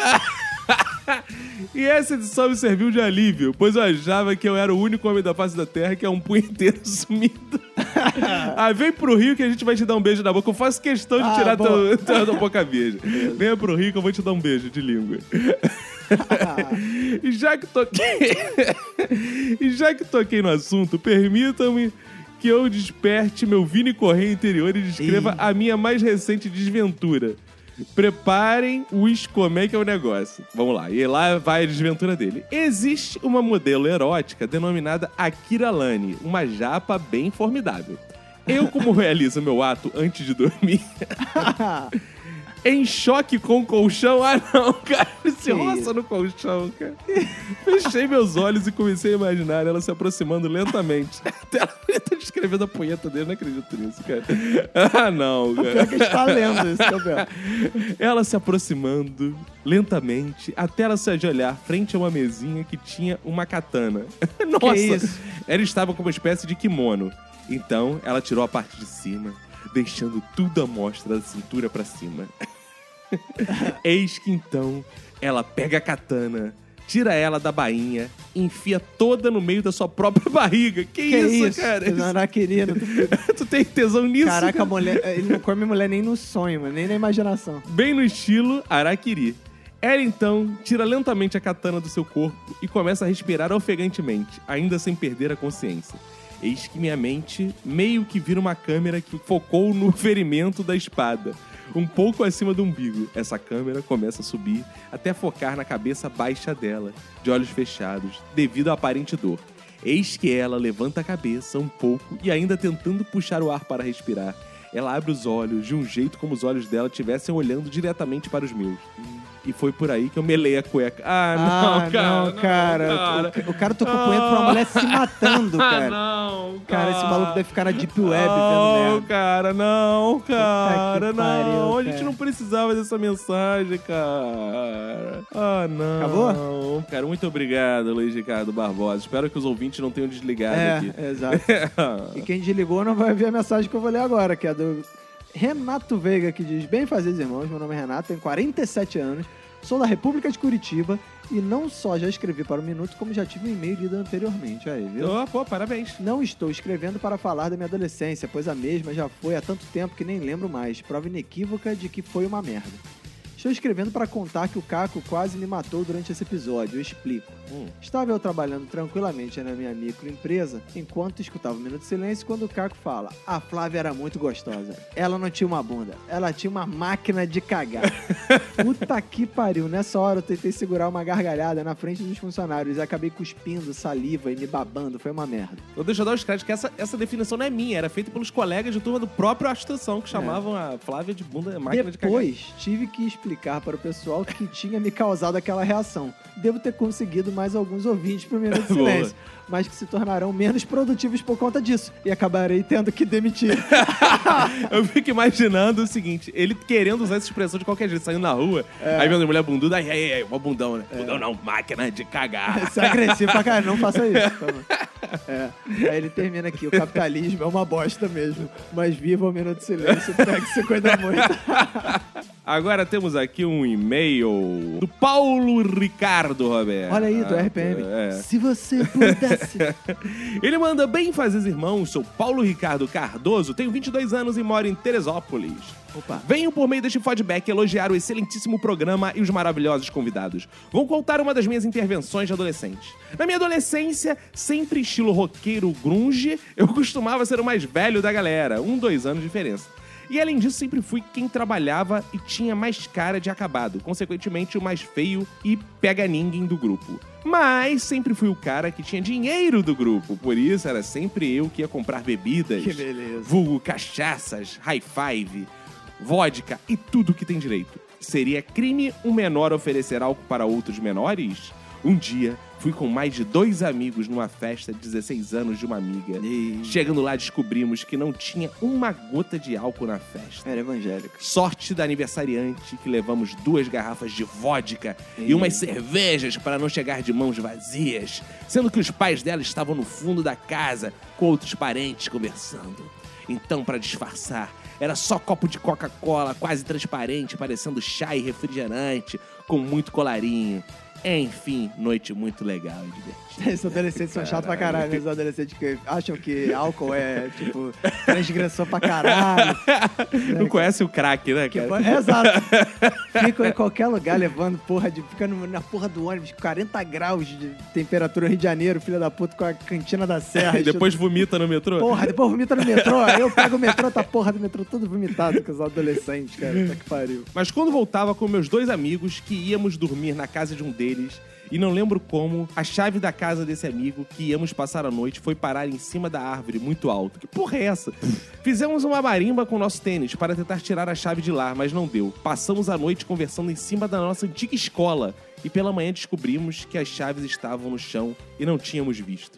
E essa edição me serviu de alívio, pois eu achava que eu era o único homem da face da Terra que é um punheteiro sumido. Vem pro Rio que a gente vai te dar um beijo na boca. Eu faço questão de tirar tua boca virgem. Venha pro Rio que eu vou te dar um beijo de língua. E já que toquei no assunto, permitam-me que eu desperte meu Vini Correia interior e descreva a minha mais recente desventura. Preparem-os como é que é o negócio. Vamos lá, e lá vai a desventura dele. Existe uma modelo erótica denominada Akira Lani, uma japa bem formidável. Eu, como realizo meu ato antes de dormir, em choque com o colchão... Ah, não, cara, se roça no colchão, cara. Fechei meus olhos e comecei a imaginar ela se aproximando lentamente. Até ela tá descrevendo a punheta dele, não acredito nisso, cara. Ah, não, cara. Pior que a gente tá lendo isso, Gabriel. Ela se aproximando lentamente até ela se ajoelhar frente a uma mesinha que tinha uma katana. Nossa! Que isso? Ela estava com uma espécie de kimono. Então, ela tirou a parte de cima, deixando tudo à mostra da cintura pra cima. Eis que então ela pega a katana, tira ela da bainha, enfia toda no meio da sua própria barriga. Que isso, cara? Não queria. Tu tem tesão nisso? Caraca, cara? mulher, ele não come mulher nem no sonho, mano, nem na imaginação. Bem no estilo Harakiri. Ela então tira lentamente a katana do seu corpo e começa a respirar ofegantemente, ainda sem perder a consciência. Eis que minha mente meio que vira uma câmera que focou no ferimento da espada. um pouco acima do umbigo. Essa câmera começa a subir até focar na cabeça baixa dela, de olhos fechados, devido à aparente dor. Eis que ela levanta a cabeça um pouco e ainda tentando puxar o ar para respirar, ela abre os olhos de um jeito como os olhos dela estivessem olhando diretamente para os meus. E foi por aí que eu melei a cueca. Cara. O cara tocou punheta pra uma mulher se matando, cara. Não, cara. Esse maluco deve ficar na Deep Web vendo merda. Não, Pariu, a gente cara. não precisava dessa mensagem, cara. Não. Acabou? Cara, muito obrigado, Luiz Ricardo Barbosa. Espero que os ouvintes não tenham desligado aqui. Exato. E quem desligou não vai ver a mensagem que eu vou ler agora, que é do Renato Veiga, que diz: bem fazeres, irmãos, meu nome é Renato, tenho 47 anos, sou da República de Curitiba e não só já escrevi para o Minuto, como já tive um e-mail lido anteriormente. Aí, viu? Pô, parabéns. Não estou escrevendo para falar da minha adolescência, pois a mesma já foi há tanto tempo que nem lembro mais. Prova inequívoca de que foi uma merda. Estou escrevendo para contar que o Caco quase me matou durante esse episódio. Eu explico. Estava eu trabalhando tranquilamente na minha microempresa, enquanto escutava um Minuto de Silêncio, quando o Caco fala: a Flávia era muito gostosa. Ela não tinha uma bunda, ela tinha uma máquina de cagar. Puta que pariu. Nessa hora eu tentei segurar uma gargalhada na frente dos funcionários e acabei cuspindo saliva e me babando. Foi uma merda. Então deixa eu dar os créditos, que essa definição não é minha, era feita pelos colegas de turma do próprio Astação, que chamavam a Flávia de bunda máquina de cagar. Depois, tive que explicar para o pessoal que tinha me causado aquela reação. Devo ter conseguido mais alguns ouvintes pro Minuto de Silêncio, mas que se tornarão menos produtivos por conta disso e acabarei tendo que demitir. Eu fico imaginando o seguinte, ele querendo usar essa expressão de qualquer jeito, saindo na rua, aí vendo a mulher bunduda, aí, uma bundão, né? Bundão não, máquina de cagar. Isso é agressivo pra caralho, não faça isso. Aí ele termina aqui: o capitalismo é uma bosta mesmo, mas viva o Minuto de Silêncio, pega que você cuida muito. Agora temos aqui um e-mail do Paulo Ricardo, Roberto. Olha aí, do RPM. Se você pudesse. Ele manda: bem fazeres, irmãos, sou Paulo Ricardo Cardoso, tenho 22 anos e moro em Teresópolis. Opa. Venho por meio deste feedback elogiar o excelentíssimo programa e os maravilhosos convidados. Vou contar uma das minhas intervenções de adolescente. Na minha adolescência, sempre estilo roqueiro grunge, eu costumava ser o mais velho da galera, 2 anos de diferença. E além disso, sempre fui quem trabalhava e tinha mais cara de acabado, consequentemente o mais feio e pega ninguém do grupo. Mas sempre fui o cara que tinha dinheiro do grupo, por isso era sempre eu que ia comprar bebidas, Que beleza. vulgo cachaças, high five, vodka e tudo que tem direito. Seria crime um menor oferecer álcool para outros menores? Um dia, fui com mais de 2 amigos numa festa de 16 anos de uma amiga. Chegando lá, descobrimos que não tinha uma gota de álcool na festa. Era evangélico. Sorte da aniversariante que levamos 2 garrafas de vodka e umas cervejas para não chegar de mãos vazias, sendo que os pais dela estavam no fundo da casa com outros parentes conversando. Então, para disfarçar, era só copo de Coca-Cola quase transparente, parecendo chá e refrigerante, com muito colarinho. Enfim, noite muito legal e divertida. Esses adolescentes são chatos pra caralho, né? Os adolescentes que acham que álcool é, tipo, transgressão pra caralho. Não conhece o crack, né, cara? Exato. Ficam em qualquer lugar levando fica na porra do ônibus, 40 graus de temperatura no Rio de Janeiro, filha da puta, com a cantina da Serra. E depois vomita no metrô? Porra, depois vomita no metrô. Aí eu pego o metrô, tá porra do metrô todo vomitado com os adolescentes, cara. Tá que pariu. Mas quando voltava com meus 2 amigos, que íamos dormir na casa de um deles, e não lembro como, a chave da casa desse amigo que íamos passar a noite foi parar em cima da árvore muito alto. Que porra é essa? Fizemos uma marimba com o nosso tênis para tentar tirar a chave de lá, mas não deu. Passamos a noite conversando em cima da nossa antiga escola e pela manhã descobrimos que as chaves estavam no chão e não tínhamos visto.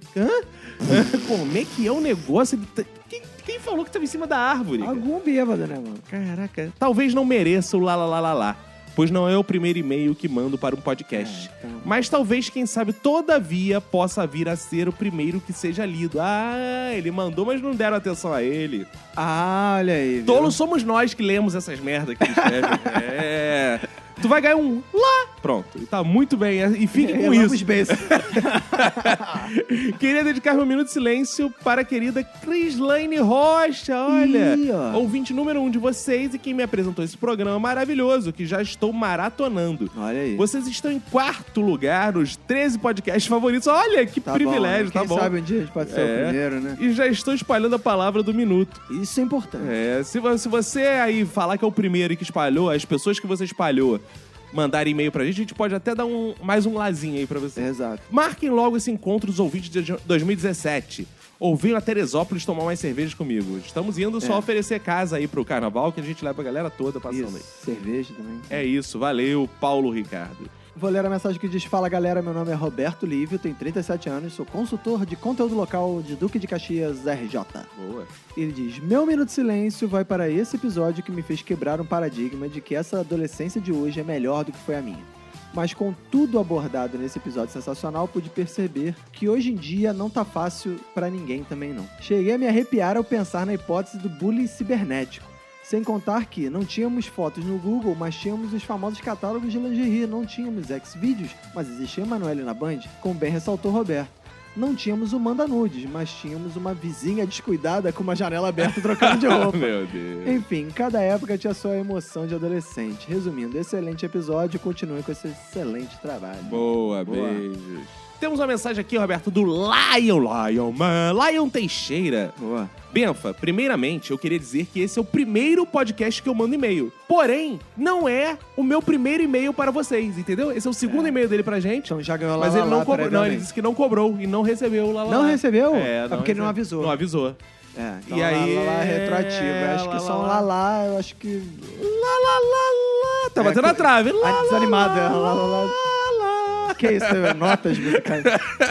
Como é que é o negócio? Quem falou que estava em cima da árvore? Algum bêbado, né, mano? Caraca. Talvez não mereça o lá, pois não é o primeiro e-mail que mando para um podcast. Mas talvez, quem sabe, todavia, possa vir a ser o primeiro que seja lido. Ele mandou, mas não deram atenção a ele. Olha aí. Tolos somos nós que lemos essas merdas que ele escreve. Tu vai ganhar um lá Pronto. E tá muito bem. E fique com Vamos isso. bem. Queria dedicar meu minuto de silêncio para a querida Crislaine Rocha. Olha, Ih, ó. ouvinte número 1 de vocês e quem me apresentou esse programa maravilhoso, que já estou maratonando. Olha aí. Vocês estão em 4º lugar nos 13 podcasts favoritos. Olha, que Tá privilégio, bom, né? tá bom. Quem sabe um dia a gente pode ser o primeiro, né? E já estou espalhando a palavra do minuto. Isso é importante. Se você aí falar que é o primeiro e que espalhou, as pessoas que você espalhou mandarem e-mail pra gente, a gente pode até dar mais um lazinho aí pra você. Exato. Marquem logo esse encontro dos ouvintes de 2017. Ou venham a Teresópolis tomar mais cervejas comigo. Estamos indo só oferecer casa aí pro carnaval, que a gente leva a galera toda passando Isso. aí. Cerveja também. É isso, valeu, Paulo Ricardo. Vou ler a mensagem que diz: Fala galera, meu nome é Roberto Lívio, tenho 37 anos, sou consultor de conteúdo local de Duque de Caxias, RJ. Boa. Ele diz: Meu minuto de silêncio vai para esse episódio que me fez quebrar um paradigma de que essa adolescência de hoje é melhor do que foi a minha. Mas com tudo abordado nesse episódio sensacional, pude perceber que hoje em dia não tá fácil pra ninguém também não. Cheguei a me arrepiar ao pensar na hipótese do bullying cibernético. Sem contar que não tínhamos fotos no Google, mas tínhamos os famosos catálogos de lingerie. Não tínhamos Xvideos, mas existia Emanuele na Band, como bem ressaltou Roberto. Não tínhamos o Manda Nudes, mas tínhamos uma vizinha descuidada com uma janela aberta trocando de roupa. Meu Deus. Enfim, cada época tinha sua emoção de adolescente. Resumindo, excelente episódio, continue com esse excelente trabalho. Boa, beijos. Temos uma mensagem aqui, Roberto, do Lion Teixeira. Boa. Benfa, primeiramente, eu queria dizer que esse é o primeiro podcast que eu mando e-mail. Porém, não é o meu primeiro e-mail para vocês, entendeu? Esse é o segundo e-mail dele pra gente. Então já ganhou lá, Mas ele não cobrou. Não, previamente. ele disse que não cobrou e não recebeu o lá. Não recebeu? É, É porque ele não avisou. Não avisou. É, então E aí, lá retroativo. Eu acho que só um lá, eu acho que... Tá batendo a trave. Desanimado. Lá. Que isso? Notas musicais.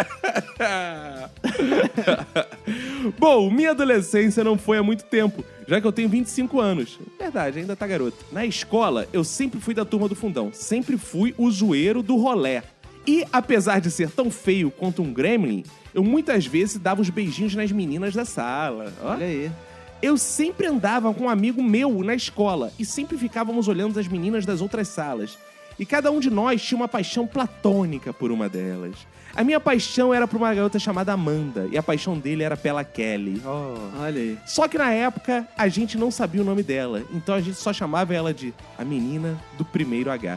Bom, minha adolescência não foi há muito tempo, já que eu tenho 25 anos. Verdade, ainda tá garoto. Na escola, eu sempre fui da turma do fundão. Sempre fui o zoeiro do rolé. E, apesar de ser tão feio quanto um gremlin, eu muitas vezes dava os beijinhos nas meninas da sala. Ó. Olha aí. Eu sempre andava com um amigo meu na escola e sempre ficávamos olhando as meninas das outras salas. E cada um de nós tinha uma paixão platônica por uma delas. A minha paixão era por uma garota chamada Amanda e a paixão dele era pela Kelly. Olha aí. Só que na época a gente não sabia o nome dela, então a gente só chamava ela de a menina do primeiro H.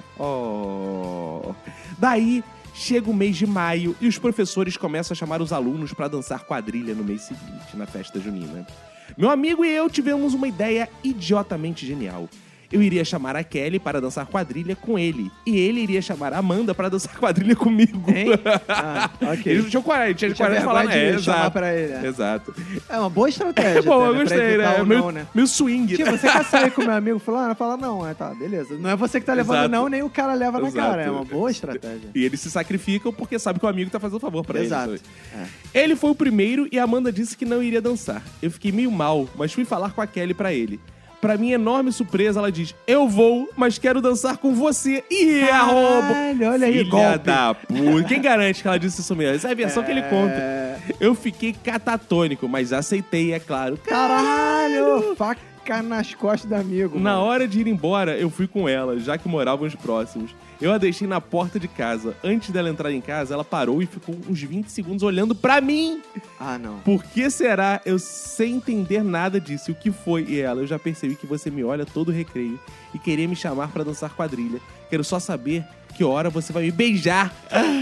Daí chega o mês de maio e os professores começam a chamar os alunos pra dançar quadrilha no mês seguinte, na festa junina. Meu amigo e eu tivemos uma ideia idiotamente genial. Eu iria chamar a Kelly para dançar quadrilha com ele. E ele iria chamar a Amanda para dançar quadrilha comigo. Hein? Ah, ok. Eles não tinham coragem, tinha coragem de falar, né? chamar pra ele. É. Exato. É uma boa estratégia. Bom, até, eu né? gostei, Pra evitar né? o Meio, não, né? meio swing. Tipo, você quer sair com meu amigo fulano? Fala, não, tá, beleza. Não é você que tá levando Exato. não, nem o cara leva na Exato. cara. É uma boa estratégia. E eles se sacrificam porque sabe que o amigo tá fazendo favor pra Exato. eles. Ele foi o primeiro e a Amanda disse que não iria dançar. Eu fiquei meio mal, mas fui falar com a Kelly pra ele. Pra minha enorme surpresa, ela diz: eu vou, mas quero dançar com você. E é arroba. Olha aí, Filha golpe. da puta. Quem garante que ela disse isso mesmo? Essa é a versão que ele conta. Eu fiquei catatônico, mas aceitei, é claro. Caralho! Faca nas costas do amigo. Na mano. hora de ir embora, eu fui com ela, já que morávamos próximos. Eu a deixei na porta de casa. Antes dela entrar em casa, ela parou e ficou uns 20 segundos olhando pra mim. Ah, não. Por que será? Eu sem entender nada disso. O que foi? E ela, eu já percebi que você me olha todo recreio e queria me chamar pra dançar quadrilha. Quero só saber que hora você vai me beijar.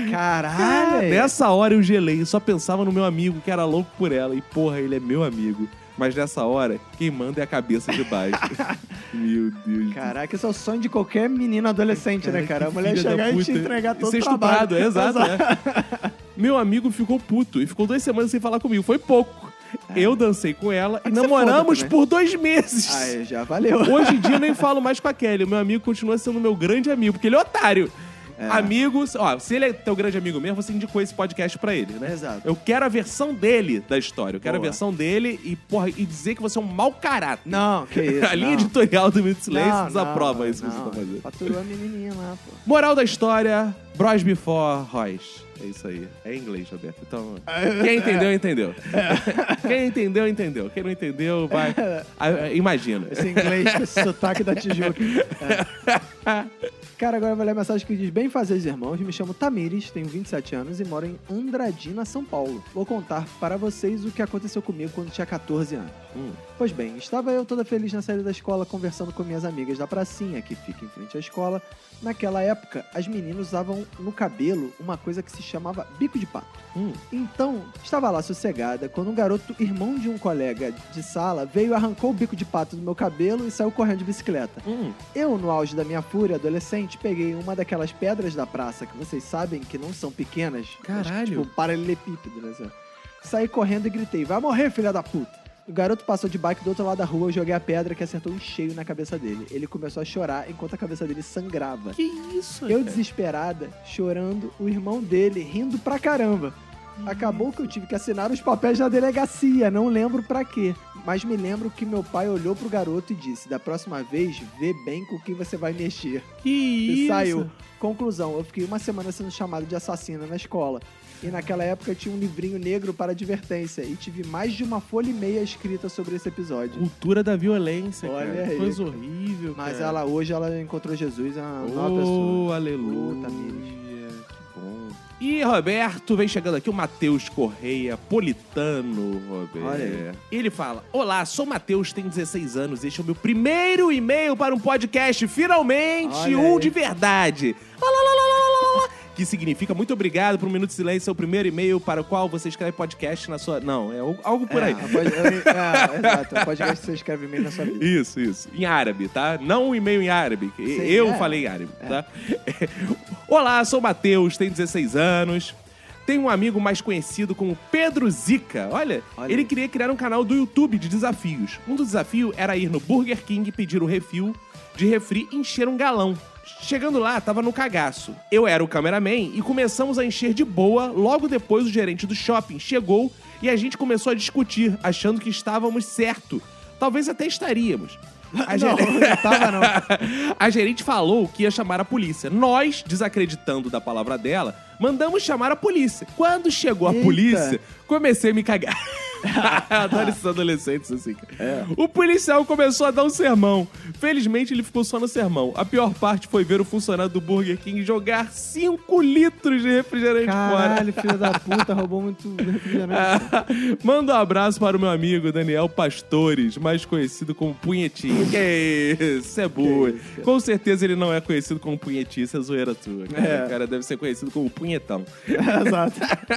Caralho! Nessa hora eu gelei. Só pensava no meu amigo, que era louco por ela. E porra, ele é meu amigo. Mas nessa hora, quem manda é a cabeça de baixo. Meu Deus. Caraca, esse é o sonho de qualquer menino adolescente, né, cara? A que mulher filha chegar da e te puta. entregar todo Ser o trabalho. estuprado, exato. É. Meu amigo ficou puto e ficou 2 semanas sem falar comigo. Foi pouco. Eu dancei com ela e que você namoramos foda também. por 2 meses. Aí, já valeu. Hoje em dia eu nem falo mais com a Kelly. O meu amigo continua sendo meu grande amigo, porque ele é otário. Amigos, ó, se ele é teu grande amigo mesmo, você indicou esse podcast pra ele, né? Exato. Eu quero a versão dele da história. Eu quero Boa. a versão dele e, porra, e dizer que você é um mau caráter. Não, que isso. A linha não. editorial do Minuto de Silêncio Não, desaprova isso que não. você tá fazendo. Faturou a menininha lá, pô. Moral da história, Bros Before Royce. É isso aí. É inglês, Roberto. Então, quem entendeu, entendeu. Quem entendeu, entendeu. Quem não entendeu, vai... Imagina. Esse inglês com esse sotaque da Tijuca. Cara, agora vai ler a mensagem que diz: bem fazeres, irmãos, me chamo Tamires, tenho 27 anos e moro em Andradina, São Paulo. Vou contar para vocês o que aconteceu comigo quando tinha 14 anos. Pois bem, estava eu toda feliz na saída da escola conversando com minhas amigas da pracinha, que fica em frente à escola. Naquela época, as meninas usavam no cabelo uma coisa que se chamava bico de pato. Então, estava lá sossegada, quando um garoto, irmão de um colega de sala, veio e arrancou o bico de pato do meu cabelo e saiu correndo de bicicleta. Eu, no auge da minha fúria adolescente, peguei uma daquelas pedras da praça, que vocês sabem que não são pequenas. Caralho. Tipo, paralelepípedo, né? Saí correndo e gritei: vai morrer, filha da puta! O garoto passou de bike do outro lado da rua, eu joguei a pedra que acertou em cheio na cabeça dele. Ele começou a chorar enquanto a cabeça dele sangrava. Que isso? Eu, desesperada, chorando, o irmão dele rindo pra caramba. Acabou que eu tive que assinar os papéis na delegacia, não lembro pra quê. Mas me lembro que meu pai olhou pro garoto e disse: da próxima vez, vê bem com quem você vai mexer. Que E isso? saiu. Conclusão, eu fiquei uma semana sendo chamado de assassina na escola. E naquela época tinha um livrinho negro para advertência e tive mais de uma folha e meia escrita sobre esse episódio. Cultura da violência, Olha cara. aí. Coisa horrível, Mas cara. hoje ela encontrou Jesus, é uma nova pessoa. Aleluia. Tamires. Que bom. E, Roberto, vem chegando aqui o Matheus Correia, Politano, Roberto. Olha aí. Ele fala: olá, sou o Matheus, tenho 16 anos, este é o meu primeiro e-mail para um podcast, finalmente, Olha um aí. de verdade. Lá, lá, lá, lá, lá, lá, lá. Que significa muito obrigado por um Minuto de Silêncio, é o primeiro e-mail para o qual você escreve podcast na sua... Não, é algo por aí. Exato, o podcast que você escreve e-mail na sua vida. Isso. Em árabe, tá? Não um e-mail em árabe. Sim, Eu falei em árabe, tá? Olá, sou o Matheus, tenho 16 anos. Tenho um amigo mais conhecido como Pedro Zica. Olha, ele queria criar um canal do YouTube de desafios. Um dos desafios era ir no Burger King pedir o refil de refri e encher um galão. Chegando lá, tava no cagaço. Eu era o cameraman e começamos a encher de boa. Logo depois, o gerente do shopping chegou e a gente começou a discutir, achando que estávamos certo. Talvez até estaríamos. Não tava não. A gerente falou que ia chamar a polícia. Nós, desacreditando da palavra dela, mandamos chamar a polícia. Quando chegou a polícia, comecei a me cagar. Adoro esses adolescentes assim. O policial começou a dar um sermão. Felizmente, ele ficou só no sermão. A pior parte foi ver o funcionário do Burger King jogar 5 litros de refrigerante Caralho, fora. filho da puta, roubou muito refrigerante. Manda um abraço para o meu amigo Daniel Pastores, mais conhecido como Punhetinho. Que isso, é boa. Com certeza ele não é conhecido como Punhetinho, isso é zoeira tua. Cara. O cara deve ser conhecido como Punhetão. Exato.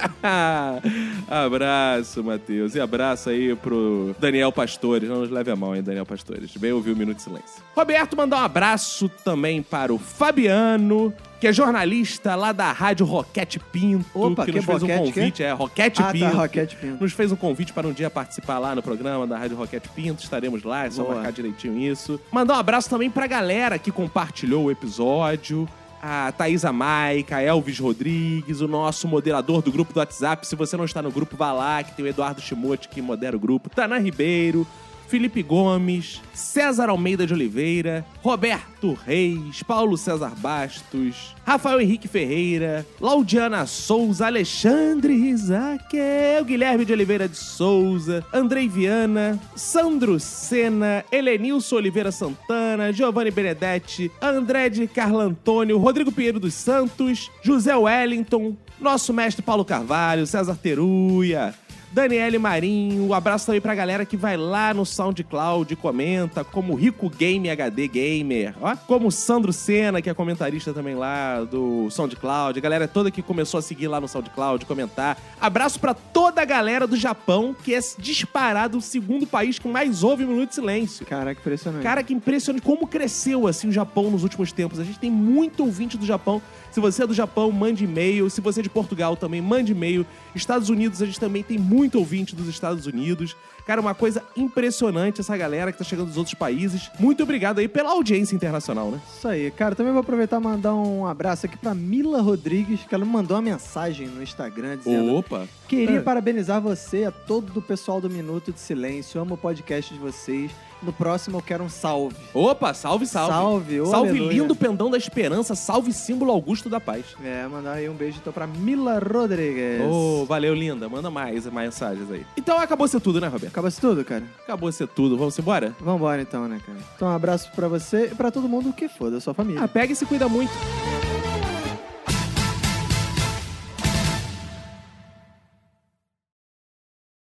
Abraço, Matheus. E abraço aí pro Daniel Pastores. Não nos leve a mal, hein, Daniel Pastores. Bem ouvir o Minuto de Silêncio. Roberto, mandar um abraço também para o Fabiano, que é jornalista lá da Rádio Roquete Pinto. Opa, que que nos fez um Roquete, convite. É, Roquete Pinto. Tá, Roquete Pinto. Nos fez um convite para um dia participar lá no programa da Rádio Roquete Pinto. Estaremos lá, é só Boa. marcar direitinho isso. Mandar um abraço também pra galera que compartilhou o episódio. A Thaisa Maica, Elvis Rodrigues, o nosso moderador do grupo do WhatsApp. Se você não está no grupo, vá lá, que tem o Eduardo Chimote que modera o grupo. Tana Ribeiro, Felipe Gomes, César Almeida de Oliveira, Roberto Reis, Paulo César Bastos, Rafael Henrique Ferreira, Laudiana Souza, Alexandre Rizaquel, Guilherme de Oliveira de Souza, Andrei Viana, Sandro Sena, Helenilson Oliveira Santana, Giovanni Benedetti, André de Carlo Antônio, Rodrigo Pinheiro dos Santos, José Wellington, nosso mestre Paulo Carvalho, César Teruia, Daniele Marinho, um abraço também pra galera que vai lá no SoundCloud e comenta, como Rico Game HD Gamer, ó, como Sandro Sena, que é comentarista também lá do SoundCloud, a galera toda que começou a seguir lá no SoundCloud, comentar. Abraço pra toda a galera do Japão, que é disparado o segundo país que mais ouve Minuto de Silêncio. Caraca, impressionante. Cara, que impressionante como cresceu assim o Japão nos últimos tempos. A gente tem muito ouvinte do Japão. Se você é do Japão, mande e-mail. Se você é de Portugal também, mande e-mail. Estados Unidos, a gente também tem muito ouvinte dos Estados Unidos. Cara, uma coisa impressionante essa galera que tá chegando dos outros países. Muito obrigado aí pela audiência internacional, né? Isso aí. Cara, também vou aproveitar e mandar um abraço aqui pra Mila Rodrigues, que ela me mandou uma mensagem no Instagram dizendo: Opa! queria parabenizar você, a todo o pessoal do Minuto de Silêncio. Amo o podcast de vocês. No próximo eu quero um salve. Opa, salve, salve. Salve, ô, Salve aleluia. lindo pendão da esperança, salve símbolo Augusto da paz. Mandar aí um beijo então pra Mila Rodrigues. Valeu, linda. Manda mais mensagens aí. Então acabou ser tudo, né, Roberto? Acabou-se tudo, cara? Acabou ser tudo. Vamos embora? Vambora então, né, cara? Então um abraço pra você e pra todo mundo que for da sua família. Pega e se cuida muito.